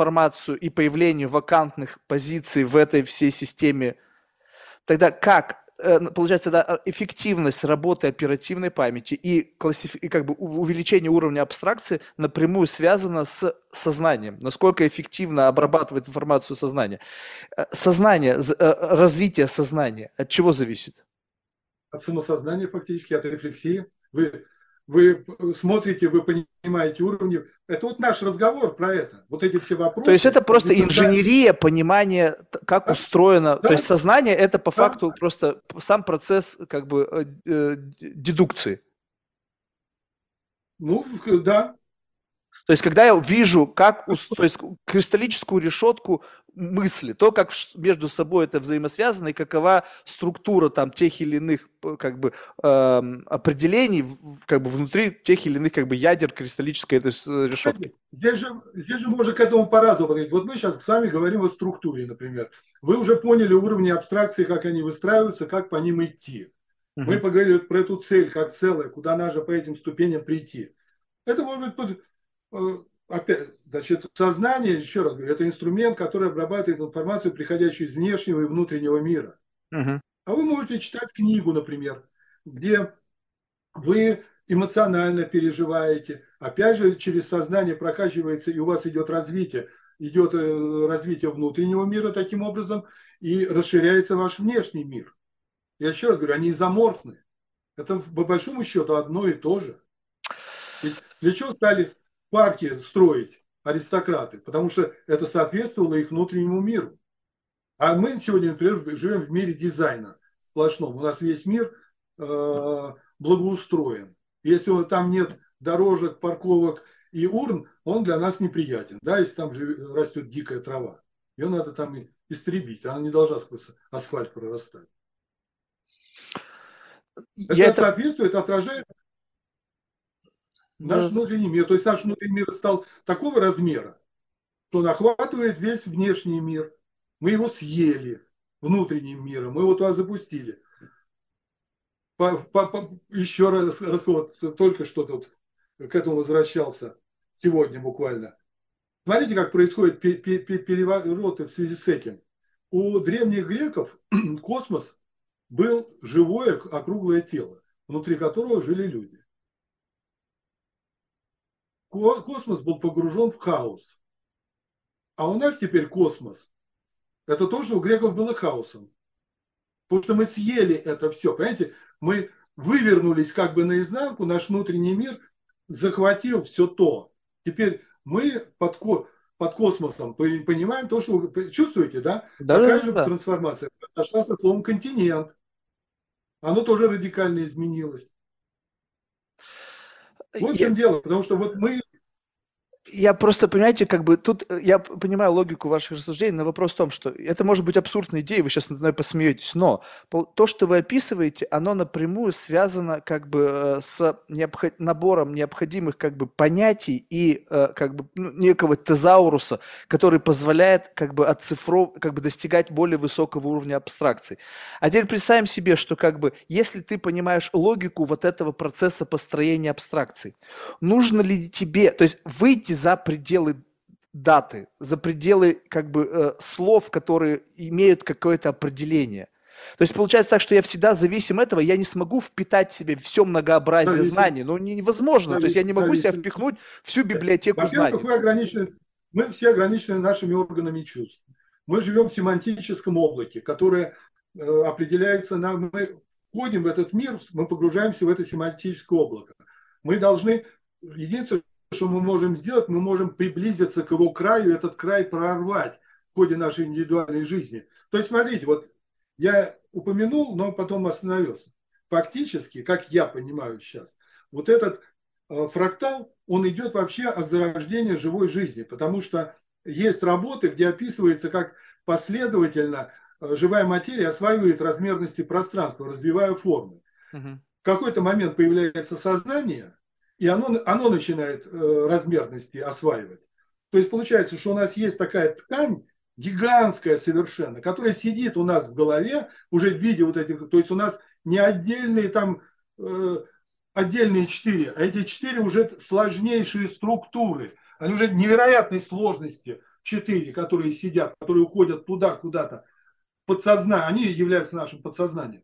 трансформацию и появление вакантных позиций в этой всей системе. Тогда как получается, да, эффективность работы оперативной памяти и как бы увеличение уровня абстракции напрямую связано с сознанием. Насколько эффективно обрабатывает информацию сознание. Сознание, развитие сознания от чего зависит? От самосознания фактически, от рефлексии. Вы смотрите, вы понимаете уровни. Это вот наш разговор про это. Вот эти все То есть вопросы это просто экзистенциальные. инженерия, понимание, как Да, устроено. То есть да, сознание это по да. факту просто сам процесс как бы дедукции. Ну, да. То есть, когда я вижу, то есть кристаллическую решетку мысли, то, как между собой это взаимосвязано и какова структура там тех или иных как бы определений как бы внутри тех или иных как бы ядер кристаллической этой решетки. Кстати, здесь же можно к этому по-разному подходить. Вот мы сейчас с вами говорим о структуре, например. Вы уже поняли уровни абстракции, как они выстраиваются, как по ним идти. Мы Мгм. поговорили про эту цель как целое, куда надо по этим ступеням прийти. Это может быть опять, значит, сознание, еще раз говорю, это инструмент, который обрабатывает информацию, приходящую из внешнего и внутреннего мира. Мгм. А вы можете читать книгу, например, где вы эмоционально переживаете. Опять же, через сознание прокачивается, и у вас идет развитие внутреннего мира таким образом, и расширяется ваш внешний мир. Я еще раз говорю, они изоморфны. Это по большому счету одно и то же. Ведь для чего стали парки строить аристократы? Потому что это соответствовало их внутреннему миру. А мы сегодня, например, живем в мире дизайна сплошном. У нас весь мир благоустроен. Если там нет дорожек, парковок и урн, он для нас неприятен. Да, если там растет дикая трава. Ее надо там истребить. Она не должна сквозь асфальт прорастать. Я Это это... соответствует, отражает наш Да, да. внутренний мир. То есть наш внутренний мир стал такого размера, что он охватывает весь внешний мир. Мы его съели внутренним миром, мы его туда запустили. Еще раз, вот, только что тут к этому возвращался сегодня буквально. Смотрите, как происходит перевороты в связи с этим. У древних греков космос был живое округлое тело, внутри которого жили люди. Космос был погружен в хаос. А у нас теперь космос. Это то, что у греков было хаосом. Потому что мы съели это все. Понимаете, мы вывернулись как бы наизнанку, наш внутренний мир захватил все то. Теперь мы под космосом понимаем то, что вы чувствуете, да? Да, да, Такая да, же да. трансформация произошла со словом континент. Оно тоже радикально изменилось. Вот в Я, чем дело. Потому что вот мы... Я просто, понимаете, как бы тут я понимаю логику ваших рассуждений, но вопрос в том, что это может быть абсурдная идея, вы сейчас надо мной посмеетесь, но то, что вы описываете, оно напрямую связано как бы с набором необходимых как бы понятий и как бы некого тезауруса, который позволяет как бы как бы достигать более высокого уровня абстракции. А теперь представим себе, что как бы если ты понимаешь логику вот этого процесса построения абстракций, нужно ли тебе, то есть выйти за пределы даты, за пределы как бы слов, которые имеют какое-то определение. То есть получается так, что я всегда зависим от этого, я не смогу впитать в себе все многообразие Зависим, знаний, но невозможно, то есть я не могу себя зависим. впихнуть всю библиотеку Во-первых, знаний. вы ограничены, мы все ограничены нашими органами чувств. Мы живем в семантическом облаке, которое определяется нам, мы входим в этот мир, мы погружаемся в это семантическое облако. Мы должны, единственное, что мы можем сделать, мы можем приблизиться к его краю, этот край прорвать в ходе нашей индивидуальной жизни. То есть, смотрите, вот я упомянул, но потом остановился. Фактически, как я понимаю сейчас, вот этот фрактал, он идет вообще от зарождения живой жизни, потому что есть работы, где описывается, как последовательно живая материя осваивает размерности пространства, развивая формы. Мгм. В какой-то момент появляется сознание, и оно начинает размерности осваивать. То есть получается, что у нас есть такая ткань, гигантская совершенно, которая сидит у нас в голове уже в виде вот этих, то есть у нас не отдельные там отдельные четыре, а эти четыре уже сложнейшие структуры, они уже невероятной сложности четыре, которые сидят, которые уходят туда куда-то, подсознание, они являются нашим подсознанием.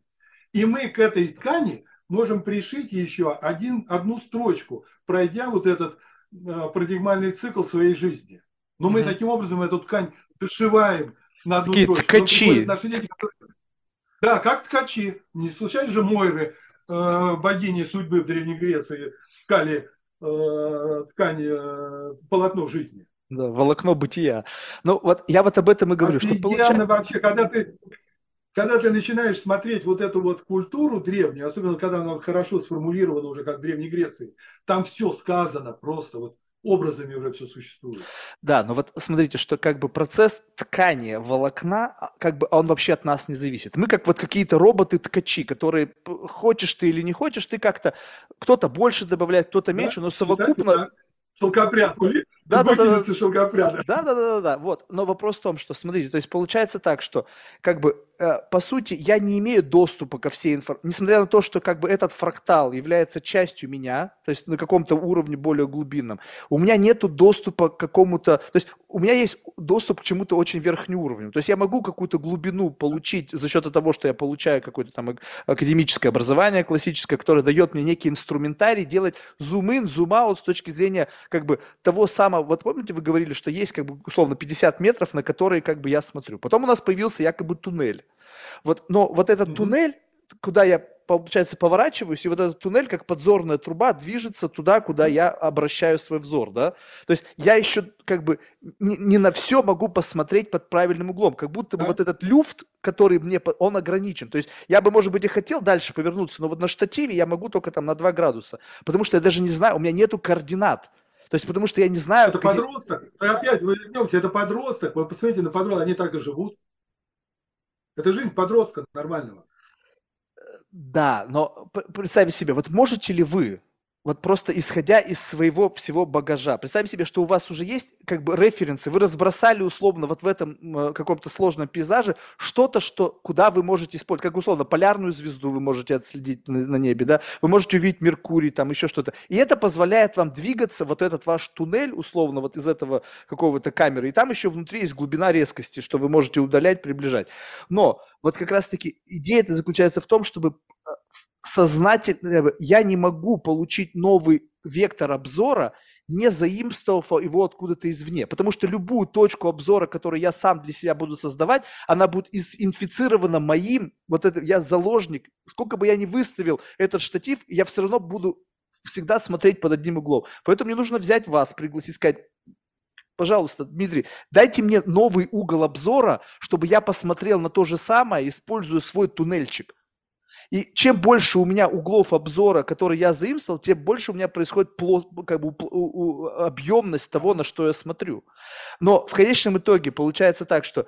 И мы к этой ткани можем пришить еще одну строчку, пройдя вот этот парадигмальный цикл своей жизни. Но мы Мгм. таким образом эту ткань дошиваем на одну Такие строчку. Потом приходят ткачи. наши дети, которые... Да, как ткачи. Не случайно же Мойры, богини судьбы в Древней Греции, ткали ткани, полотно жизни. Да, волокно бытия. Ну, вот я вот об этом и говорю, что Офигенно получается... вообще, когда ты начинаешь смотреть вот эту вот культуру древнюю, особенно когда она хорошо сформулирована уже как в Древней Греции, там все сказано просто, вот образами уже все существует. Да, но вот смотрите, что как бы процесс ткания волокна, как бы он вообще от нас не зависит. Мы как вот какие-то роботы-ткачи, которые, хочешь ты или не хочешь, ты как-то, кто-то больше добавляет, кто-то Да? меньше, но Считайте, совокупно... да. Шелкопряд, Да-да-да, гусеницы шелкопряда. да-да-да-да, вот. Но вопрос в том, что, смотрите, то есть получается так, что, как бы, по сути, я не имею доступа ко всей информации, несмотря на то, что, как бы, этот фрактал является частью меня, то есть на каком-то уровне более глубинном, у меня нету доступа к какому-то, то есть у меня есть доступ к чему-то очень верхнеуровневому, то есть я могу какую-то глубину получить за счет того, что я получаю какое-то там академическое образование классическое, которое дает мне некий инструментарий делать зум-ин, зум-аут с точки зрения, как бы, того самого, вот помните, вы говорили, что есть, как бы, условно, 50 метров, на которые, как бы, я смотрю. Потом у нас появился якобы туннель. Вот, но вот этот Мгм. туннель, куда я, получается, поворачиваюсь, и вот этот туннель, как подзорная труба, движется туда, куда я обращаю свой взор, да. То есть я еще, как бы, не на все могу посмотреть под правильным углом, как будто бы Да? вот этот люфт, который мне, он ограничен. То есть я бы, может быть, и хотел дальше повернуться, но вот на штативе я могу только там на 2 градуса, потому что я даже не знаю, у меня нету координат. То есть потому что я не знаю, Это где... подросток. И опять мы вернемся, это подросток. Вы посмотрите на подростка, они так и живут. Это жизнь подростка нормального. Да, но представьте себе, вот можете ли вы, вот просто исходя из своего всего багажа, представьте себе, что у вас уже есть как бы референсы, вы разбросали условно вот в этом каком-то сложном пейзаже что-то, что, куда вы можете использовать, как условно полярную звезду вы можете отследить на небе, да, вы можете увидеть Меркурий, там еще что-то, и это позволяет вам двигаться, вот этот ваш туннель условно вот из этого какого-то камеры, и там еще внутри есть глубина резкости, что вы можете удалять, приближать. Но вот как раз-таки идея-то заключается в том, чтобы сознательно, я не могу получить новый вектор обзора, не заимствовав его откуда-то извне. Потому что любую точку обзора, которую я сам для себя буду создавать, она будет инфицирована моим, вот это, я заложник. Сколько бы я ни выставил этот штатив, я все равно буду всегда смотреть под одним углом. Поэтому мне нужно взять вас, пригласить, сказать, пожалуйста, Дмитрий, дайте мне новый угол обзора, чтобы я посмотрел на то же самое, используя свой туннельчик. И чем больше у меня углов обзора, которые я заимствовал, тем больше у меня происходит как бы, объемность того, на что я смотрю. Но в конечном итоге получается так, что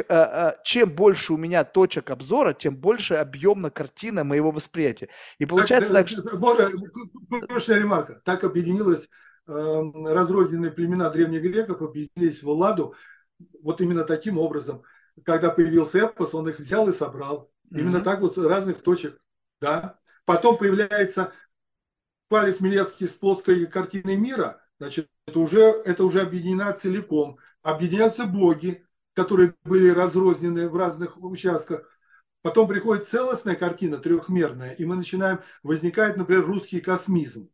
чем больше у меня точек обзора, тем больше объемна картина моего восприятия. И Так, получается так, что... прошлая ремарка. Так объединилась разрозненные племена древних греков, объединились в Элладу вот именно таким образом. Когда появился эпос, он их взял и собрал. Именно Мгм. так вот с разных точек. Да. Потом появляется Фалес Милевский с плоской картиной мира, значит, это уже объединено целиком. Объединяются боги, которые были разрознены в разных участках. Потом приходит целостная картина, трехмерная, и мы начинаем, возникает, например, русский космизм.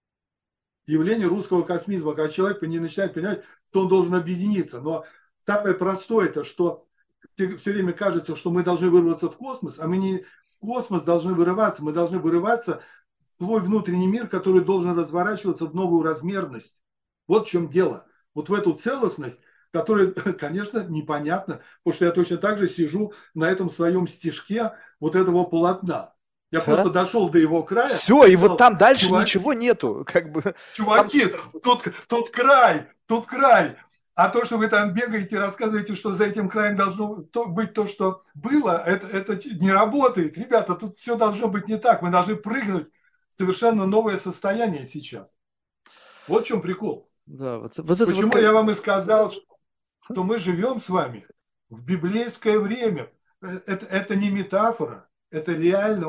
Явление русского космизма, когда человек не начинает понимать, что он должен объединиться. Но самое простое, это что все время кажется, что мы должны вырваться в космос, а мы не в космос должны вырываться, мы должны вырываться в свой внутренний мир, который должен разворачиваться в новую размерность. Вот в чем дело. Вот в эту целостность, которая, конечно, непонятна, потому что я точно так же сижу на этом своем стежке вот этого полотна. Я просто дошел до его края Все, и и вот сказал, там дальше чуваки, ничего нету. Как бы, там... чуваки, тут край, тут край. А то, что вы там бегаете, рассказываете, что за этим краем должно быть то, что было, это не работает. Ребята, тут все должно быть не так. Мы должны прыгнуть в совершенно новое состояние сейчас. Вот в чем прикол. Да, вот это вот Почему как... я вам и сказал, что мы живем с вами в библейское время. Это не метафора, это реально.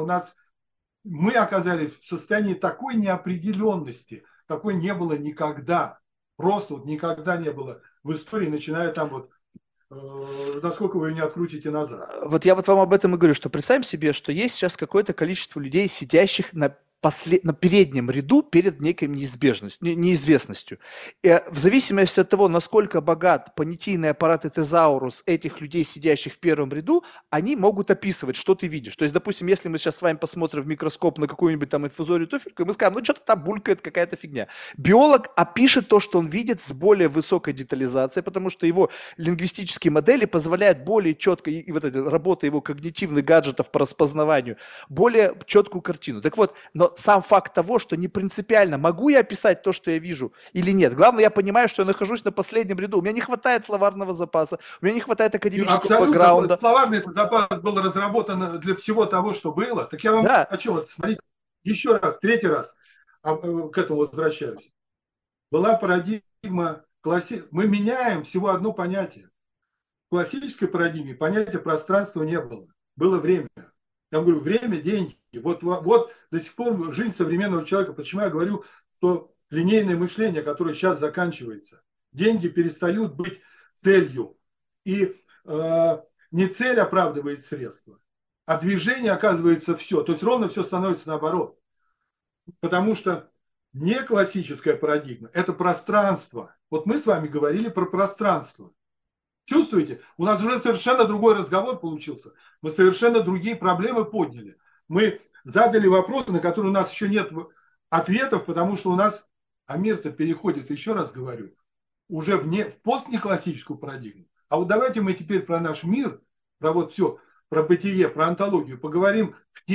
Мы оказались в состоянии такой неопределенности, такой не было никогда. Просто вот никогда не было в истории, начиная там вот насколько вы ее не открутите назад. Вот я вот вам об этом и говорю, что представим себе, что есть сейчас какое-то количество людей, сидящих на переднем ряду перед некой неизбежностью, неизвестностью. И в зависимости от того, насколько богат понятийный аппарат и тезаурус этих людей, сидящих в первом ряду, они могут описывать, что ты видишь. То есть, допустим, если мы сейчас с вами посмотрим в микроскоп на какую-нибудь там инфузорию туфельку, и мы скажем, ну что-то там булькает какая-то фигня. Биолог опишет то, что он видит с более высокой детализацией, потому что его лингвистические модели позволяют более четко, и вот эта работа его когнитивных гаджетов по распознаванию, более четкую картину. Так вот, но сам факт того, что не принципиально, могу я описать то, что я вижу или нет. Главное, я понимаю, что я нахожусь на последнем ряду. У меня не хватает словарного запаса, у меня не хватает академического Абсолютно. бэкграунда. Словарный этот запас был разработан для всего того, что было. Так я вам Да, о чем? Вот смотрите, еще раз, третий раз к этому возвращаюсь. Была парадигма, мы меняем всего одно понятие. В классической парадигме понятия пространства не было. Было время. Я говорю, время, деньги. Вот до сих пор жизнь современного человека. Почему я говорю, что линейное мышление, которое сейчас заканчивается, деньги перестают быть целью. И не цель оправдывает средства, а движение оказывается все. То есть ровно все становится наоборот. Потому что не классическая парадигма – это пространство. Вот мы с вами говорили про пространство. Чувствуете? У нас уже совершенно другой разговор получился. Мы совершенно другие проблемы подняли. Мы задали вопросы, на которые у нас еще нет ответов, потому что у нас, а мир-то переходит, еще раз говорю, уже в постнеклассическую парадигму. А вот давайте мы теперь про наш мир, про вот все, про бытие, про онтологию поговорим в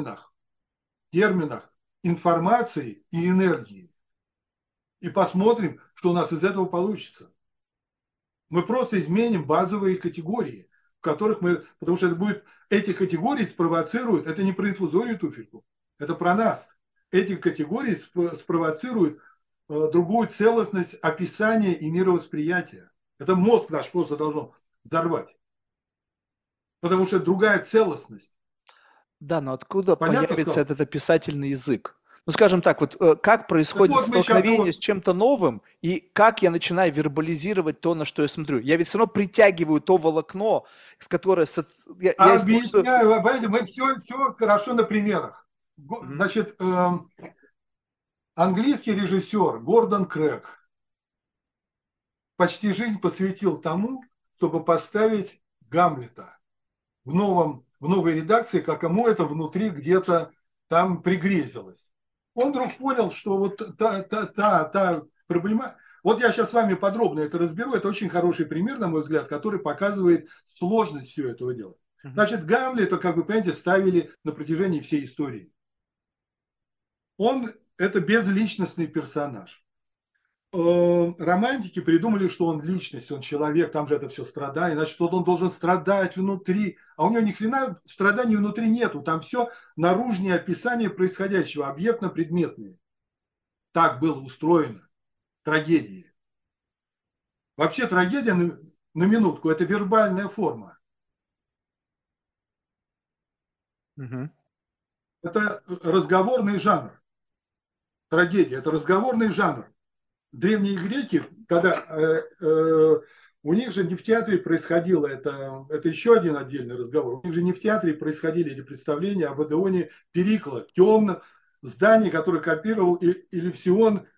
терминах информации и энергии. И посмотрим, что у нас из этого получится. Мы просто изменим базовые категории, в которых мы, потому что это будет, эти категории спровоцируют, это не про инфузорию туфельку, это про нас. Эти категории спровоцируют другую целостность описания и мировосприятия. Это мозг наш просто должно взорвать. Потому что это другая целостность. да, но откуда Понятно появится сказал? этот описательный язык? Ну, скажем так, вот как Так происходит вот мы сейчас столкновение его... с чем-то новым, и как я начинаю вербализировать то, на что я смотрю. Я ведь все равно притягиваю то волокно, с которое я использую. Объясняю, вы понимаете, мы все хорошо на примерах. Мгм. Значит, английский режиссер Гордон Крэг почти жизнь посвятил тому, чтобы поставить Гамлета в новой редакции, как ему это внутри где-то там пригрезилось. Он вдруг понял, что вот та проблема... Вот я сейчас с вами подробно это разберу. Это очень хороший пример, на мой взгляд, который показывает сложность всего этого дела. Мгм. Значит, Гамлета, как вы понимаете, ставили на протяжении всей истории. Он это безличностный персонаж. Романтики придумали, что он личность, он человек, там же это все страдание, значит, вот он должен страдать внутри, а у него ни хрена страданий внутри нету, там все наружнее описание происходящего, объектно-предметные. Так было устроено трагедии. Вообще трагедия, на минутку, это вербальная форма. Мгм. Это разговорный жанр. Трагедия – это разговорный жанр. Древние греки, когда у них же не в театре происходило, это еще один отдельный разговор, у них же не в театре происходили эти представления об Одеоне Перикла, темном здании, которое копировал Элевсион,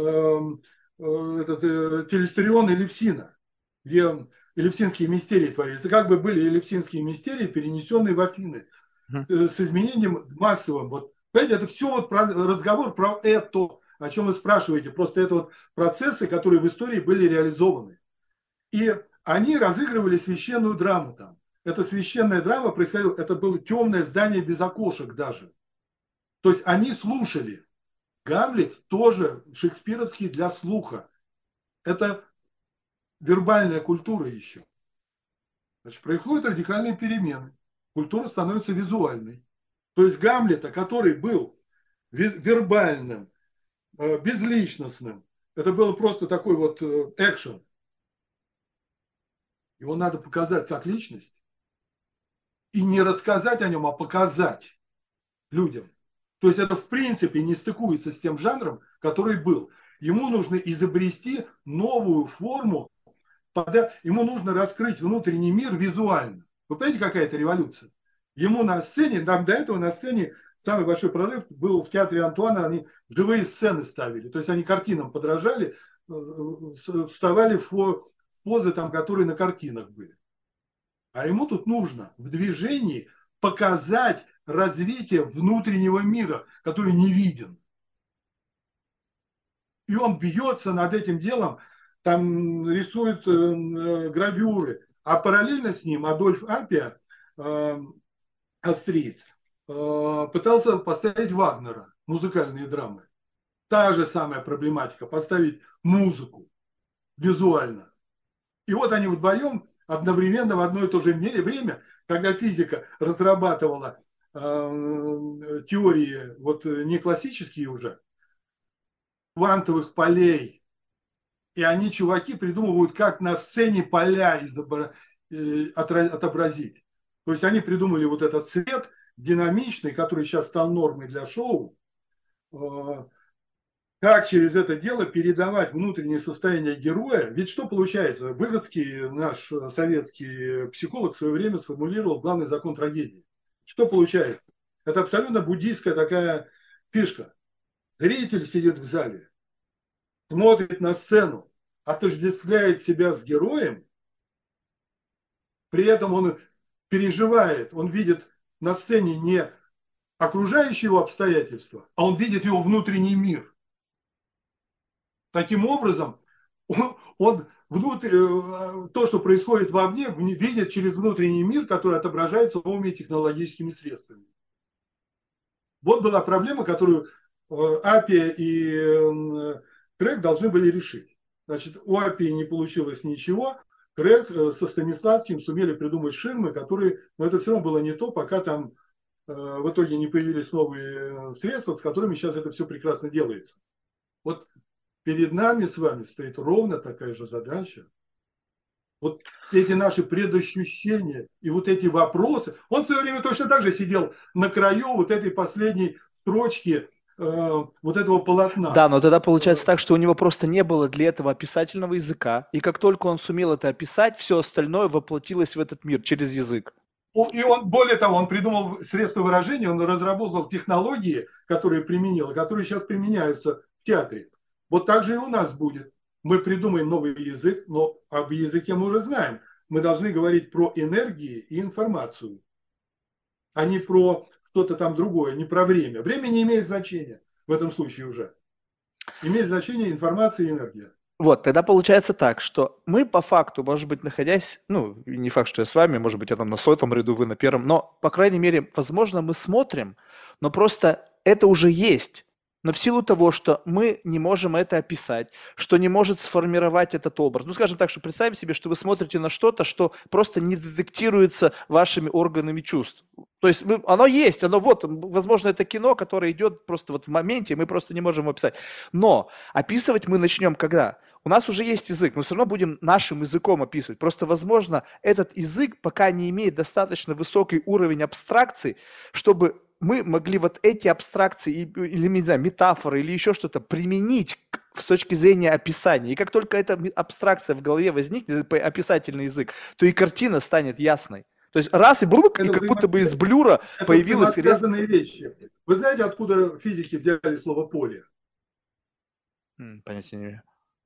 Телестерион Элевсина, где элевсинские мистерии творились. Это как бы были элевсинские мистерии, перенесенные в Афины, Мгм. с изменением массовым. Вот, понимаете, это все вот разговор про это, о чем вы спрашиваете. Просто это вот процессы, которые в истории были реализованы. И они разыгрывали священную драму там. Эта священная драма происходила, это было темное здание без окошек даже. То есть они слушали. Гамлет тоже шекспировский для слуха. Это вербальная культура еще. Значит, происходят радикальные перемены. Культура становится визуальной. То есть Гамлета, который был вербальным, безличностным, это был просто такой вот экшен. Его надо показать как личность. И не рассказать о нем, а показать людям. То есть это в принципе не стыкуется с тем жанром, который был. Ему нужно изобрести новую форму ему нужно раскрыть внутренний мир визуально. Вы понимаете, какая это революция? Ему на сцене, там до этого на сцене самый большой прорыв был в театре Антуана, они живые сцены ставили, то есть они картинам подражали, вставали в позы, там, которые на картинах были. А ему тут нужно в движении показать развитие внутреннего мира, который не виден. И он бьется над этим делом, там рисует гравюры. А параллельно с ним Адольф Апиа, австриец, пытался поставить Вагнера, музыкальные драмы. Та же самая проблематика, поставить музыку визуально. И вот они вдвоем одновременно в одно и то же время, когда физика разрабатывала теории, вот не классические уже, квантовых полей, и они, чуваки, придумывают, как на сцене поля отобразить. То есть они придумали вот этот свет динамичный, который сейчас стал нормой для шоу, как через это дело передавать внутреннее состояние героя. Ведь что получается? Выгодский, наш советский психолог, в свое время сформулировал главный закон трагедии. Что получается? Это абсолютно буддийская такая фишка. Зритель сидит в зале, смотрит на сцену, отождествляет себя с героем, при этом он переживает, он видит на сцене не окружающие его обстоятельства, а он видит его внутренний мир. Таким образом, он то, что происходит вовне, видит через внутренний мир, который отображается новыми технологическими средствами. Вот была проблема, которую Апия и Крэг должны были решить. Значит, у Апии не получилось ничего, Крэг со Станиславским сумели придумать ширмы, которые, но это все равно было не то, пока там в итоге не появились новые средства, с которыми сейчас это все прекрасно делается. Вот перед нами с вами стоит ровно такая же задача. Вот эти наши предощущения и вот эти вопросы. Он в свое время точно так же сидел на краю вот этой последней строчки вот этого полотна. Да, но тогда получается так, что у него просто не было для этого описательного языка, и как только он сумел это описать, все остальное воплотилось в этот мир через язык. И он, более того, он придумал средства выражения, он разработал технологии, которые применил, которые сейчас применяются в театре. Вот так же и у нас будет. Мы придумаем новый язык, но об языке мы уже знаем. Мы должны говорить про энергии и информацию, а не про что-то там другое, не про время. Время не имеет значения в этом случае уже. Имеет значение информация и энергия. Вот, тогда получается так, что мы по факту, может быть, находясь, ну, не факт, что я с вами, может быть, я там на 100-м ряду, вы на первом, но, по крайней мере, возможно, мы смотрим, но просто это уже есть. Но в силу того, что мы не можем это описать, что не может сформировать этот образ. Ну, скажем так, что представим себе, что вы смотрите на что-то, что просто не детектируется вашими органами чувств. То есть оно есть, оно вот, возможно, это кино, которое идет просто вот в моменте, мы просто не можем его описать. Но описывать мы начнем когда? У нас уже есть язык, мы все равно будем нашим языком описывать. Просто, возможно, этот язык пока не имеет достаточно высокий уровень абстракции, чтобы мы могли вот эти абстракции или, не знаю, метафоры или еще что-то применить с точки зрения описания. И как только эта абстракция в голове возникнет, описательный язык, то и картина станет ясной. То есть раз и и как будто бы из блюра появилась... Это связанные вещи. Вы знаете, откуда физики взяли слово «поле»? Понятия не имею.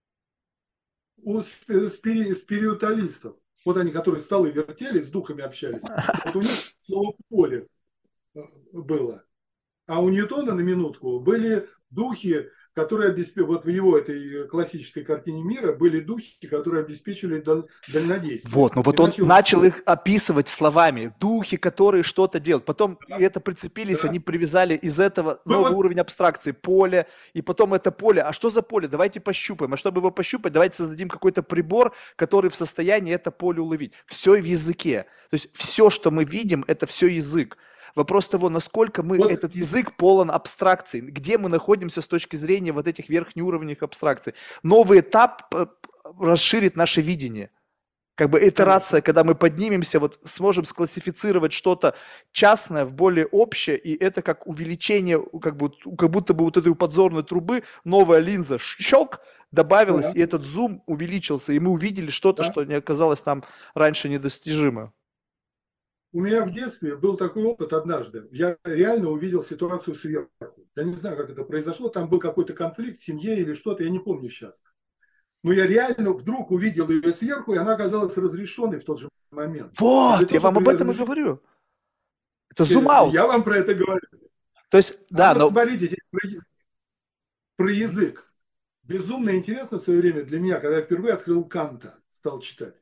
У спиритуалистов. Вот они, которые столы вертели, с духами общались. Вот у них слово «поле» было. А у Ньютона, на минутку, были духи, которые обеспечивали, вот в его этой классической картине мира были духи, которые обеспечивали дальнодействие. Вот, но вот он начал их описывать словами. Духи, которые что-то делают. Потом это прицепились, они привязали из этого новый уровень абстракции. Поле, и потом это поле. А что за поле? Давайте пощупаем. А чтобы его пощупать, давайте создадим какой-то прибор, который в состоянии это поле уловить. Все в языке. То есть все, что мы видим, это все язык. Вопрос того, насколько этот язык полон абстракций, где мы находимся с точки зрения вот этих верхнеуровневых абстракций. Новый этап расширит наше видение. Как бы итерация, когда мы поднимемся, вот сможем склассифицировать что-то частное в более общее, и это как увеличение, как будто бы вот этой подзорной трубы, новая линза, щелк, добавилось, Да, и этот зум увеличился, и мы увидели что-то, да. что не оказалось нам раньше недостижимо. У меня в детстве был такой опыт однажды. Я реально увидел ситуацию сверху. Я не знаю, как это произошло. Там был какой-то конфликт в семье или что-то, я не помню сейчас. Но я реально вдруг увидел ее сверху, и она оказалась разрешенной в тот же момент. И для Вот, того, я вам чтобы об ее этом и разрешить, говорю. Это зум-аут. я вам про это говорю. То есть, А да, вот но смотрите, теперь про язык. Безумно интересно в свое время для меня, когда я впервые открыл Канта, стал читать.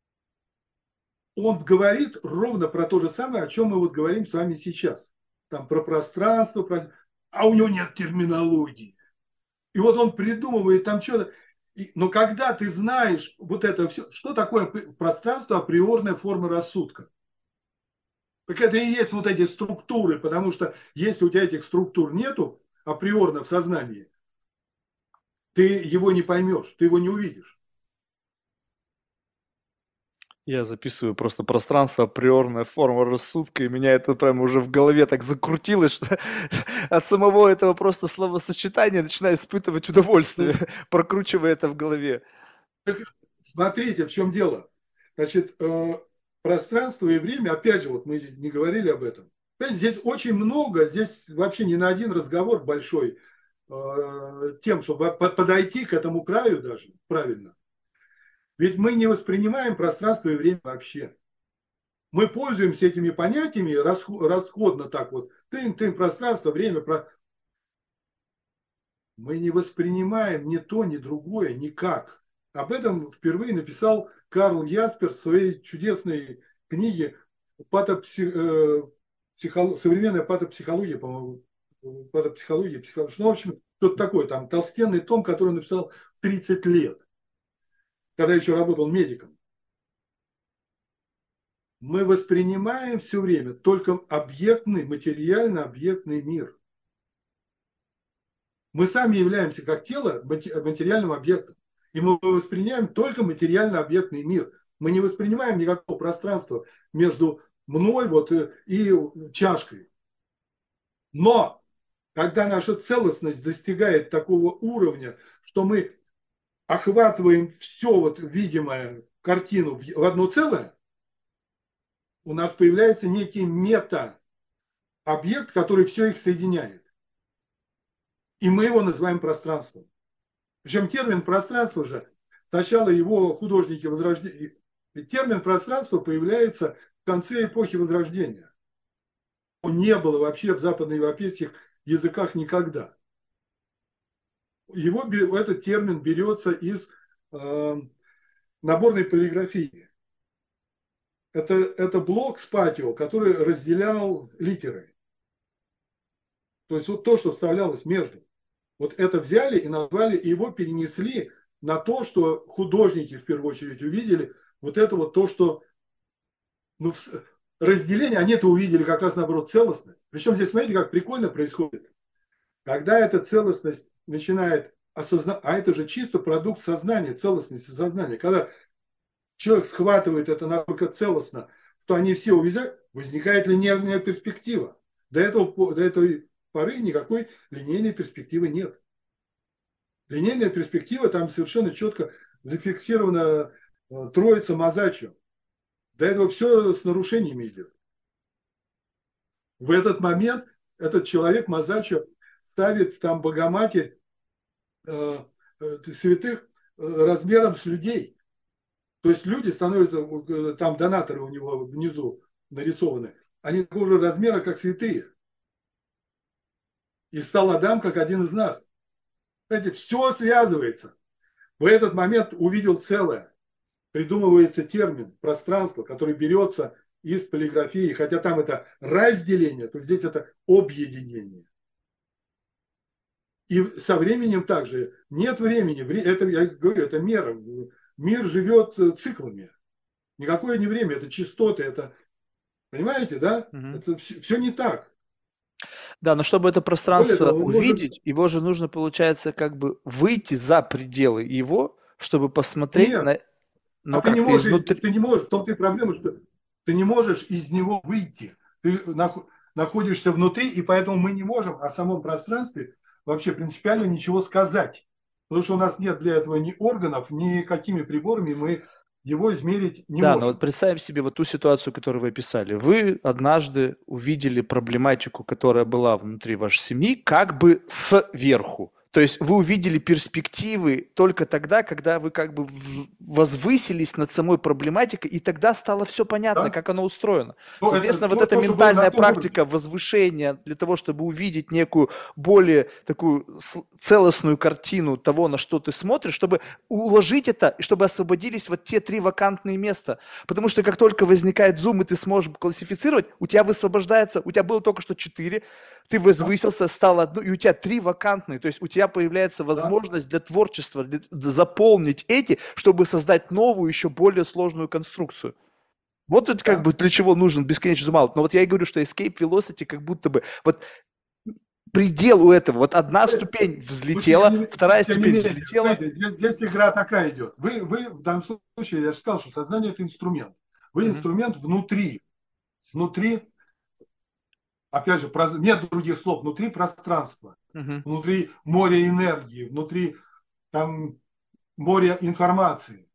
Он говорит ровно про то же самое, о чем мы вот говорим с вами сейчас. Там про пространство, а у него нет терминологии. И вот он придумывает там что-то. Но когда ты знаешь вот это все, что такое пространство, априорная форма рассудка? Так это и есть вот эти структуры, потому что если у тебя этих структур нету априорно в сознании, ты его не поймешь, ты его не увидишь. я записываю просто пространство, априорная форма рассудка, и меня это прямо уже в голове так закрутилось, что от самого этого просто словосочетания начинаю испытывать удовольствие, Ну, прокручивая это в голове. смотрите, в чем дело. Значит, пространство и время, опять же, вот мы не говорили об этом. Понимаете, здесь очень много, здесь вообще не на один разговор большой тем, чтобы подойти к этому краю даже правильно. Ведь мы не воспринимаем пространство и время вообще. Мы пользуемся этими понятиями расходно так вот. Тын-тын, пространство, время. Мы не воспринимаем ни то, ни другое никак. Об этом впервые написал Карл Яспер в своей чудесной книге «Современная патопсихология», по-моему, патопсихология, психология. Ну, в общем, что-то такое, там толстенный том, который он написал в 30 лет, когда еще работал медиком. Мы воспринимаем все время только объектный, материально-объектный мир. Мы сами являемся как тело материальным объектом. И мы воспринимаем только материально-объектный мир. Мы не воспринимаем никакого пространства между мной вот и чашкой. Но когда наша целостность достигает такого уровня, что мы охватываем все вот видимое картину в одно целое, у нас появляется некий мета-объект, который все их соединяет. И мы его называем пространством. Причем термин пространство же, сначала его художники возрождения, термин пространство появляется в конце эпохи Возрождения. Его не было вообще в западноевропейских языках никогда. Этот термин берется из наборной полиграфии. Это блок спатио, который разделял литеры. То есть вот то, что вставлялось между. Вот это взяли и назвали, и его перенесли на то, что художники в первую очередь увидели. Вот это вот то, что ну, разделение, они это увидели как раз наоборот целостность. Причем здесь, смотрите, как прикольно происходит. Когда эта целостность начинает осознавать, а это же чисто продукт сознания, целостности сознания. Когда человек схватывает это настолько целостно, что они все увидят, возникает линейная перспектива. До этой поры никакой линейной перспективы нет. Линейная перспектива, там совершенно четко зафиксирована троица Мазачо. До этого все с нарушениями идет. В этот момент этот человек Мазачо ставит там Богоматерь святых размером с людей. То есть люди становятся, там донаторы у него внизу нарисованы, они такого же размера, как святые. И стал Адам как один из нас. Знаете, все связывается. В этот момент увидел целое. Придумывается термин пространство, который берется из полиграфии, хотя там это разделение, то здесь это объединение. И со временем также нет времени, это, я говорю, это мера. Мир живет циклами. Никакое не время, это частоты, это, понимаете, да? Мгм. Это все не так. Да, но чтобы это Более пространство того, мы можем... увидеть, его же нужно, получается, как бы выйти за пределы его, чтобы посмотреть Нет, на, а но как-то изнутри. ты не можешь, в том-то и проблема, что ты не можешь из него выйти. Ты находишься внутри, и поэтому мы не можем о самом пространстве вообще принципиально ничего сказать. Потому что у нас нет для этого ни органов, ни какими приборами мы его измерить не Да, но вот можем. представим себе вот ту ситуацию, которую вы описали. Вы однажды увидели проблематику, которая была внутри вашей семьи, как бы сверху. То есть вы увидели перспективы только тогда, когда вы как бы возвысились над самой проблематикой, и тогда стало все понятно, Да? как оно устроено. Ну, это Соответственно, вот эта то, что было на ментальная том уровне. практика возвышения для того, чтобы увидеть некую более такую целостную картину того, на что ты смотришь, чтобы уложить это, и чтобы освободились вот те 3 вакантные места. Потому что как только возникает зум, и ты сможешь классифицировать, у тебя высвобождается, у тебя было только что 4, ты Да? возвысился, стало одно, и у тебя 3 вакантные. То есть у тебя появляется Да? возможность для творчества, заполнить эти, чтобы создать новую, еще более сложную конструкцию. Вот это как Да? бы для чего нужен бесконечный зум-аут. Но вот я и говорю, что Escape Velocity как будто бы вот предел у этого. Вот одна ступень Ну, взлетела, вторая тем не ступень менее, взлетела. знаете, здесь игра такая идет. Вы в данном случае, я же сказал, что сознание – это инструмент. Вы Мгм. инструмент внутри, опять же, нет других слов, внутри пространства, Мгм. внутри моря энергии, внутри там моря информации.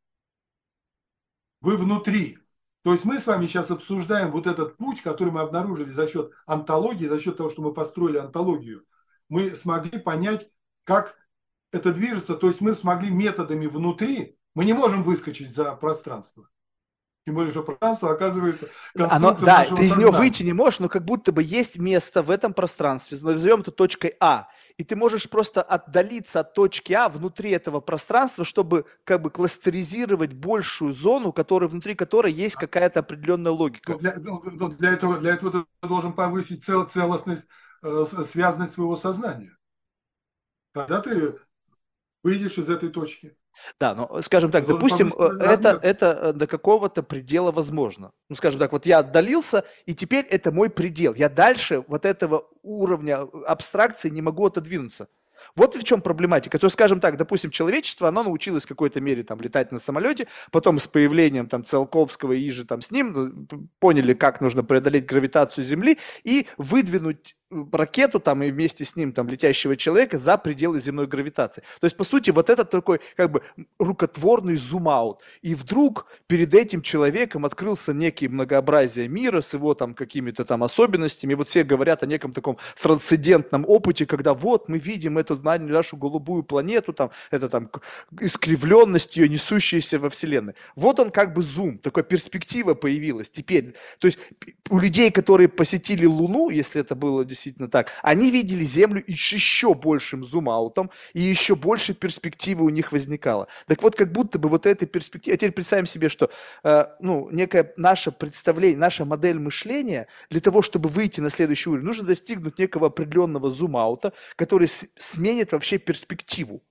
Вы внутри. То есть мы с вами сейчас обсуждаем вот этот путь, который мы обнаружили за счет онтологии, за счет того, что мы построили онтологию. Мы смогли понять, как это движется. То есть мы смогли методами внутри, мы не можем выскочить за пространство. Тем более, что пространство оказывается Оно, конструктом да, нашего ты из него выйти сознания. не можешь, но как будто бы есть место в этом пространстве, назовем это точкой А, и ты можешь просто отдалиться от точки А внутри этого пространства, чтобы как бы кластеризировать большую зону, внутри которой есть какая-то определенная логика. Для этого ты должен повысить целостность, связанность своего сознания. Тогда ты выйдешь из этой точки. Да, но, скажем Ты так, должен допустим, повысить размерность. это до какого-то предела возможно. Ну, скажем так, вот я отдалился, и теперь это мой предел. Я дальше вот этого уровня абстракции не могу отодвинуться. Вот в чем проблематика. То есть, скажем так, допустим, человечество, оно научилось в какой-то мере там летать на самолете, потом с появлением там Циолковского и же там с ним поняли, как нужно преодолеть гравитацию Земли и выдвинуть ракету там и вместе с ним там летящего человека за пределы земной гравитации. То есть, по сути, вот это такой как бы рукотворный зум-аут. И вдруг перед этим человеком открылся некий многообразие мира с его там какими-то там особенностями. И вот все говорят о неком таком трансцендентном опыте, когда вот мы видим эту нашу голубую планету, там, это там искривленность ее, несущаяся во Вселенной. Вот он как бы зум, такая перспектива появилась теперь. То есть у людей, которые посетили Луну, если это было действительно так, они видели Землю еще большим зум-аутом, и еще больше перспективы у них возникало. Так вот, как будто бы вот этой перспективы... А теперь представим себе, что ну, некое наше представление, наша модель мышления для того, чтобы выйти на следующий уровень, нужно достигнуть некого определенного зум-аута, который сменит вообще перспективу.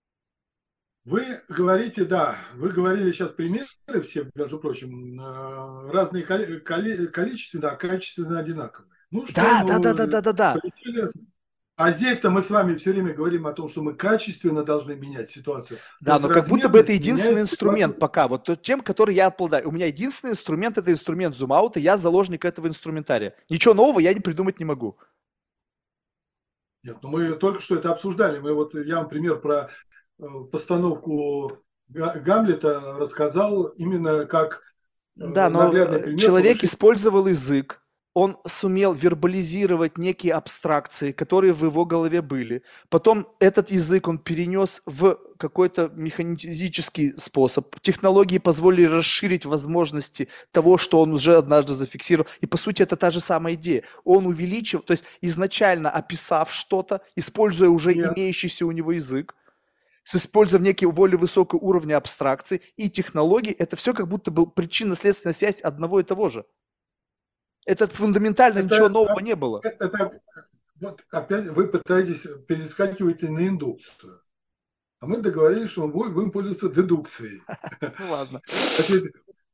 Вы говорите, да, вы говорили сейчас примеры все, между прочим, разные количественные, да, качественно одинаковые. Ну что, Да, да, да, ну, да, да, да, да. полетели. А здесь-то мы с вами все время говорим о том, что мы качественно должны менять ситуацию. То Да, есть но как будто бы это размерность единственный меняет инструмент ситуацию. пока. Вот тем, который я обладаю. У меня единственный инструмент – это инструмент зум-аута, я заложник этого инструментария. Ничего нового я не придумать не могу. Нет, ну мы только что это обсуждали. Я вам пример про постановку Гамлета рассказал именно как Да, но наглядный пример человек повышения. использовал язык, он сумел вербализировать некие абстракции, которые в его голове были. Потом этот язык он перенес в какой-то механизический способ. Технологии позволили расширить возможности того, что он уже однажды зафиксировал. И по сути это та же самая идея. Он увеличил, то есть изначально описав что-то, используя уже Нет, имеющийся у него язык, с использованием некие более высокого уровня абстракции и технологий, это все как будто был причинно-следственная связь одного и того же. Это фундаментально ничего это, нового не было. вот опять вы пытаетесь перескакиваете на индукцию. А мы договорились, что мы будем пользоваться дедукцией. Ну ладно. Значит,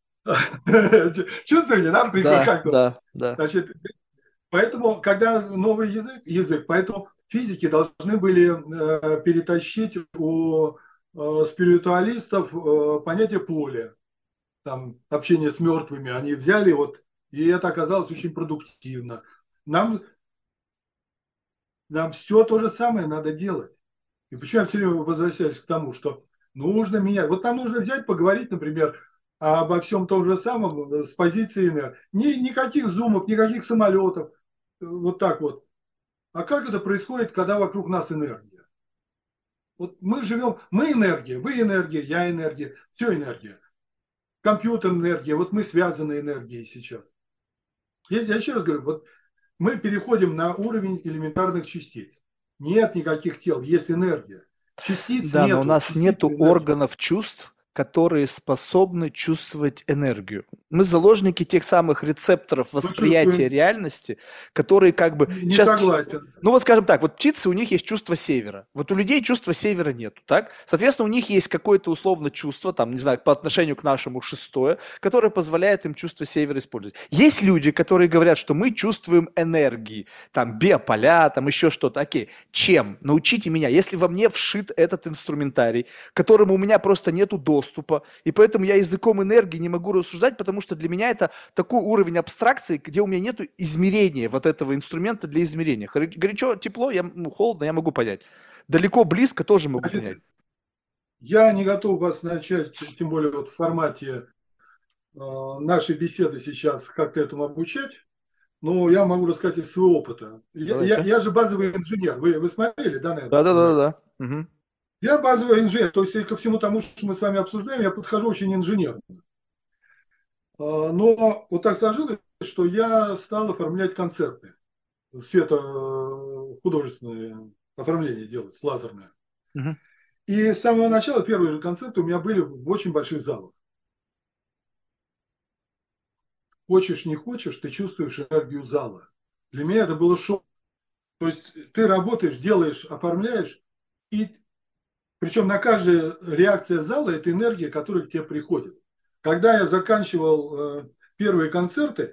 чувствуете, да, Да, как то? да, да. Значит, поэтому, когда новый язык, поэтому физики должны были перетащить у спиритуалистов понятие поля, там, общение с мертвыми. Они взяли, вот, и это оказалось очень продуктивно. Нам, нам все то же самое надо делать. И почему я все время возвращаюсь к тому, что нужно менять. Вот там нужно взять, поговорить, например, обо всем том же самом с позиции энергии. Никаких зумов, никаких самолетов. Вот так вот. А как это происходит, когда вокруг нас энергия? Вот мы живем, мы энергия, вы энергия, я энергия, все энергия. Компьютер энергия, вот мы связаны энергией сейчас. Я еще раз говорю, вот мы переходим на уровень элементарных частиц. Нет никаких тел, есть энергия. Частиц Да, но у нету, нас нету частицы энергии. органов чувств, которые способны чувствовать энергию. Мы заложники тех самых рецепторов Мы восприятия чувствуем, реальности, которые как бы не сейчас, согласен. ну вот скажем так, вот птицы, у них есть чувство севера. Вот у людей чувства севера нету, так? Соответственно, у них есть какое-то условно чувство, там, не знаю, по отношению к нашему шестое, которое позволяет им чувство севера использовать. Есть люди, которые говорят, что мы чувствуем энергии, там, биополя, там, еще что-то. Окей, чем? Научите меня. Если во мне вшит этот инструментарий, к которому у меня просто нету доступа, и поэтому я языком энергии не могу рассуждать, потому что для меня это такой уровень абстракции, где у меня нету измерения вот этого инструмента для измерения. Горячо, тепло, холодно, я могу понять. Далеко, близко тоже могу понять. Значит, я не готов вас начать, тем более вот в формате нашей беседы сейчас как-то этому обучать, но я могу рассказать из своего опыта. Давайте. Я же базовый инженер. Вы смотрели, да, наверное, понимаете? Да-да-да-да. Мгм. Я базовый инженер, то есть ко всему тому, что мы с вами обсуждаем, я подхожу очень инженерно. Но вот так сложилось, что я стал оформлять концерты, художественное оформление делать, лазерное. Мгм. И с самого начала первые же концерты у меня были в очень больших залах. Хочешь, не хочешь, ты чувствуешь энергию зала. Для меня это было шок. То есть ты работаешь, делаешь, оформляешь, и причем на каждая реакция зала – это энергия, которая к тебе приходит. Когда я заканчивал первые концерты,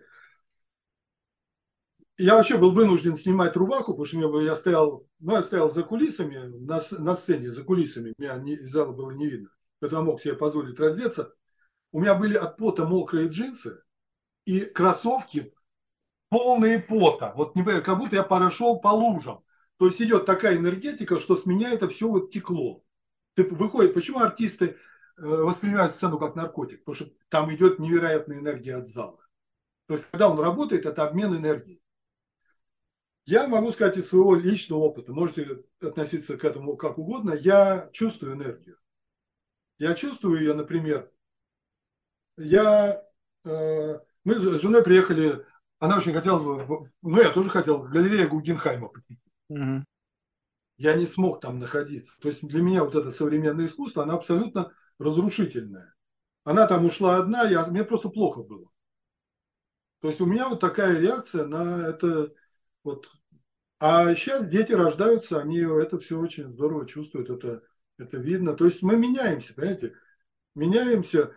я вообще был вынужден снимать рубаху, потому что я стоял, ну, я стоял за кулисами, на сцене, за кулисами, меня из зала было не видно, поэтому я мог себе позволить раздеться. У меня были от пота мокрые джинсы и кроссовки полные пота. Вот не понимаю, как будто я прошел по лужам. То есть идет такая энергетика, что с меня это все вот текло. Ты выходит, почему артисты воспринимают сцену как наркотик? Потому что там идет невероятная энергия от зала. То есть, когда он работает, это обмен энергией. Я могу сказать из своего личного опыта, можете относиться к этому как угодно, я чувствую энергию. Я чувствую ее, например, я, мы с женой приехали, она очень хотела, ну я тоже хотел, галерея Гугенхайма посетить. Мгм. Я не смог там находиться. То есть для меня вот это современное искусство, оно абсолютно разрушительное. Она там ушла одна, мне просто плохо было. То есть у меня вот такая реакция на это. Вот. А сейчас дети рождаются, они это все очень здорово чувствуют, это видно. То есть мы меняемся, понимаете? Меняемся,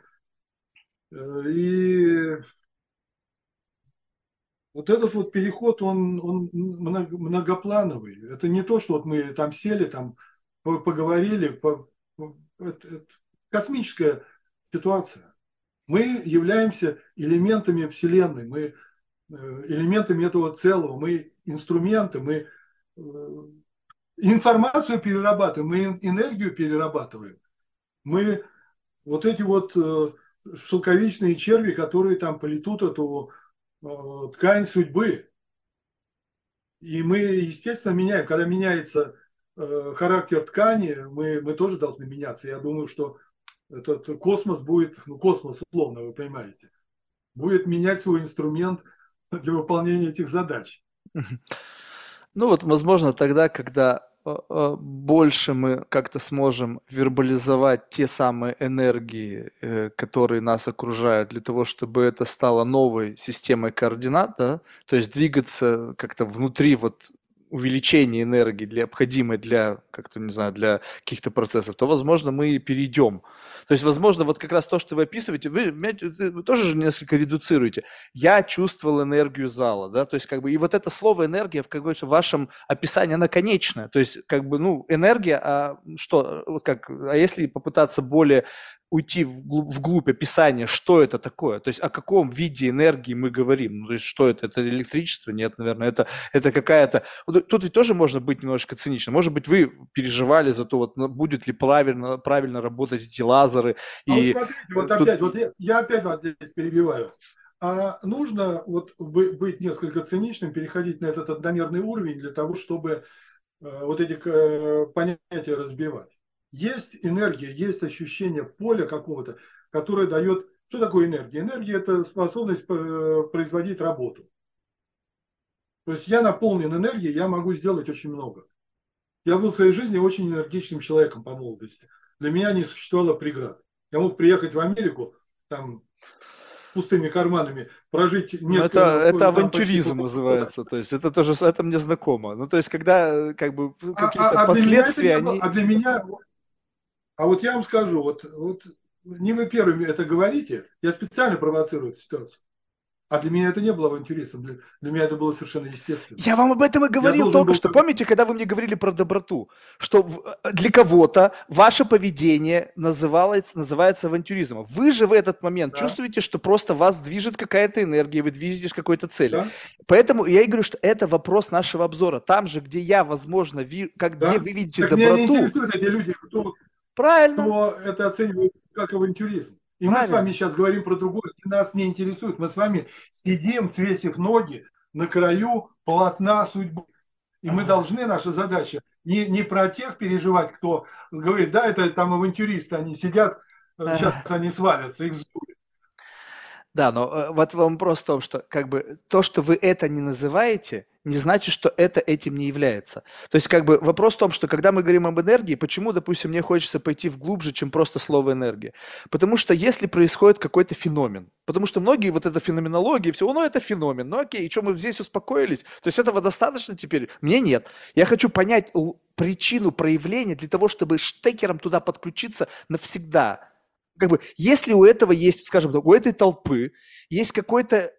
и вот этот вот переход, он многоплановый. Это не то, что вот мы там сели, там поговорили. Это космическая ситуация. Мы являемся элементами Вселенной, мы элементами этого целого, мы инструменты, мы информацию перерабатываем, мы энергию перерабатываем. Мы вот эти вот шелковичные черви, которые там плетут эту ткань судьбы. И мы, естественно, меняем. Когда меняется характер ткани, мы тоже должны меняться. Я думаю, что этот космос будет, ну, космос условно, вы понимаете, будет менять свой инструмент для выполнения этих задач. Ну вот, возможно, тогда, когда больше мы как-то сможем вербализовать те самые энергии, которые нас окружают, для того, чтобы это стало новой системой координат, да, то есть двигаться как-то внутри вот увеличения энергии, необходимой для, как-то, не знаю, для каких-то процессов, то, возможно, мы и перейдем. То есть, возможно, вот как раз то, что вы описываете, вы тоже же несколько редуцируете. Я чувствовал энергию зала, да, то есть как бы и вот это слово энергия в каком-то вашем описании, она конечная, то есть как бы, ну, энергия, а что, вот как, а если попытаться более уйти вглубь описания, что это такое, то есть о каком виде энергии мы говорим, ну, то есть что это? Это электричество? Нет, наверное, это какая-то... Тут ведь тоже можно быть немножко циничным. Может быть, вы переживали за то, вот, будет ли правильно работать эти лазеры, А вот и смотрите, вот тут... опять, вот я опять вас здесь перебиваю. А нужно вот быть несколько циничным, переходить на этот одномерный уровень для того, чтобы вот эти понятия разбивать. Есть энергия, есть ощущение поля какого-то, которое дает... Что такое энергия? Энергия – это способность производить работу. То есть я наполнен энергией, я могу сделать очень много. Я был в своей жизни очень энергичным человеком по молодости. Для меня не существовало преград. Я мог приехать в Америку, там, пустыми карманами, прожить Ну, несколько, это там, почти авантюризм полгода. называется, то есть это тоже, это мне знакомо. Ну, то есть когда как бы какие-то Для меня это последствия, не было. они... Для меня, а вот я вам скажу, вот не вы первыми это говорите, я специально провоцирую эту ситуацию. А для меня это не было авантюристом, для меня это было совершенно естественно. Я вам об этом и Я говорил должен только был... что. Помните, когда вы мне говорили про доброту, что для кого-то ваше поведение называется авантюризмом. Вы же в этот момент Да, чувствуете, что просто вас движет какая-то энергия, вы движетесь к какой-то цели. да, Поэтому я и говорю, что это вопрос нашего обзора. Там же, где я, возможно, где да. вы видите Так меня не доброту, интересуют эти люди, правильно, кто это оценивает как авантюризм. И мы с вами правильно. сейчас говорим про другое, и нас не интересует. Мы с вами сидим, свесив ноги на краю полотна судьбы. И мы А. должны, наша задача, не про тех переживать, кто говорит, да, это там авантюристы, они сидят, сейчас они свалятся, их вздует. Да, но вот вопрос в том, что как бы то, что вы это не называете, не значит, что это этим не является. То есть как бы вопрос в том, что когда мы говорим об энергии, почему, допустим, мне хочется пойти вглубже, чем просто слово энергия? Потому что если происходит какой-то феномен, потому что многие вот эта феноменология, все, ну это феномен, ну окей, и что мы здесь успокоились? То есть этого достаточно теперь? Мне нет. Я хочу понять причину проявления для того, чтобы штекером туда подключиться навсегда. Как бы, если у этого есть, скажем так, у этой толпы есть какой-то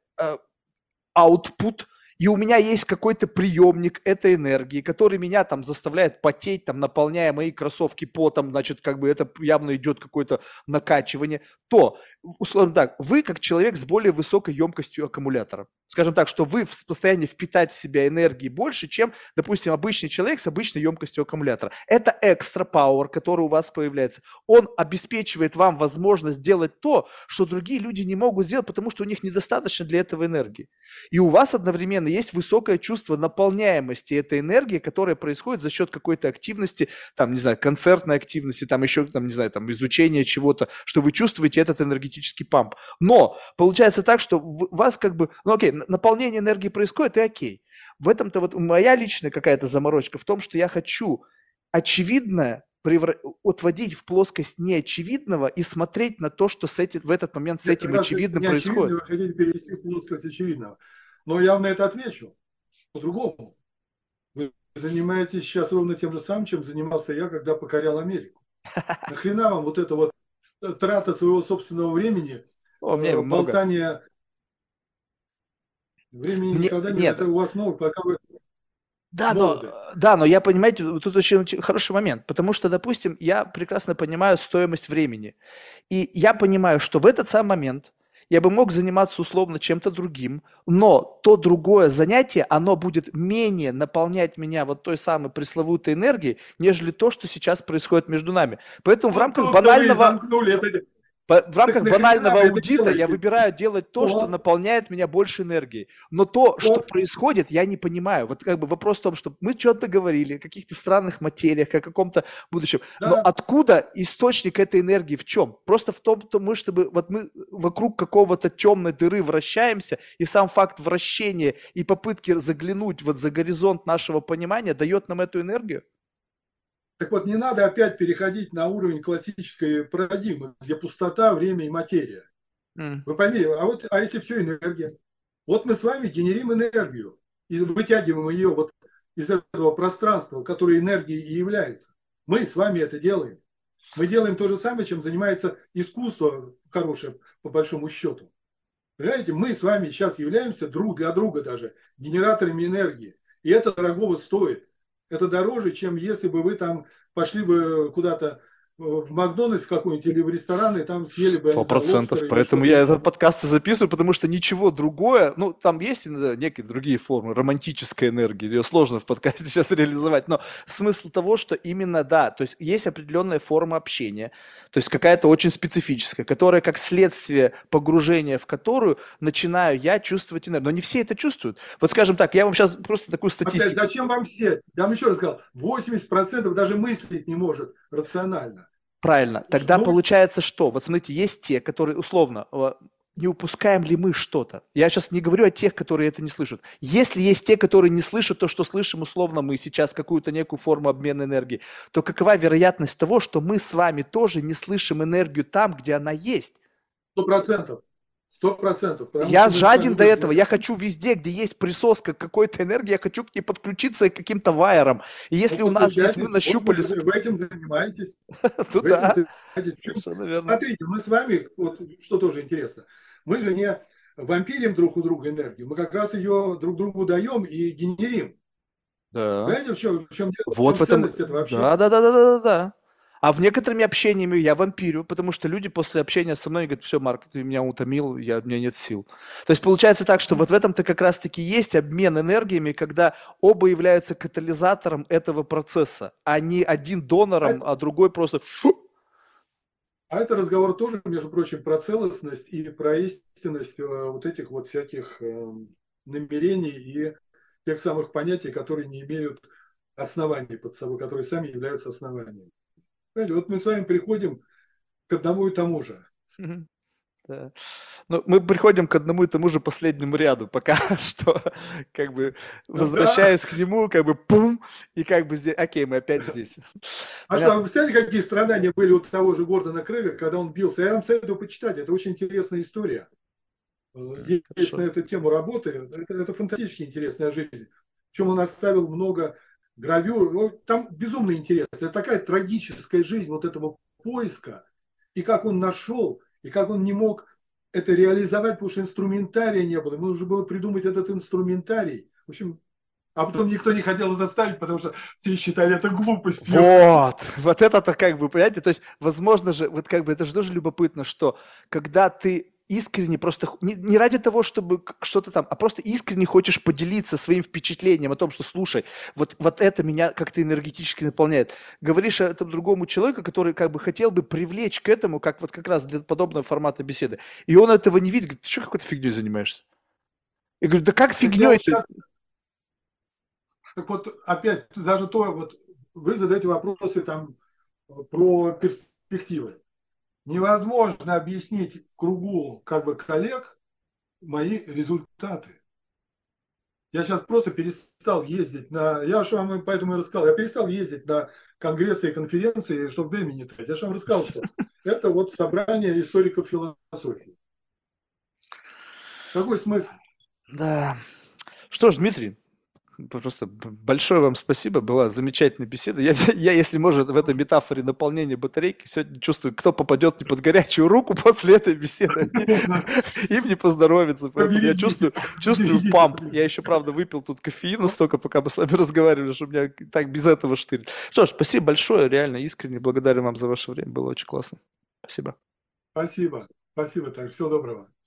output, и у меня есть какой-то приемник этой энергии, который меня там заставляет потеть, там, наполняя мои кроссовки потом, значит, как бы это явно идет какое-то накачивание, то, условно так, вы как человек с более высокой емкостью аккумулятора. Скажем так, что вы в состоянии впитать в себя энергии больше, чем, допустим, обычный человек с обычной емкостью аккумулятора. Это экстра power, который у вас появляется. Он обеспечивает вам возможность делать то, что другие люди не могут сделать, потому что у них недостаточно для этого энергии. И у вас одновременно есть высокое чувство наполняемости этой энергии, которая происходит за счет какой-то активности, там, не знаю, концертной активности, там еще, там, не знаю, там, изучения чего-то, что вы чувствуете этот энергетический памп. Но получается так, что у вас как бы, ну окей, наполнение энергии происходит, и окей. В этом-то вот моя личная какая-то заморочка в том, что я хочу очевидное отводить в плоскость неочевидного и смотреть на то, что в этот момент с Нет, как этим раз очевидным не очевидно, происходит. вы хотите перевести в плоскость очевидного. Но я вам на это отвечу по-другому. Вы занимаетесь сейчас ровно тем же самым, чем занимался я, когда покорял Америку. Нахрена вам вот это вот трата своего собственного времени, О, мне много. болтание, времени никогда нет, Нет, это у вас много, пока вы да, молоды. я, понимаете, тут очень хороший момент, потому что, допустим, я прекрасно понимаю стоимость времени, и я понимаю, что в этот самый момент я бы мог заниматься условно чем-то другим, но то другое занятие, оно будет менее наполнять меня вот той самой пресловутой энергией, нежели то, что сейчас происходит между нами. Поэтому Вот тут-то вы и замкнули это. в Так рамках нахрена банального вы это аудита я делаете? выбираю делать то, что Вот, наполняет меня больше энергии. Но то, что вот, происходит, я не понимаю. Вот как бы вопрос в том, что мы что-то говорили о каких-то странных материях, о каком-то будущем. Но да. откуда источник этой энергии? В чем? Просто в том, что мы вокруг какого-то темной дыры вращаемся, и сам факт вращения и попытки заглянуть вот за горизонт нашего понимания дает нам эту энергию? Так вот, не надо опять переходить на уровень классической парадигмы, где пустота, время и материя. М. Вы поймите, а если все энергия? Вот мы с вами генерим энергию и вытягиваем ее вот из этого пространства, которое энергией и является. Мы с вами это делаем. Мы делаем то же самое, чем занимается искусство хорошее, по большому счету. Понимаете, мы с вами сейчас являемся друг для друга даже генераторами энергии. И это дорогого стоит. Это дороже, чем если бы вы там пошли бы куда-то в Макдональдс какой-нибудь или в ресторан, и там съели бы, я Сто не знаю, процентов. лобстера или Поэтому что-то я этот еще. подкаст и записываю, потому что ничего другое, ну, там есть иногда некие другие формы романтической энергии, ее сложно в подкасте сейчас реализовать, но смысл того, что именно, да, то есть есть определенная форма общения, то есть какая-то очень специфическая, которая как следствие погружения в которую начинаю я чувствовать энергию. Но не все это чувствуют. Вот скажем так, я вам сейчас просто такую Опять, статистику. зачем вам все? Я вам еще раз сказал, 80% даже мыслить не может рационально. Правильно. Тогда Ну, получается что? Вот смотрите, есть те, которые условно, не упускаем ли мы что-то? Я сейчас не говорю о тех, которые это не слышат. Если есть те, которые не слышат то, что слышим условно мы сейчас, какую-то некую форму обмена энергии, то какова вероятность того, что мы с вами тоже не слышим энергию там, где она есть? 100%. 100%. Потому Я что мы с вами жаден до этого, люди. я хочу везде, где есть присоска какой-то энергии, я хочу к ней подключиться каким-то вайером. И если Вот у нас здесь мы подключайтесь, вот вы нащупали, в этим занимаетесь. то В этом да, занимаетесь. Причем, совершенно верно. смотрите, мы с вами, вот что тоже интересно, мы же не вампирим друг у друга энергию, мы как раз ее друг другу даем и генерим. Да. Понимаете, в чем дело, в Вот чем в этом, ценность этого общения? да, да, да, да, да, да, да. А в некоторыми общениями я вампирю, потому что люди после общения со мной говорят, все, Марк, ты меня утомил, у меня нет сил. То есть получается так, что вот в этом-то как раз-таки есть обмен энергиями, когда оба являются катализатором этого процесса, а не один А донором, это, а другой просто... а это разговор тоже, между прочим, про целостность и про истинность вот этих вот всяких намерений и тех самых понятий, которые не имеют оснований под собой, которые сами являются основанием. Понимаете, вот мы с вами приходим к одному и тому же. Да. Ну, мы приходим к одному и тому же последнему ряду, пока что, как бы, Да. возвращаясь к нему, как бы, пум, и как бы здесь, окей, мы опять здесь. А что, вы Понятно. представляете, какие страдания были у того же Гордона Крыга, когда он бился? Я вам советую почитать, это очень интересная история. Есть на Хорошо. эту тему работы, это фантастически интересная жизнь. Причем он оставил много гравюр, ну, там безумно интересно. Это такая трагическая жизнь вот этого поиска, и как он нашел, и как он не мог это реализовать, потому что инструментария не было. Ему нужно было придумать этот инструментарий. В общем, а потом никто не хотел это ставить, потому что все считали это глупостью. Вот это-то как бы, понимаете, то есть, возможно же, вот как бы это же тоже любопытно, что когда ты искренне просто, не ради того, чтобы что-то там, а просто искренне хочешь поделиться своим впечатлением о том, что, слушай, вот это меня как-то энергетически наполняет. Говоришь этому другому человеку, который как бы хотел бы привлечь к этому, как вот как раз для подобного формата беседы, и он этого не видит, говорит, ты что какой-то фигней занимаешься? Я говорю, да как Так я вот фигней-то? сейчас, так вот опять, даже то, вот вы задаете вопросы там про перспективы. Невозможно объяснить в кругу как бы коллег мои результаты. Я сейчас просто перестал ездить на... Я же вам поэтому и рассказал. Я перестал ездить на конгрессы и конференции, чтобы времени не тратить. Я же вам рассказал, что это вот собрание историков философии. Какой смысл? Да. Что ж, Дмитрий, просто большое вам спасибо, была замечательная беседа. Я, если может, в этой метафоре наполнения батарейки сегодня чувствую, кто попадет не под горячую руку после этой беседы, им не поздоровится. Поэтому я Поберегите, чувствую поберегите, памп. Я поберегите. еще, правда, выпил тут кофеина столько, пока мы с вами разговаривали, что меня так без этого штырит. Что ж, спасибо большое, реально искренне благодарен вам за ваше время, было очень классно. Спасибо. Спасибо. Спасибо, так. Всего доброго.